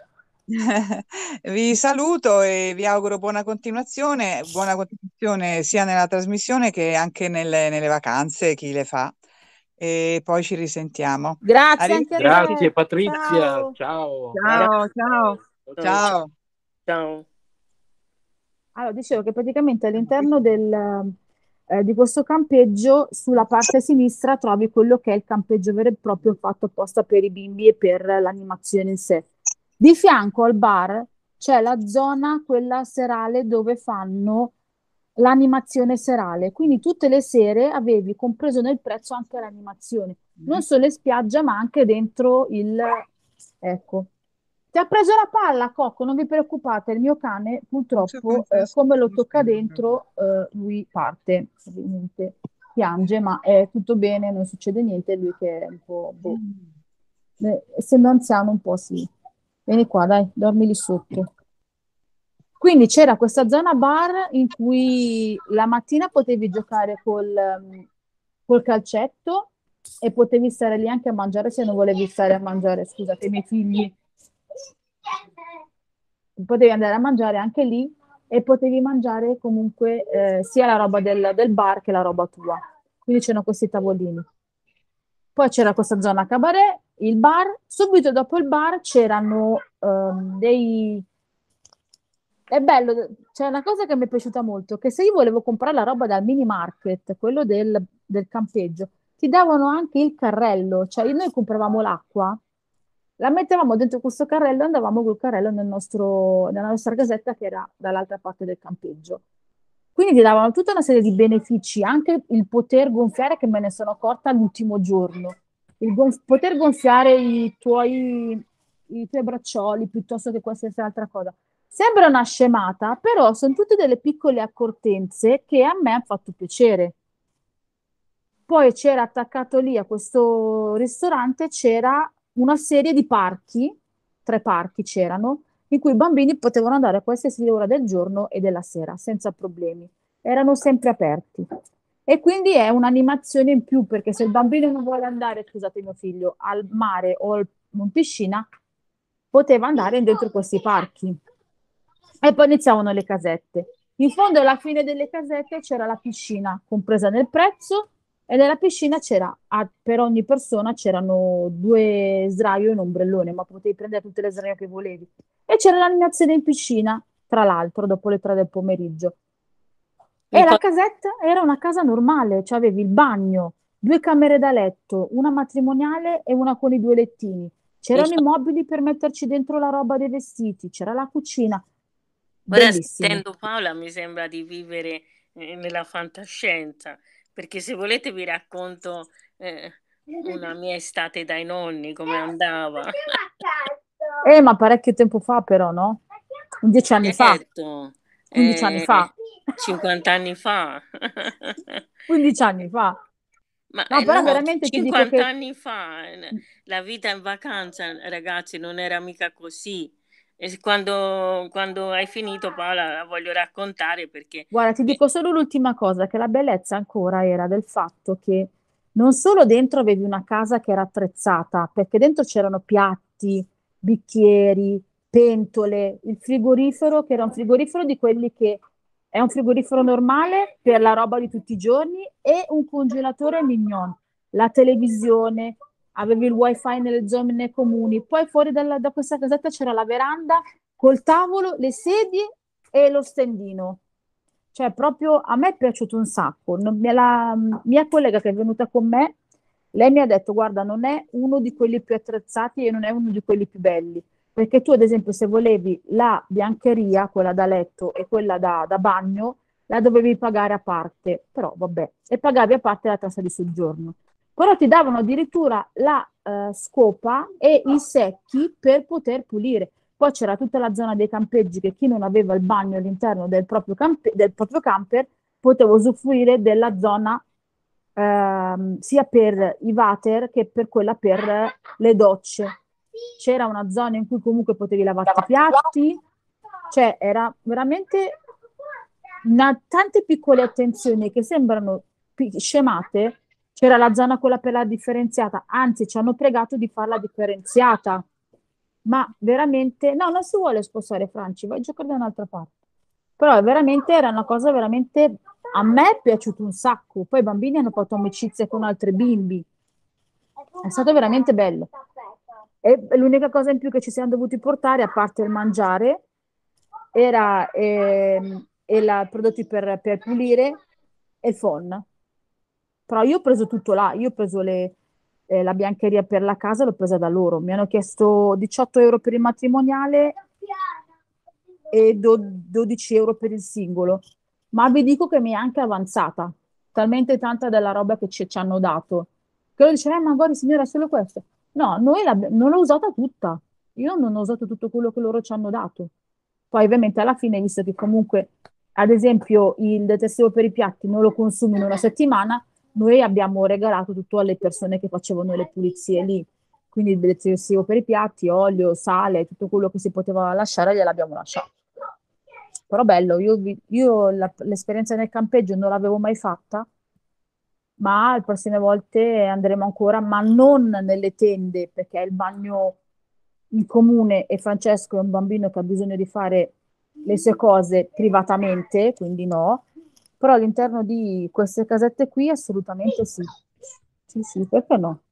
vi saluto e vi auguro buona continuazione, buona continuazione sia nella trasmissione che anche nelle, nelle vacanze, chi le fa. E poi ci risentiamo. Grazie anche a Arrivederci. Grazie te. Patrizia, Ciao. ciao. Ciao, ciao, Ciao. ciao. Ciao. Allora, dicevo che praticamente all'interno del, eh, di questo campeggio, sulla parte sinistra trovi quello che è il campeggio vero e proprio fatto apposta per i bimbi e per l'animazione in sé. Di fianco al bar c'è la zona, quella serale, dove fanno l'animazione serale. Quindi tutte le sere avevi compreso nel prezzo anche l'animazione, non solo in spiaggia, ma anche dentro il... Ecco. Ti ha preso la palla, Cocco, non vi preoccupate, il mio cane purtroppo, eh, come lo tocca dentro, eh, lui parte, ovviamente piange, ma è tutto bene, non succede niente, è lui che è un po', boh, eh, essendo anziano un po' sì. Vieni qua, dai, dormi lì sotto. Quindi c'era questa zona bar in cui la mattina potevi giocare col, ehm, col calcetto e potevi stare lì anche a mangiare se non volevi stare a mangiare, scusate, i miei figli. Potevi andare a mangiare anche lì e potevi mangiare comunque eh, sia la roba del, del bar che la roba tua. Quindi c'erano questi tavolini. Poi c'era questa zona cabaret, il bar. Subito dopo il bar c'erano ehm, dei... È bello, c'è una cosa che mi è piaciuta molto, che se io volevo comprare la roba dal mini market, quello del, del campeggio, ti davano anche il carrello, cioè noi compravamo l'acqua, la mettevamo dentro questo carrello e andavamo col carrello nel nostro- nella nostra casetta che era dall'altra parte del campeggio. Quindi ti davano tutta una serie di benefici, anche il poter gonfiare, che me ne sono accorta l'ultimo giorno, il gonf- poter gonfiare i tuoi, i tuoi braccioli piuttosto che qualsiasi altra cosa. Sembra una scemata, però sono tutte delle piccole accortenze che a me hanno fatto piacere. Poi c'era attaccato lì a questo ristorante, c'era una serie di parchi, tre parchi c'erano, in cui i bambini potevano andare a qualsiasi ora del giorno e della sera, senza problemi. Erano sempre aperti. E quindi è un'animazione in più, perché se il bambino non vuole andare, scusate mio figlio, al mare o al- in piscina, poteva andare dentro questi parchi. E poi iniziavano le casette. In fondo alla fine delle casette c'era la piscina compresa nel prezzo e nella piscina c'era, a- per ogni persona c'erano due sdraio e un ombrellone, ma potevi prendere tutte le sdraio che volevi. E c'era l'animazione in piscina, tra l'altro, dopo le tre del pomeriggio. E la casetta era una casa normale, cioè avevi il bagno, due camere da letto, una matrimoniale e una con i due lettini. C'erano i mobili per metterci dentro la roba dei vestiti, c'era la cucina. Ora Bellissimo. sentendo Paola mi sembra di vivere eh, nella fantascienza, perché se volete vi racconto eh, una mia estate dai nonni, come andava. Eh, ma parecchio tempo fa però, no? Dieci anni fa, Certo, quindici anni eh, fa, cinquanta anni fa. quindici anni fa. Ma No, eh, però no, veramente ti dico cinquanta che anni fa eh, la vita in vacanza, ragazzi, non era mica così. E s- quando, quando hai finito, Paola, la voglio raccontare perché guarda, ti dico solo l'ultima cosa, che la bellezza ancora era del fatto che non solo dentro avevi una casa che era attrezzata, perché dentro c'erano piatti, bicchieri, pentole, il frigorifero, che era un frigorifero di quelli che è un frigorifero normale per la roba di tutti i giorni e un congelatore mignon, la televisione, avevi il wifi nelle zone comuni, poi fuori dalla- da questa casetta c'era la veranda col tavolo, le sedie e lo stendino. Cioè, proprio a me è piaciuto un sacco. Non- me la- mia collega che è venuta con me, lei mi ha detto: Guarda, non è uno di quelli più attrezzati e non è uno di quelli più belli. Perché tu, ad esempio, se volevi la biancheria, quella da letto e quella da, da bagno, la dovevi pagare a parte. Però, vabbè, e pagavi a parte la tassa di soggiorno. Però ti davano addirittura la eh, scopa e i secchi per poter pulire. Poi c'era tutta la zona dei campeggi che chi non aveva il bagno all'interno del proprio, campe- del proprio camper poteva usufruire della zona ehm, sia per i water che per quella per le docce. C'era una zona in cui comunque potevi lavarti i piatti, cioè era veramente una- tante piccole attenzioni che sembrano pi- scemate. C'era la zona quella per la differenziata, anzi ci hanno pregato di farla differenziata, ma veramente, no, non si vuole spostare Franci, vai a giocare da un'altra parte. Però veramente era una cosa veramente, a me è piaciuto un sacco. Poi i bambini hanno fatto amicizia con altri bimbi, è stato veramente bello. E l'unica cosa in più che ci siamo dovuti portare, a parte il mangiare, era ehm, e la- prodotti per, per pulire e il phon. Però io ho preso tutto là, io ho preso le- eh, la biancheria per la casa, l'ho presa da loro. Mi hanno chiesto diciotto euro per il matrimoniale e do- dodici euro per il singolo. Ma vi dico che mi è anche avanzata, talmente tanta della roba che ci, ci hanno dato. Che loro dicevano, "Eh, ma guarda signora, è solo questo." No, noi l'abbi- non l'ho usata tutta. Io non ho usato tutto quello che loro ci hanno dato. Poi ovviamente alla fine, visto che comunque, ad esempio, il detersivo per i piatti non lo consumi in una settimana, noi abbiamo regalato tutto alle persone che facevano le pulizie lì. Quindi il detersivo per i piatti, olio, sale, tutto quello che si poteva lasciare gliel'abbiamo lasciato. Però bello, io, vi- io la- l'esperienza nel campeggio non l'avevo mai fatta, ma le prossime volte andremo ancora, ma non nelle tende, perché è il bagno in comune e Francesco è un bambino che ha bisogno di fare le sue cose privatamente, quindi no. Però all'interno di queste casette qui assolutamente sì. Sì, sì, perché no?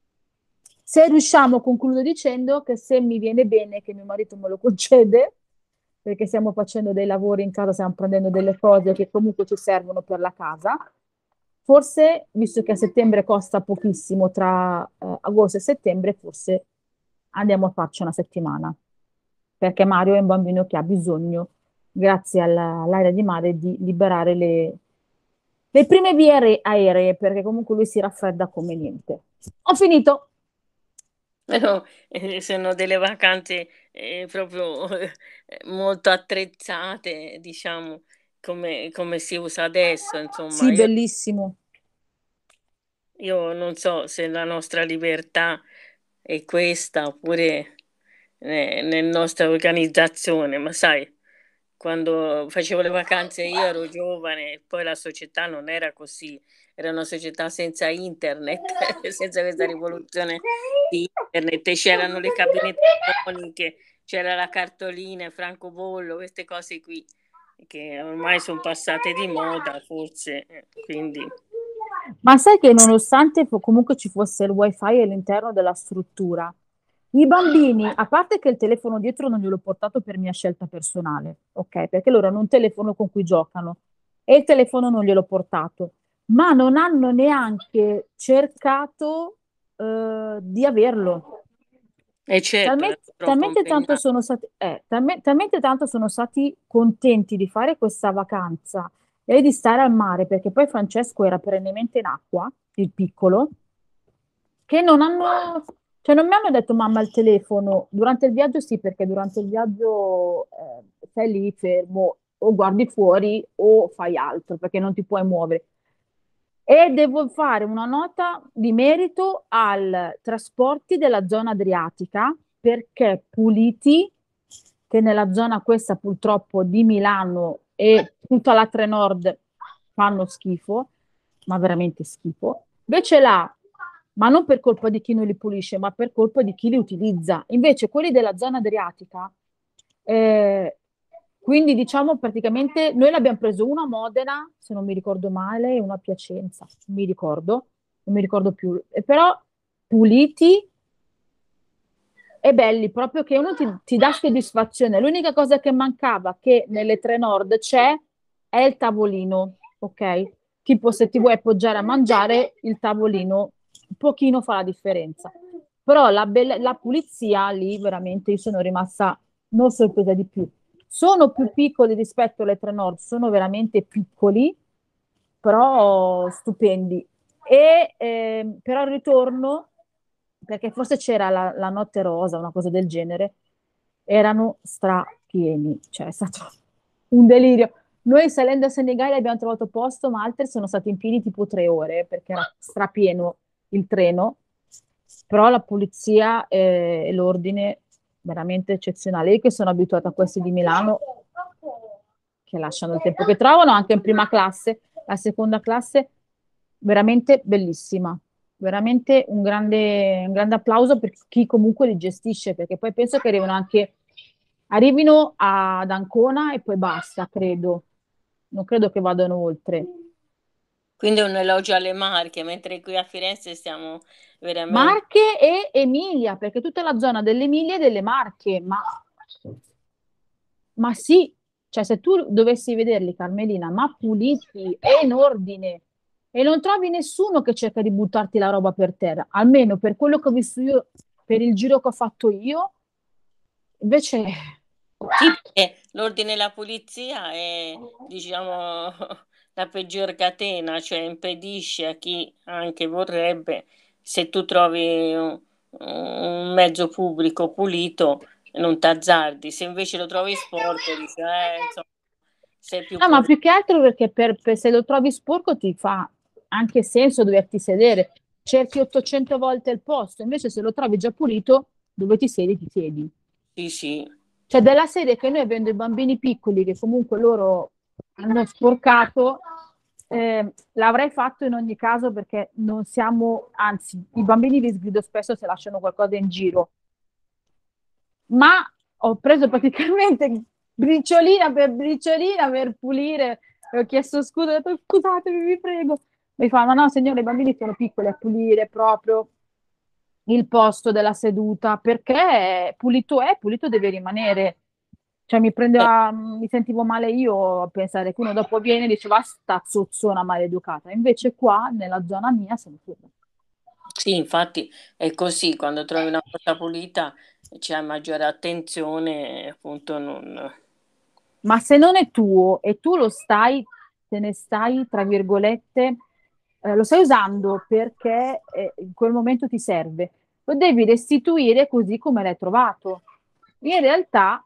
Se riusciamo, concludo dicendo che se mi viene bene, che mio marito me lo concede, perché stiamo facendo dei lavori in casa, stiamo prendendo delle cose che comunque ci servono per la casa. Forse, visto che a settembre costa pochissimo, tra eh, agosto e settembre, forse andiamo a farci una settimana, perché Mario è un bambino che ha bisogno, grazie alla- all'aria di mare, di liberare le, le prime vie aere- aeree, perché comunque lui si raffredda come niente. Ho finito. Però eh, sono delle vacanze eh, proprio eh, molto attrezzate, diciamo, come, come si usa adesso, insomma. Sì, Io, bellissimo. io non so se la nostra libertà è questa oppure eh, nella nostra organizzazione, ma sai, quando facevo le vacanze io ero giovane, poi la società non era così, era una società senza internet, senza questa rivoluzione di internet, e c'erano le cabine telefoniche, c'era la cartolina, il francobollo, queste cose qui che ormai sono passate di moda, forse, eh, quindi Ma sai che nonostante fo- comunque ci fosse il wifi all'interno della struttura, i bambini, a parte che il telefono dietro non gliel'ho portato per mia scelta personale, ok? Perché loro hanno un telefono con cui giocano e il telefono non gliel'ho portato, ma non hanno neanche cercato eh, di averlo. e certo, era Talmente, troppo talmente tanto impegnato. sono stati, eh, talme- talmente tanto sono stati contenti di fare questa vacanza e di stare al mare, perché poi Francesco era perennemente in acqua, il piccolo, che non hanno, cioè non mi hanno detto mamma al telefono, durante il viaggio sì, perché durante il viaggio eh, stai lì fermo, o guardi fuori o fai altro, perché non ti puoi muovere. E devo fare una nota di merito al trasporti della zona adriatica, perché puliti, che nella zona questa purtroppo di Milano e tutta la Tre Nord fanno schifo, ma veramente schifo. Invece là, ma non per colpa di chi non li pulisce, ma per colpa di chi li utilizza. Invece quelli della zona adriatica, eh, quindi diciamo praticamente noi l'abbiamo preso uno a Modena, se non mi ricordo male, e uno a Piacenza, non mi ricordo, non mi ricordo più. E però puliti e belli, proprio che uno ti, ti dà soddisfazione. L'unica cosa che mancava, che nelle Tre Nord c'è, è il tavolino, ok? Tipo se ti vuoi appoggiare a mangiare, il tavolino un pochino fa la differenza. Però la, belle- la pulizia lì veramente io sono rimasta non sorpresa di più. Sono più piccoli rispetto alle Tre Nord, sono veramente piccoli, però stupendi. E ehm, però al ritorno, perché forse c'era la, la notte rosa, una cosa del genere, erano strapieni, cioè è stato un delirio. Noi salendo a Senigallia abbiamo trovato posto, ma altri sono stati in piedi tipo tre ore perché era strapieno il treno, però la pulizia e, e l'ordine veramente eccezionale. Io che sono abituata a questi di Milano, che lasciano il tempo che trovano, anche in prima classe, la seconda classe, veramente bellissima. Veramente un grande, un grande applauso per chi comunque li gestisce, perché poi penso che arrivino anche, arrivino ad Ancona e poi basta, credo. Non credo che vadano oltre. Quindi è un elogio alle Marche, mentre qui a Firenze stiamo veramente... Marche e Emilia, perché tutta la zona dell'Emilia e delle Marche, ma, ma sì, cioè se tu dovessi vederli, Carmelina, ma puliti e in ordine, e non trovi nessuno che cerca di buttarti la roba per terra, almeno per quello che ho visto io, per il giro che ho fatto io, invece... Sì, perché l'ordine e la pulizia è, diciamo, la peggior catena, cioè impedisce a chi anche vorrebbe, se tu trovi un, un mezzo pubblico pulito, non t'azzardi, se invece lo trovi sporco, dici, eh, insomma, sei più No, ma portato. più che altro perché per, per- se lo trovi sporco ti fa anche senso doverti sedere. Cerchi ottocento volte il posto, invece se lo trovi già pulito, dove ti siedi, ti siedi. Sì, sì. Cioè, della serie che noi avendo i bambini piccoli, che comunque loro hanno sporcato, eh, l'avrei fatto in ogni caso perché non siamo, anzi, i bambini li sgrido spesso se lasciano qualcosa in giro. Ma ho preso praticamente briciolina per briciolina per pulire. E ho chiesto scusa, ho detto scusatemi, vi prego. Mi fa, ma no, signore, i bambini sono piccoli, a pulire proprio il posto della seduta, perché pulito è, pulito deve rimanere. Cioè mi prendeva, mi sentivo male io a pensare che uno dopo viene e diceva, "Ah, sta zozzona maleducata." Invece qua, nella zona mia, sono pure. Sì, infatti è così, quando trovi una cosa pulita c'è maggiore attenzione, appunto non... Ma se non è tuo e tu lo stai, te ne stai, tra virgolette, eh, lo stai usando perché eh, in quel momento ti serve, lo devi restituire così come l'hai trovato. In realtà,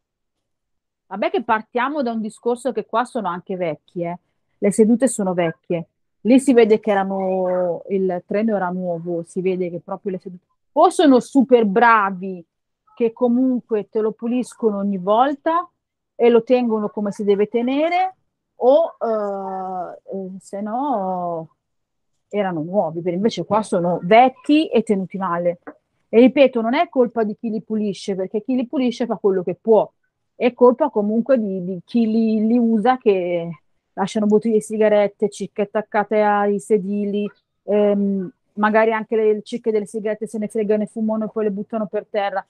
vabbè che partiamo da un discorso che qua sono anche vecchie, le sedute sono vecchie. Lì si vede che erano, il treno era nuovo, si vede che proprio le sedute... O sono super bravi che comunque te lo puliscono ogni volta e lo tengono come si deve tenere, o eh, eh, se no erano nuovi, per invece qua sono vecchi e tenuti male. E ripeto, non è colpa di chi li pulisce, perché chi li pulisce fa quello che può, è colpa comunque di, di chi li, li usa, che lasciano bottiglie di sigarette, cicche attaccate ai sedili, ehm, magari anche le, le cicche delle sigarette se ne fregano e fumano e poi le buttano per terra.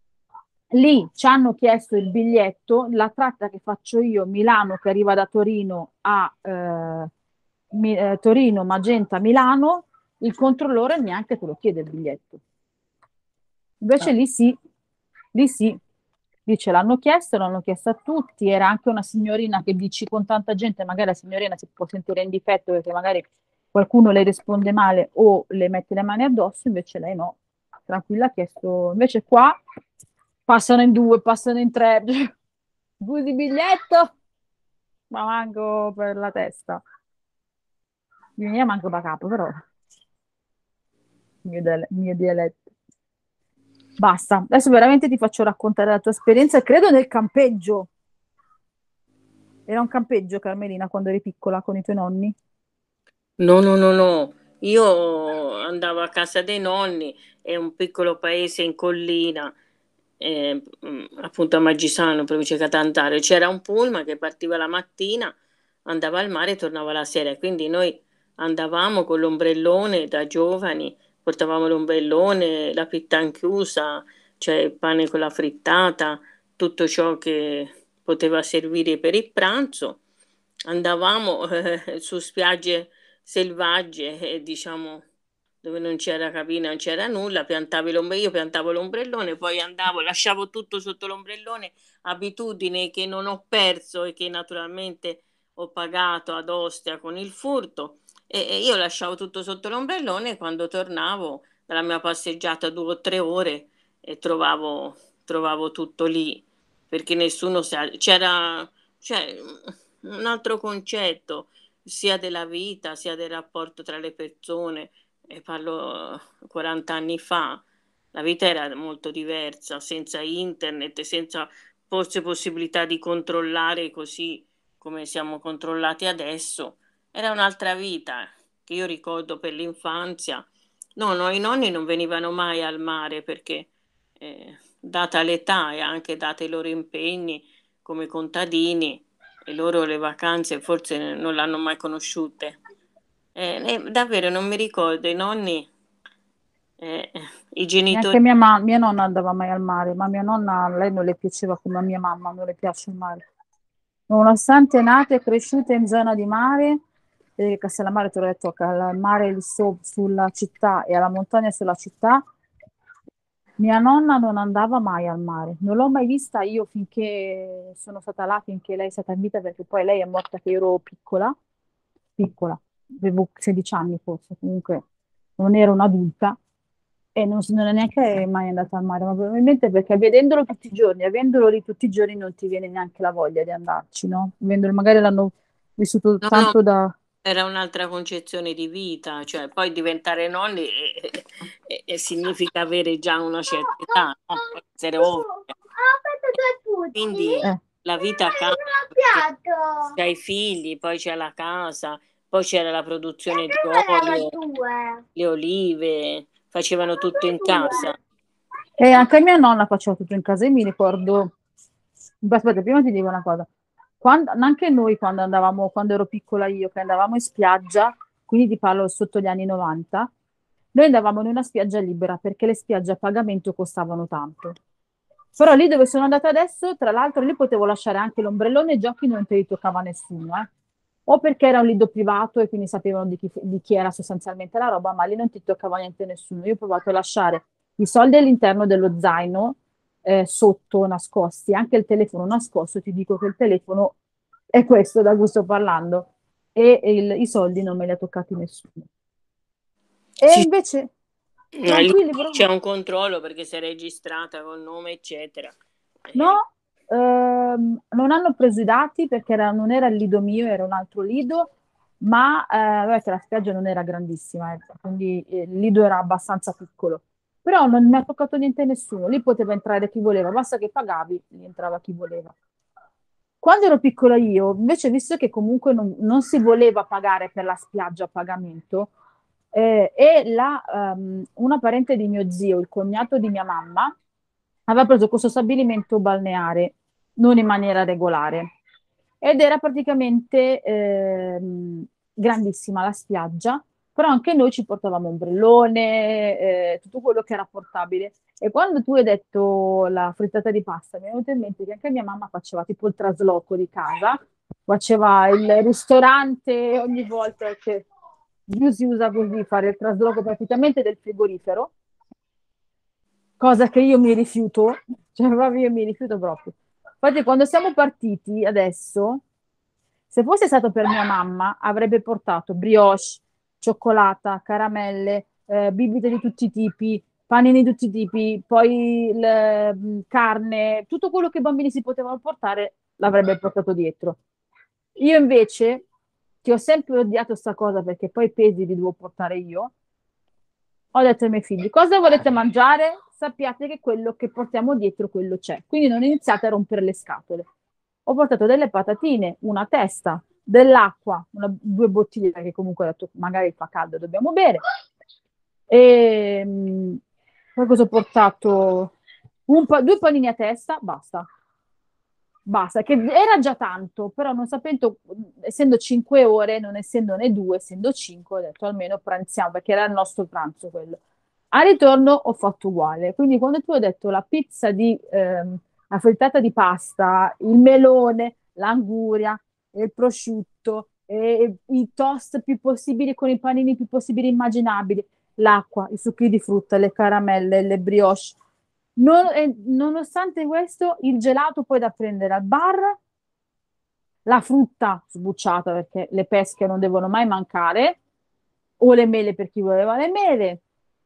Lì ci hanno chiesto il biglietto, la tratta che faccio io, Milano, che arriva da Torino a eh, Mi- eh, Torino, Magenta, Milano, il controllore neanche te lo chiede il biglietto. Invece lì sì, lì sì. Lì ce l'hanno chiesto, l'hanno chiesto a tutti, era anche una signorina che dici con tanta gente, magari la signorina si può sentire in difetto perché magari qualcuno le risponde male o le mette le mani addosso, invece lei no, tranquilla ha chiesto, invece qua passano in due, passano in tre, scusi biglietto, ma manco per la testa. Io manco da capo, però mio, dia- mio dialetto. Basta, adesso veramente ti faccio raccontare la tua esperienza, credo nel campeggio. Era un campeggio, Carmelina, quando eri piccola con i tuoi nonni? No, no, no, no. Io andavo a casa dei nonni, è un piccolo paese in collina, eh, mm, appunto a Maggisano, provincia di Catanzaro. C'era un pullman che partiva la mattina, andava al mare e tornava la sera. Quindi noi andavamo con l'ombrellone da giovani, portavamo l'ombrellone, la pittan chiusa, cioè il pane con la frittata, tutto ciò che poteva servire per il pranzo. Andavamo eh, su spiagge selvagge, eh, diciamo, dove non c'era cabina, non c'era nulla, piantavi l'ombre, io piantavo l'ombrellone, poi andavo, lasciavo tutto sotto l'ombrellone, abitudine che non ho perso e che naturalmente ho pagato ad Ostia con il furto, e, e io lasciavo tutto sotto l'ombrellone e quando tornavo dalla mia passeggiata due o tre ore e trovavo, trovavo tutto lì, perché nessuno sa, c'era, cioè, un altro concetto sia della vita, sia del rapporto tra le persone, e parlo quaranta anni fa, la vita era molto diversa, senza internet, senza forse possibilità di controllare così come siamo controllati adesso. Era un'altra vita che io ricordo per l'infanzia. No, no, i nonni non venivano mai al mare perché, eh, data l'età e anche date i loro impegni come contadini, e loro le vacanze forse non l'hanno mai conosciute. Eh, eh, davvero non mi ricordo, i nonni, eh, i Neanche genitori. mia, ma- mia nonna andava mai al mare, ma mia nonna, a lei non le piaceva come a mia mamma, non le piace il mare. Nonostante nata e cresciuta in zona di mare, eh, Castellammare, te l'ho detto, che al mare lì so- sulla città e alla montagna sulla città, mia nonna non andava mai al mare, non l'ho mai vista io finché sono stata là, finché lei è stata in vita, perché poi lei è morta che ero piccola, piccola, avevo sedici anni forse, comunque non ero un'adulta e non, non è neanche mai andata al mare, ma probabilmente perché vedendolo tutti i giorni, avendolo lì tutti i giorni non ti viene neanche la voglia di andarci, no? Vedendolo, magari l'hanno vissuto No, no, tanto da... era un'altra concezione di vita, cioè poi diventare nonni eh, eh, eh, significa avere già una certa età, no? Può essere ovvio. Quindi Eh. la vita cambia, perché c'hai i figli, poi c'è la casa, poi c'era la produzione di olio, le olive, facevano tutto in casa. E anche mia nonna faceva tutto in casa e mi ricordo... Beh, aspetta, prima ti dico una cosa. Quando, anche noi quando andavamo, quando ero piccola io, che andavamo in spiaggia, quindi ti parlo sotto gli anni novanta, noi andavamo in una spiaggia libera perché le spiagge a pagamento costavano tanto. Però lì dove sono andata adesso, tra l'altro, lì potevo lasciare anche l'ombrellone e i giochi non te li toccava nessuno, eh. O perché era un lido privato e quindi sapevano di chi, di chi era sostanzialmente la roba, ma lì non ti toccava niente nessuno. Io ho provato a lasciare i soldi all'interno dello zaino, eh, sotto nascosti, anche il telefono nascosto, ti dico che il telefono è questo da cui sto parlando, e il- i soldi non me li ha toccati nessuno. E Sì, invece, ma lì tranquilli, però- c'è un controllo perché sei registrata col nome, eccetera. no, ehm, non hanno preso i dati perché era- non era il lido mio, era un altro lido, ma eh, vabbè, che la spiaggia non era grandissima, ecco, quindi eh, il lido era abbastanza piccolo. Però non mi ha toccato niente a nessuno, lì poteva entrare chi voleva, basta che pagavi, lì entrava chi voleva. Quando ero piccola io, invece, visto che comunque non, non si voleva pagare per la spiaggia a pagamento, eh, e la, ehm, una parente di mio zio, il cognato di mia mamma, aveva preso questo stabilimento balneare, non in maniera regolare, ed era praticamente ehm, grandissima la spiaggia, però anche noi ci portavamo ombrellone, eh, tutto quello che era portabile. E quando tu hai detto la frittata di pasta, mi è venuto in mente che anche mia mamma faceva tipo il trasloco di casa, faceva il ristorante ogni volta che più si usa così, fare il trasloco praticamente del frigorifero. cosa che io mi rifiuto, cioè proprio io mi rifiuto proprio. Infatti quando siamo partiti adesso, se fosse stato per mia mamma, avrebbe portato brioche, cioccolata, caramelle, eh, bibite di tutti i tipi, panini di tutti i tipi, poi le- mh, carne, tutto quello che i bambini si potevano portare l'avrebbe portato dietro. Io invece, che ho sempre odiato sta cosa perché poi i pesi li devo portare io, ho detto ai miei figli, cosa volete mangiare? Sappiate che quello che portiamo dietro, quello c'è. Quindi non iniziate a rompere le scatole. Ho portato delle patatine, una testa, dell'acqua, una- due bottiglie, perché comunque ho detto, magari fa caldo, dobbiamo bere. E mh, poi cosa ho portato? Un pa- due panini a testa, basta. Basta, che era già tanto, però non sapendo, essendo cinque ore, non essendo né due, essendo cinque, ho detto almeno pranziamo, perché era il nostro pranzo quello. Al ritorno ho fatto uguale, quindi quando tu hai detto la pizza di, ehm, la frittata di pasta, il melone, l'anguria, il prosciutto, e i toast più possibili con i panini più possibili immaginabili, l'acqua, i succhi di frutta, le caramelle, le brioche. Non- e nonostante questo, il gelato poi da prendere al bar, la frutta sbucciata perché le pesche non devono mai mancare, o le mele per chi voleva le mele.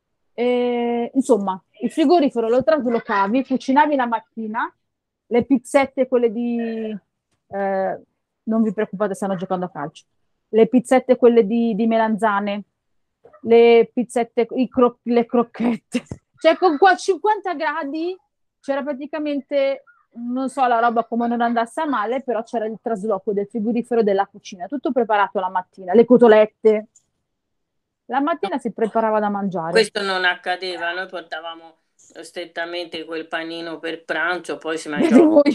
E, insomma, il frigorifero lo traslocavi, cucinavi la mattina, le pizzette, quelle di... eh, non vi preoccupate, stanno giocando a calcio. Le pizzette, quelle di, di melanzane, le pizzette, i cro- le crocchette. Cioè, con qua cinquanta gradi c'era praticamente, non so la roba come non andasse a male, però c'era il trasloco del frigorifero e della cucina, tutto preparato la mattina, le cotolette. La mattina si preparava da mangiare. Questo non accadeva, noi portavamo strettamente quel panino per pranzo, poi si mangiava. Voi.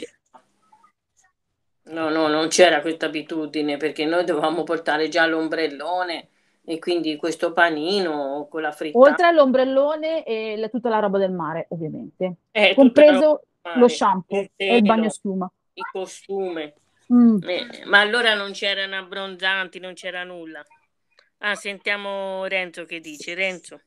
No, no, non c'era questa abitudine perché noi dovevamo portare già l'ombrellone e quindi questo panino con la frittata. Oltre all'ombrellone e la- tutta la roba del mare, ovviamente. Eh, tutta la Compreso roba lo del shampoo mare, e il il bagno telo, schiuma. il costume. Mm. Eh, ma allora non c'erano abbronzanti, non c'era nulla. Ah, sentiamo Renzo che dice. Renzo.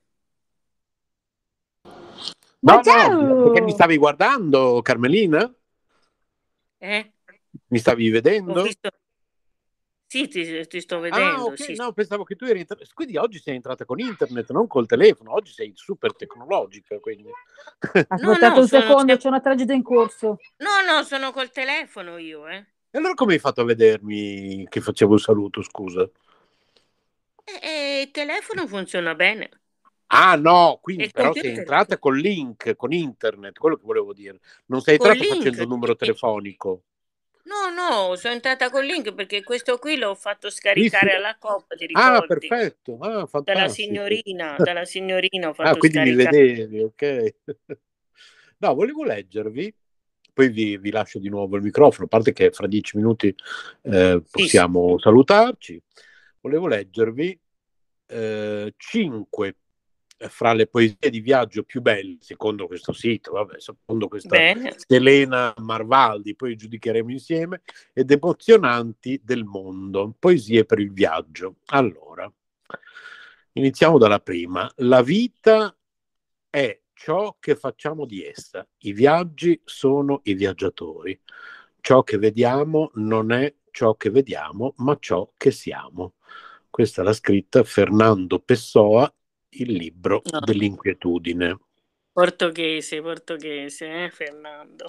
No, Ma no, perché mi ciao! stavi guardando, Carmelina? Eh? Mi stavi Ho vedendo? visto. Sì, ti, ti sto Ah, vedendo, ok, sì. no, pensavo che tu eri entrata. Quindi oggi sei entrata con internet, non col telefono. Oggi sei super tecnologica, quindi. No, Aspettate no, un sono secondo, sempre... c'è una tragedia in corso. No, no, sono col telefono io, eh. E allora come hai fatto a vedermi che facevo il saluto, scusa? E, e il telefono funziona bene. Ah, no, quindi Il però sei computer entrata col link, con internet, quello che volevo dire. Non sei col entrata facendo link. il numero telefonico. No, no, sono entrata col link perché questo qui l'ho fatto Sì, sì. scaricare alla Coppa, ti Ah, ricordi? perfetto, ah, Dalla fantastico. signorina, dalla signorina ho Ah, fatto quindi mi scaricare. vedevi, ok. No, volevo leggervi, poi vi, vi lascio di nuovo il microfono, a parte che fra dieci minuti eh, Sì, sì. possiamo salutarci. Volevo leggervi eh, cinque fra le poesie di viaggio più belle, secondo questo sito, vabbè, secondo questa Bene. Selena Marvaldi, poi giudicheremo insieme, ed emozionanti del mondo, poesie per il viaggio. Allora, iniziamo dalla prima. La vita è ciò che facciamo di essa, i viaggi sono i viaggiatori. Ciò che vediamo non è ciò che vediamo, ma ciò che siamo. Questa l'ha scritta Fernando Pessoa, il libro No. dell'inquietudine. Portoghese, portoghese, eh, Fernando.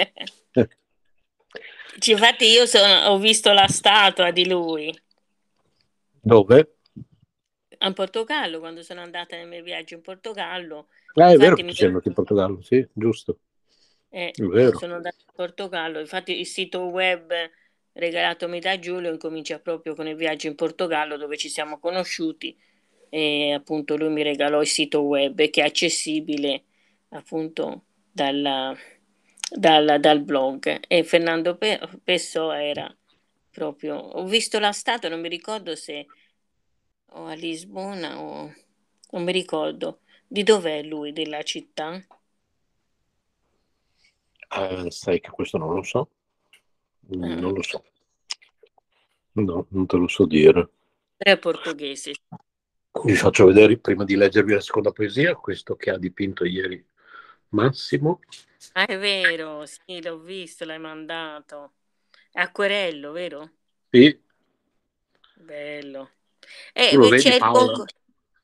Infatti io sono, ho visto la statua di lui Dove? a Portogallo, quando sono andata nel mio viaggio in Portogallo. Ah, è vero Infatti che mi tu sei andato in Portogallo, sì, giusto. Eh, È vero. sono andata a Portogallo, infatti il sito web regalatomi da Giulio incomincia proprio con il viaggio in Portogallo dove ci siamo conosciuti e appunto lui mi regalò il sito web che è accessibile appunto dalla, dal, dal blog e Fernando Pe- Pessoa era proprio, ho visto la statua, non mi ricordo se o a Lisbona o non mi ricordo di dov'è lui, della città. Eh, sai che questo non lo so. Ah. Non lo so. No, non te lo so dire. È portoghese. Vi faccio vedere, prima di leggervi la seconda poesia, questo che ha dipinto ieri Massimo? Ah, è vero, sì, l'ho visto, l'hai mandato. È acquerello, vero? Sì. Bello. Tu lo E vedi, c'è il Paola? concor-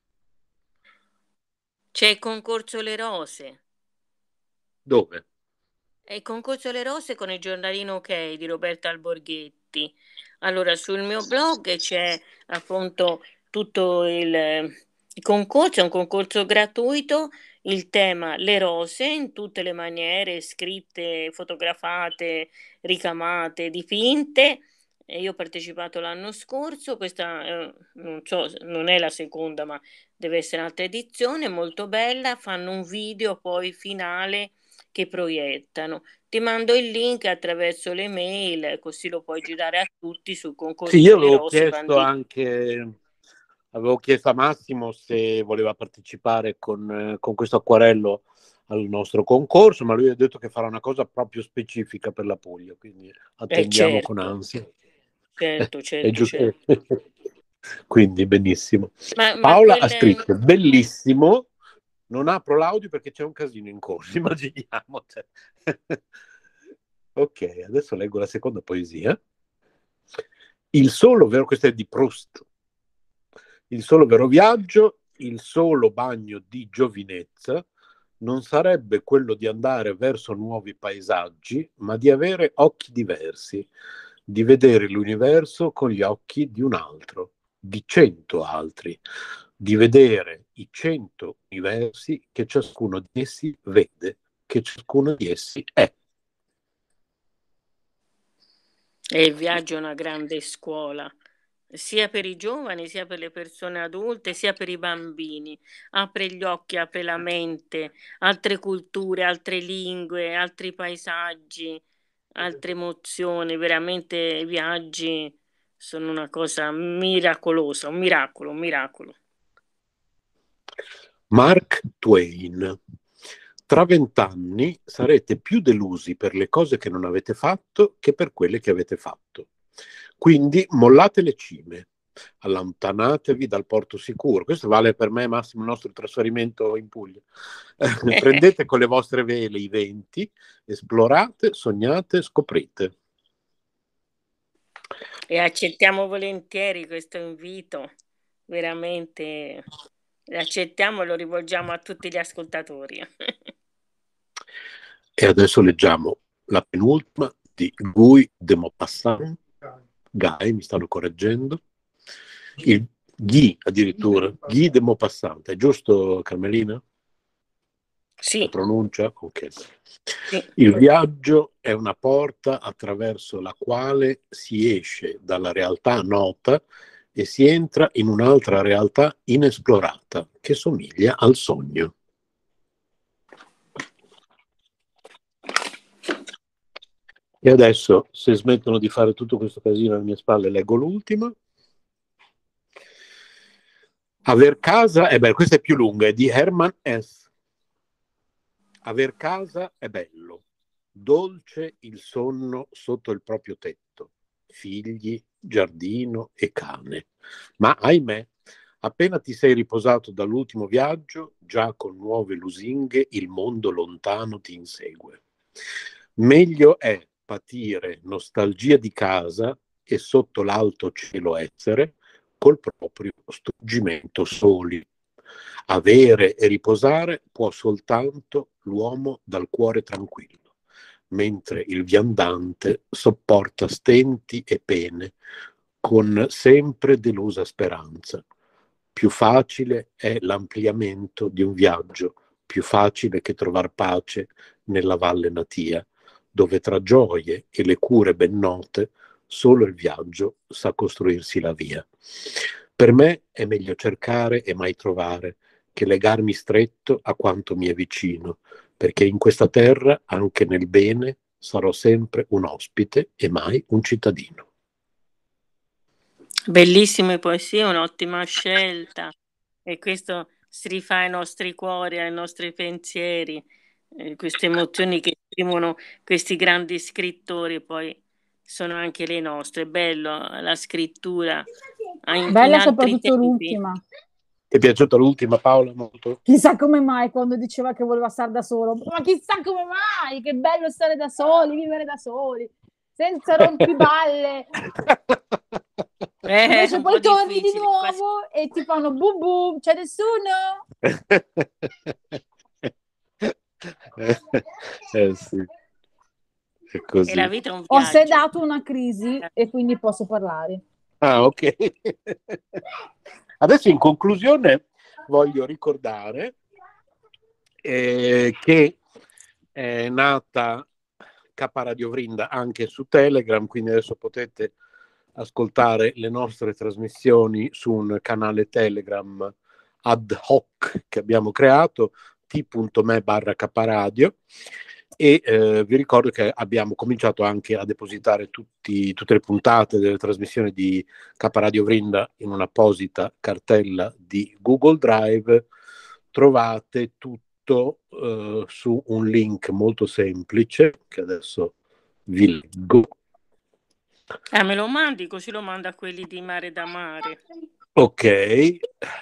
c'è il concorso Le Rose. Dove? È il concorso Le Rose con il giornalino OK di Roberta Alborghetti. Allora, sul mio blog c'è appunto tutto il, il concorso, è un concorso gratuito, il tema Le Rose in tutte le maniere, scritte, fotografate, ricamate, dipinte. E io ho partecipato l'anno scorso, questa eh, non so, non è la seconda, ma deve essere un'altra edizione, molto bella, fanno un video poi finale che proiettano. Ti mando il link attraverso le mail, così lo puoi girare a tutti sul Sì, io concorso Le avevo Rose chiesto bandito. anche, avevo chiesto a Massimo se voleva partecipare con, eh, con questo acquarello al nostro concorso, ma lui ha detto che farà una cosa proprio specifica per la Puglia, quindi Eh attendiamo con certo, ansia. certo, È certo, giusto. certo. Quindi benissimo. Ma, ma Paola ha quel... scritto bellissimo, non apro l'audio perché c'è un casino in corso, immaginiamo. Cioè. Ok, adesso leggo la seconda poesia. Il solo vero, questo è di Proust. Il solo vero viaggio, il solo bagno di giovinezza non sarebbe quello di andare verso nuovi paesaggi, ma di avere occhi diversi, di vedere l'universo con gli occhi di un altro, di cento altri, di vedere i cento universi che ciascuno di essi vede, che ciascuno di essi è. E il viaggio è una grande scuola, sia per i giovani, sia per le persone adulte, sia per i bambini. Apre gli occhi, apre la mente, altre culture, altre lingue, altri paesaggi, altre emozioni. Veramente i viaggi sono una cosa miracolosa, un miracolo, un miracolo. Mark Twain. Tra vent'anni sarete più delusi per le cose che non avete fatto che per quelle che avete fatto. Quindi mollate le cime, allontanatevi dal porto sicuro. Questo vale per me, Massimo, il nostro trasferimento in Puglia. Prendete con le vostre vele i venti, esplorate, sognate, scoprite. E accettiamo volentieri questo invito, veramente accettiamo e lo rivolgiamo a tutti gli ascoltatori. E adesso leggiamo la penultima di Guy de Maupassant. Guy, mi stanno correggendo. Il Guy, addirittura. Guy de Maupassant. È giusto, Carmelina? Sì. La pronuncia? Ok. Sì. Il viaggio è una porta attraverso la quale si esce dalla realtà nota e si entra in un'altra realtà inesplorata che somiglia al sogno. E adesso, se smettono di fare tutto questo casino alle mie spalle, leggo l'ultima. Aver casa, eh beh, questa è più lunga, è di Herman S. Aver casa è bello, dolce il sonno sotto il proprio tetto, figli, giardino e cane. Ma ahimè, appena ti sei riposato dall'ultimo viaggio, già con nuove lusinghe il mondo lontano ti insegue. Meglio è patire nostalgia di casa e sotto l'alto cielo essere col proprio struggimento soli. Avere e riposare può soltanto l'uomo dal cuore tranquillo, mentre il viandante sopporta stenti e pene con sempre delusa speranza. Più facile è l'ampliamento di un viaggio, più facile che trovar pace nella valle natia, dove tra gioie e le cure ben note solo il viaggio sa costruirsi la via. Per me è meglio cercare e mai trovare che legarmi stretto a quanto mi è vicino, perché in questa terra, anche nel bene, sarò sempre un ospite e mai un cittadino. Bellissime poesie, un'ottima scelta, e questo si rifà ai nostri cuori, ai nostri pensieri, eh, queste emozioni che esprimono questi grandi scrittori poi sono anche le nostre. Bello la scrittura in, in Bella altri soprattutto tempi. l'ultima. Ti è piaciuta l'ultima, Paola? Molto? Chissà come mai quando diceva che voleva stare da solo, ma chissà come mai, che bello stare da soli, vivere da soli, senza rompiballe. Eh, Invece un poi po' torni di difficile, quasi. nuovo e ti fanno boom boom, c'è nessuno? Eh sì, è E così. la vita è un Ho viaggio. sedato una crisi e quindi posso parlare. Ah, ok. Adesso in conclusione voglio ricordare eh, che è nata K Radio Vrinda anche su Telegram, quindi adesso potete ascoltare le nostre trasmissioni su un canale Telegram ad hoc che abbiamo creato, t.me barra kparadio, e eh, vi ricordo che abbiamo cominciato anche a depositare tutti, tutte le puntate delle trasmissioni di K Radio Vrinda in un'apposita cartella di Google Drive. Trovate tutto eh, su un link molto semplice che adesso vi leggo. Eh, me lo mandi, così lo mando a quelli di Mare da Mare. Ok,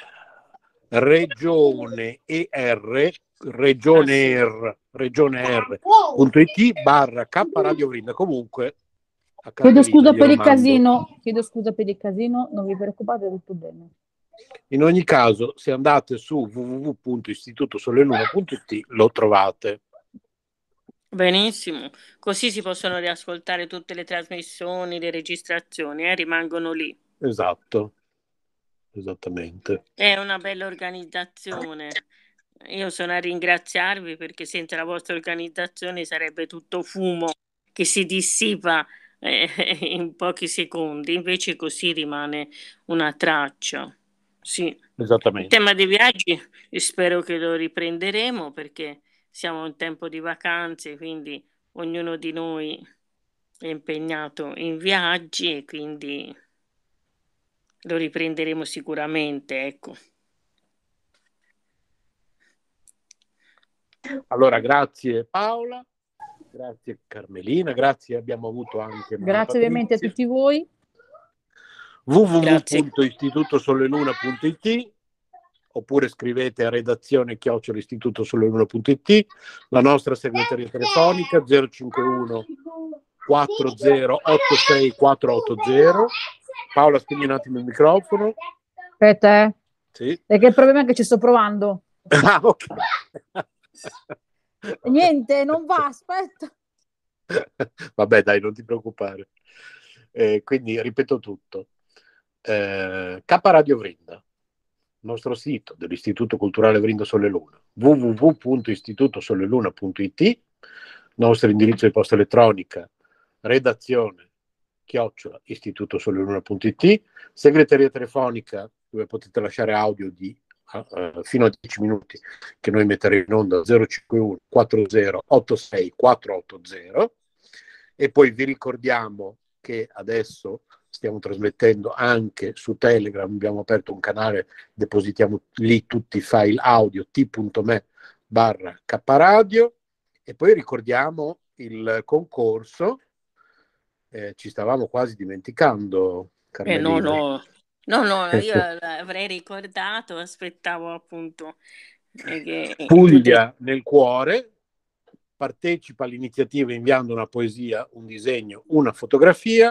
regione er regione er regione er.it barra K Radio Vrinda. Comunque a Chiedo Carmelina scusa per glielo il mando. casino, chiedo scusa per il casino, non vi preoccupate, è tutto bene. In ogni caso, se andate su w w w punto istituto sole luna punto i t lo trovate. Benissimo, così si possono riascoltare tutte le trasmissioni, le registrazioni, eh, rimangono lì. Esatto, esattamente. È una bella organizzazione. Io sono a ringraziarvi perché senza la vostra organizzazione sarebbe tutto fumo che si dissipa eh, in pochi secondi, invece così rimane una traccia. Sì. Il Esattamente. tema dei viaggi spero che lo riprenderemo perché siamo in tempo di vacanze, quindi ognuno di noi è impegnato in viaggi e quindi lo riprenderemo sicuramente, ecco. Allora, grazie Paola, grazie Carmelina, grazie, abbiamo avuto anche Maria Grazie ovviamente a Patrizia. tutti voi. w w w punto istituto sole luna punto i t oppure scrivete a redazione chiocciola istituto sole luna punto i t, la nostra segreteria telefonica zero cinquantuno quattro zero otto sei quattro otto zero. Paola, spegni un attimo il microfono. Aspetta, eh. Sì. Perché il problema è che ci sto provando. Ah, ok. Niente, non va, aspetta. Vabbè, dai, non ti preoccupare. Eh, quindi ripeto tutto. Eh, K Radio Vrinda, nostro sito dell'Istituto Culturale Vrinda Sole Luna, w w w punto istituto sole luna punto i t, nostro indirizzo di posta elettronica, redazione chiocciola istituto sole luna punto i t, segreteria telefonica dove potete lasciare audio di uh, fino a dieci minuti che noi metteremo in onda zero cinquantuno quattro zero otto sei quattro otto zero. E poi vi ricordiamo che adesso stiamo trasmettendo anche su Telegram, abbiamo aperto un canale, depositiamo lì tutti i file audio, t.me barra kparadio, e poi ricordiamo il concorso, eh, ci stavamo quasi dimenticando, Eh, no, Carmelina. no, no, no, io avrei ricordato, aspettavo appunto eh, che Puglia nel cuore, partecipa all'iniziativa inviando una poesia, un disegno, una fotografia.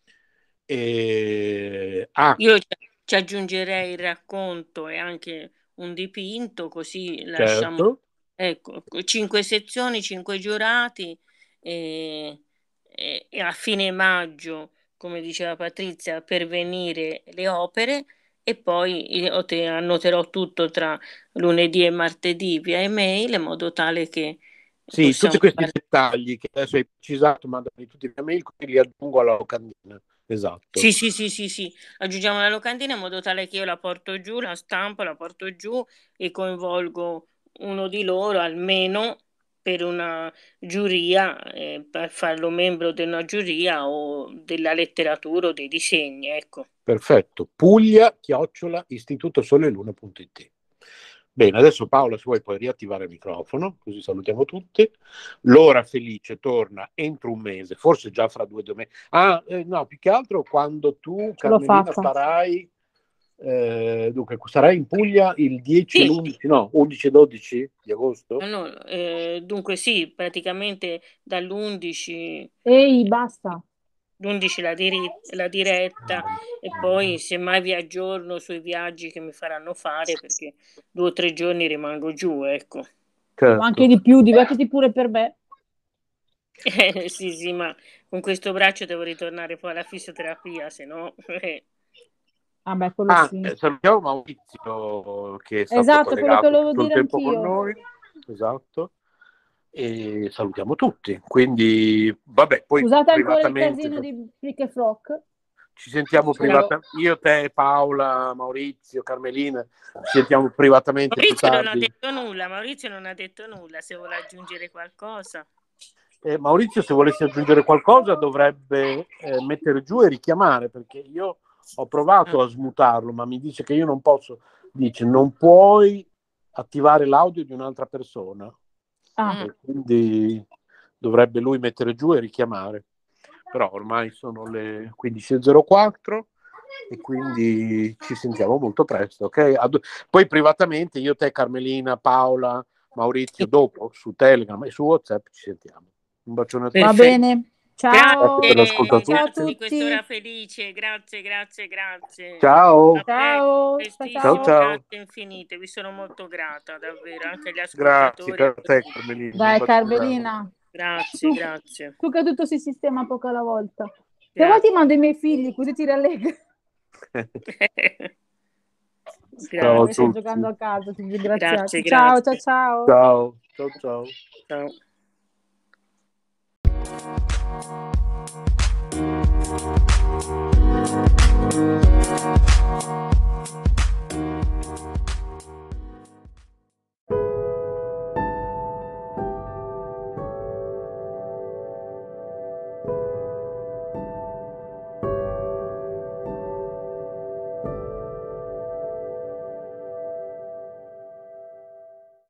E... Ah. Io ci aggiungerei il racconto e anche un dipinto, così lasciamo Certo. ecco, cinque sezioni, cinque giurati e, e, e a fine maggio, come diceva Patrizia, per venire le opere e poi io te annoterò tutto tra lunedì e martedì via email in modo tale che sì, possiamo tutti questi fare... dettagli che adesso hai precisato, mandami tutti via mail, quindi li aggiungo alla locandina. Esatto. Sì, sì, sì, sì, sì. Aggiungiamo la locandina in modo tale che io la porto giù, la stampo, la porto giù e coinvolgo uno di loro almeno per una giuria, eh, per farlo membro di una giuria o della letteratura o dei disegni, ecco. Perfetto. Puglia, chiocciola, istituto sole luna punto i t. Bene, adesso Paola, se vuoi puoi riattivare il microfono, così salutiamo tutti. L'ora felice torna entro un mese, forse già fra due, due mesi. Ah, eh, no, più che altro quando tu, Carmelina, farai Eh, dunque, sarai in Puglia il dieci, Sì. l'undici, no, undici e dodici di agosto? Ah, no, eh, dunque sì, praticamente dall'undici Ehi, basta. l'undici la, diri- la diretta e poi semmai vi aggiorno sui viaggi che mi faranno fare perché due o tre giorni rimango giù, ecco. Ma anche di più, divertiti pure per me. Eh, sì, sì, ma con questo braccio devo ritornare poi alla fisioterapia, se no... eh. Vabbè, quello Ah, sì. eh, salutiamo Maurizio che è stato Esatto, quello che collegato volevo tutto il dire tempo con anch'io. noi. Esatto. E salutiamo tutti. Quindi, vabbè, poi Scusate ancora il privatamente casino di Flick e Flock. ci sentiamo privatamente. Io, te, Paola, Maurizio, Carmelina, ci sentiamo privatamente più Maurizio non ha tardi. detto nulla, Maurizio non ha detto nulla, se vuole aggiungere qualcosa. Eh, Maurizio, se volessi aggiungere qualcosa, dovrebbe eh, mettere giù e richiamare, perché io ho provato a smutarlo, ma mi dice che io non posso. Dice, non puoi attivare l'audio di un'altra persona. Ah. E quindi dovrebbe lui mettere giù e richiamare. Però ormai sono le quindici e zero quattro e quindi ci sentiamo molto presto, ok? Ad- Poi privatamente io, te, Carmelina, Paola, Maurizio, dopo su Telegram e su WhatsApp ci sentiamo. Un bacione a tutti. Va bene. Ciao. Grazie per l'ascolto a Ciao a tutti. Di quest'ora tutti. felice, grazie, grazie, grazie. Ciao. A Ciao. te, Ciao, prestissimo, Ciao, ciao. grazie infinite, vi sono molto grata, davvero, anche agli Grazie ascoltatori. a te, Carmelina. Un Dai, bacione. Carmelina. Grazie, Tu, grazie. tu che tutto si sistema poco alla volta. Se Grazie. vuoi ti mando i miei figli, così ti rallegri. Ciao a Stai tutti. giocando a casa, ti Grazie, ringraziati. Ciao, grazie. ciao, ciao. Ciao, ciao, ciao. Ciao.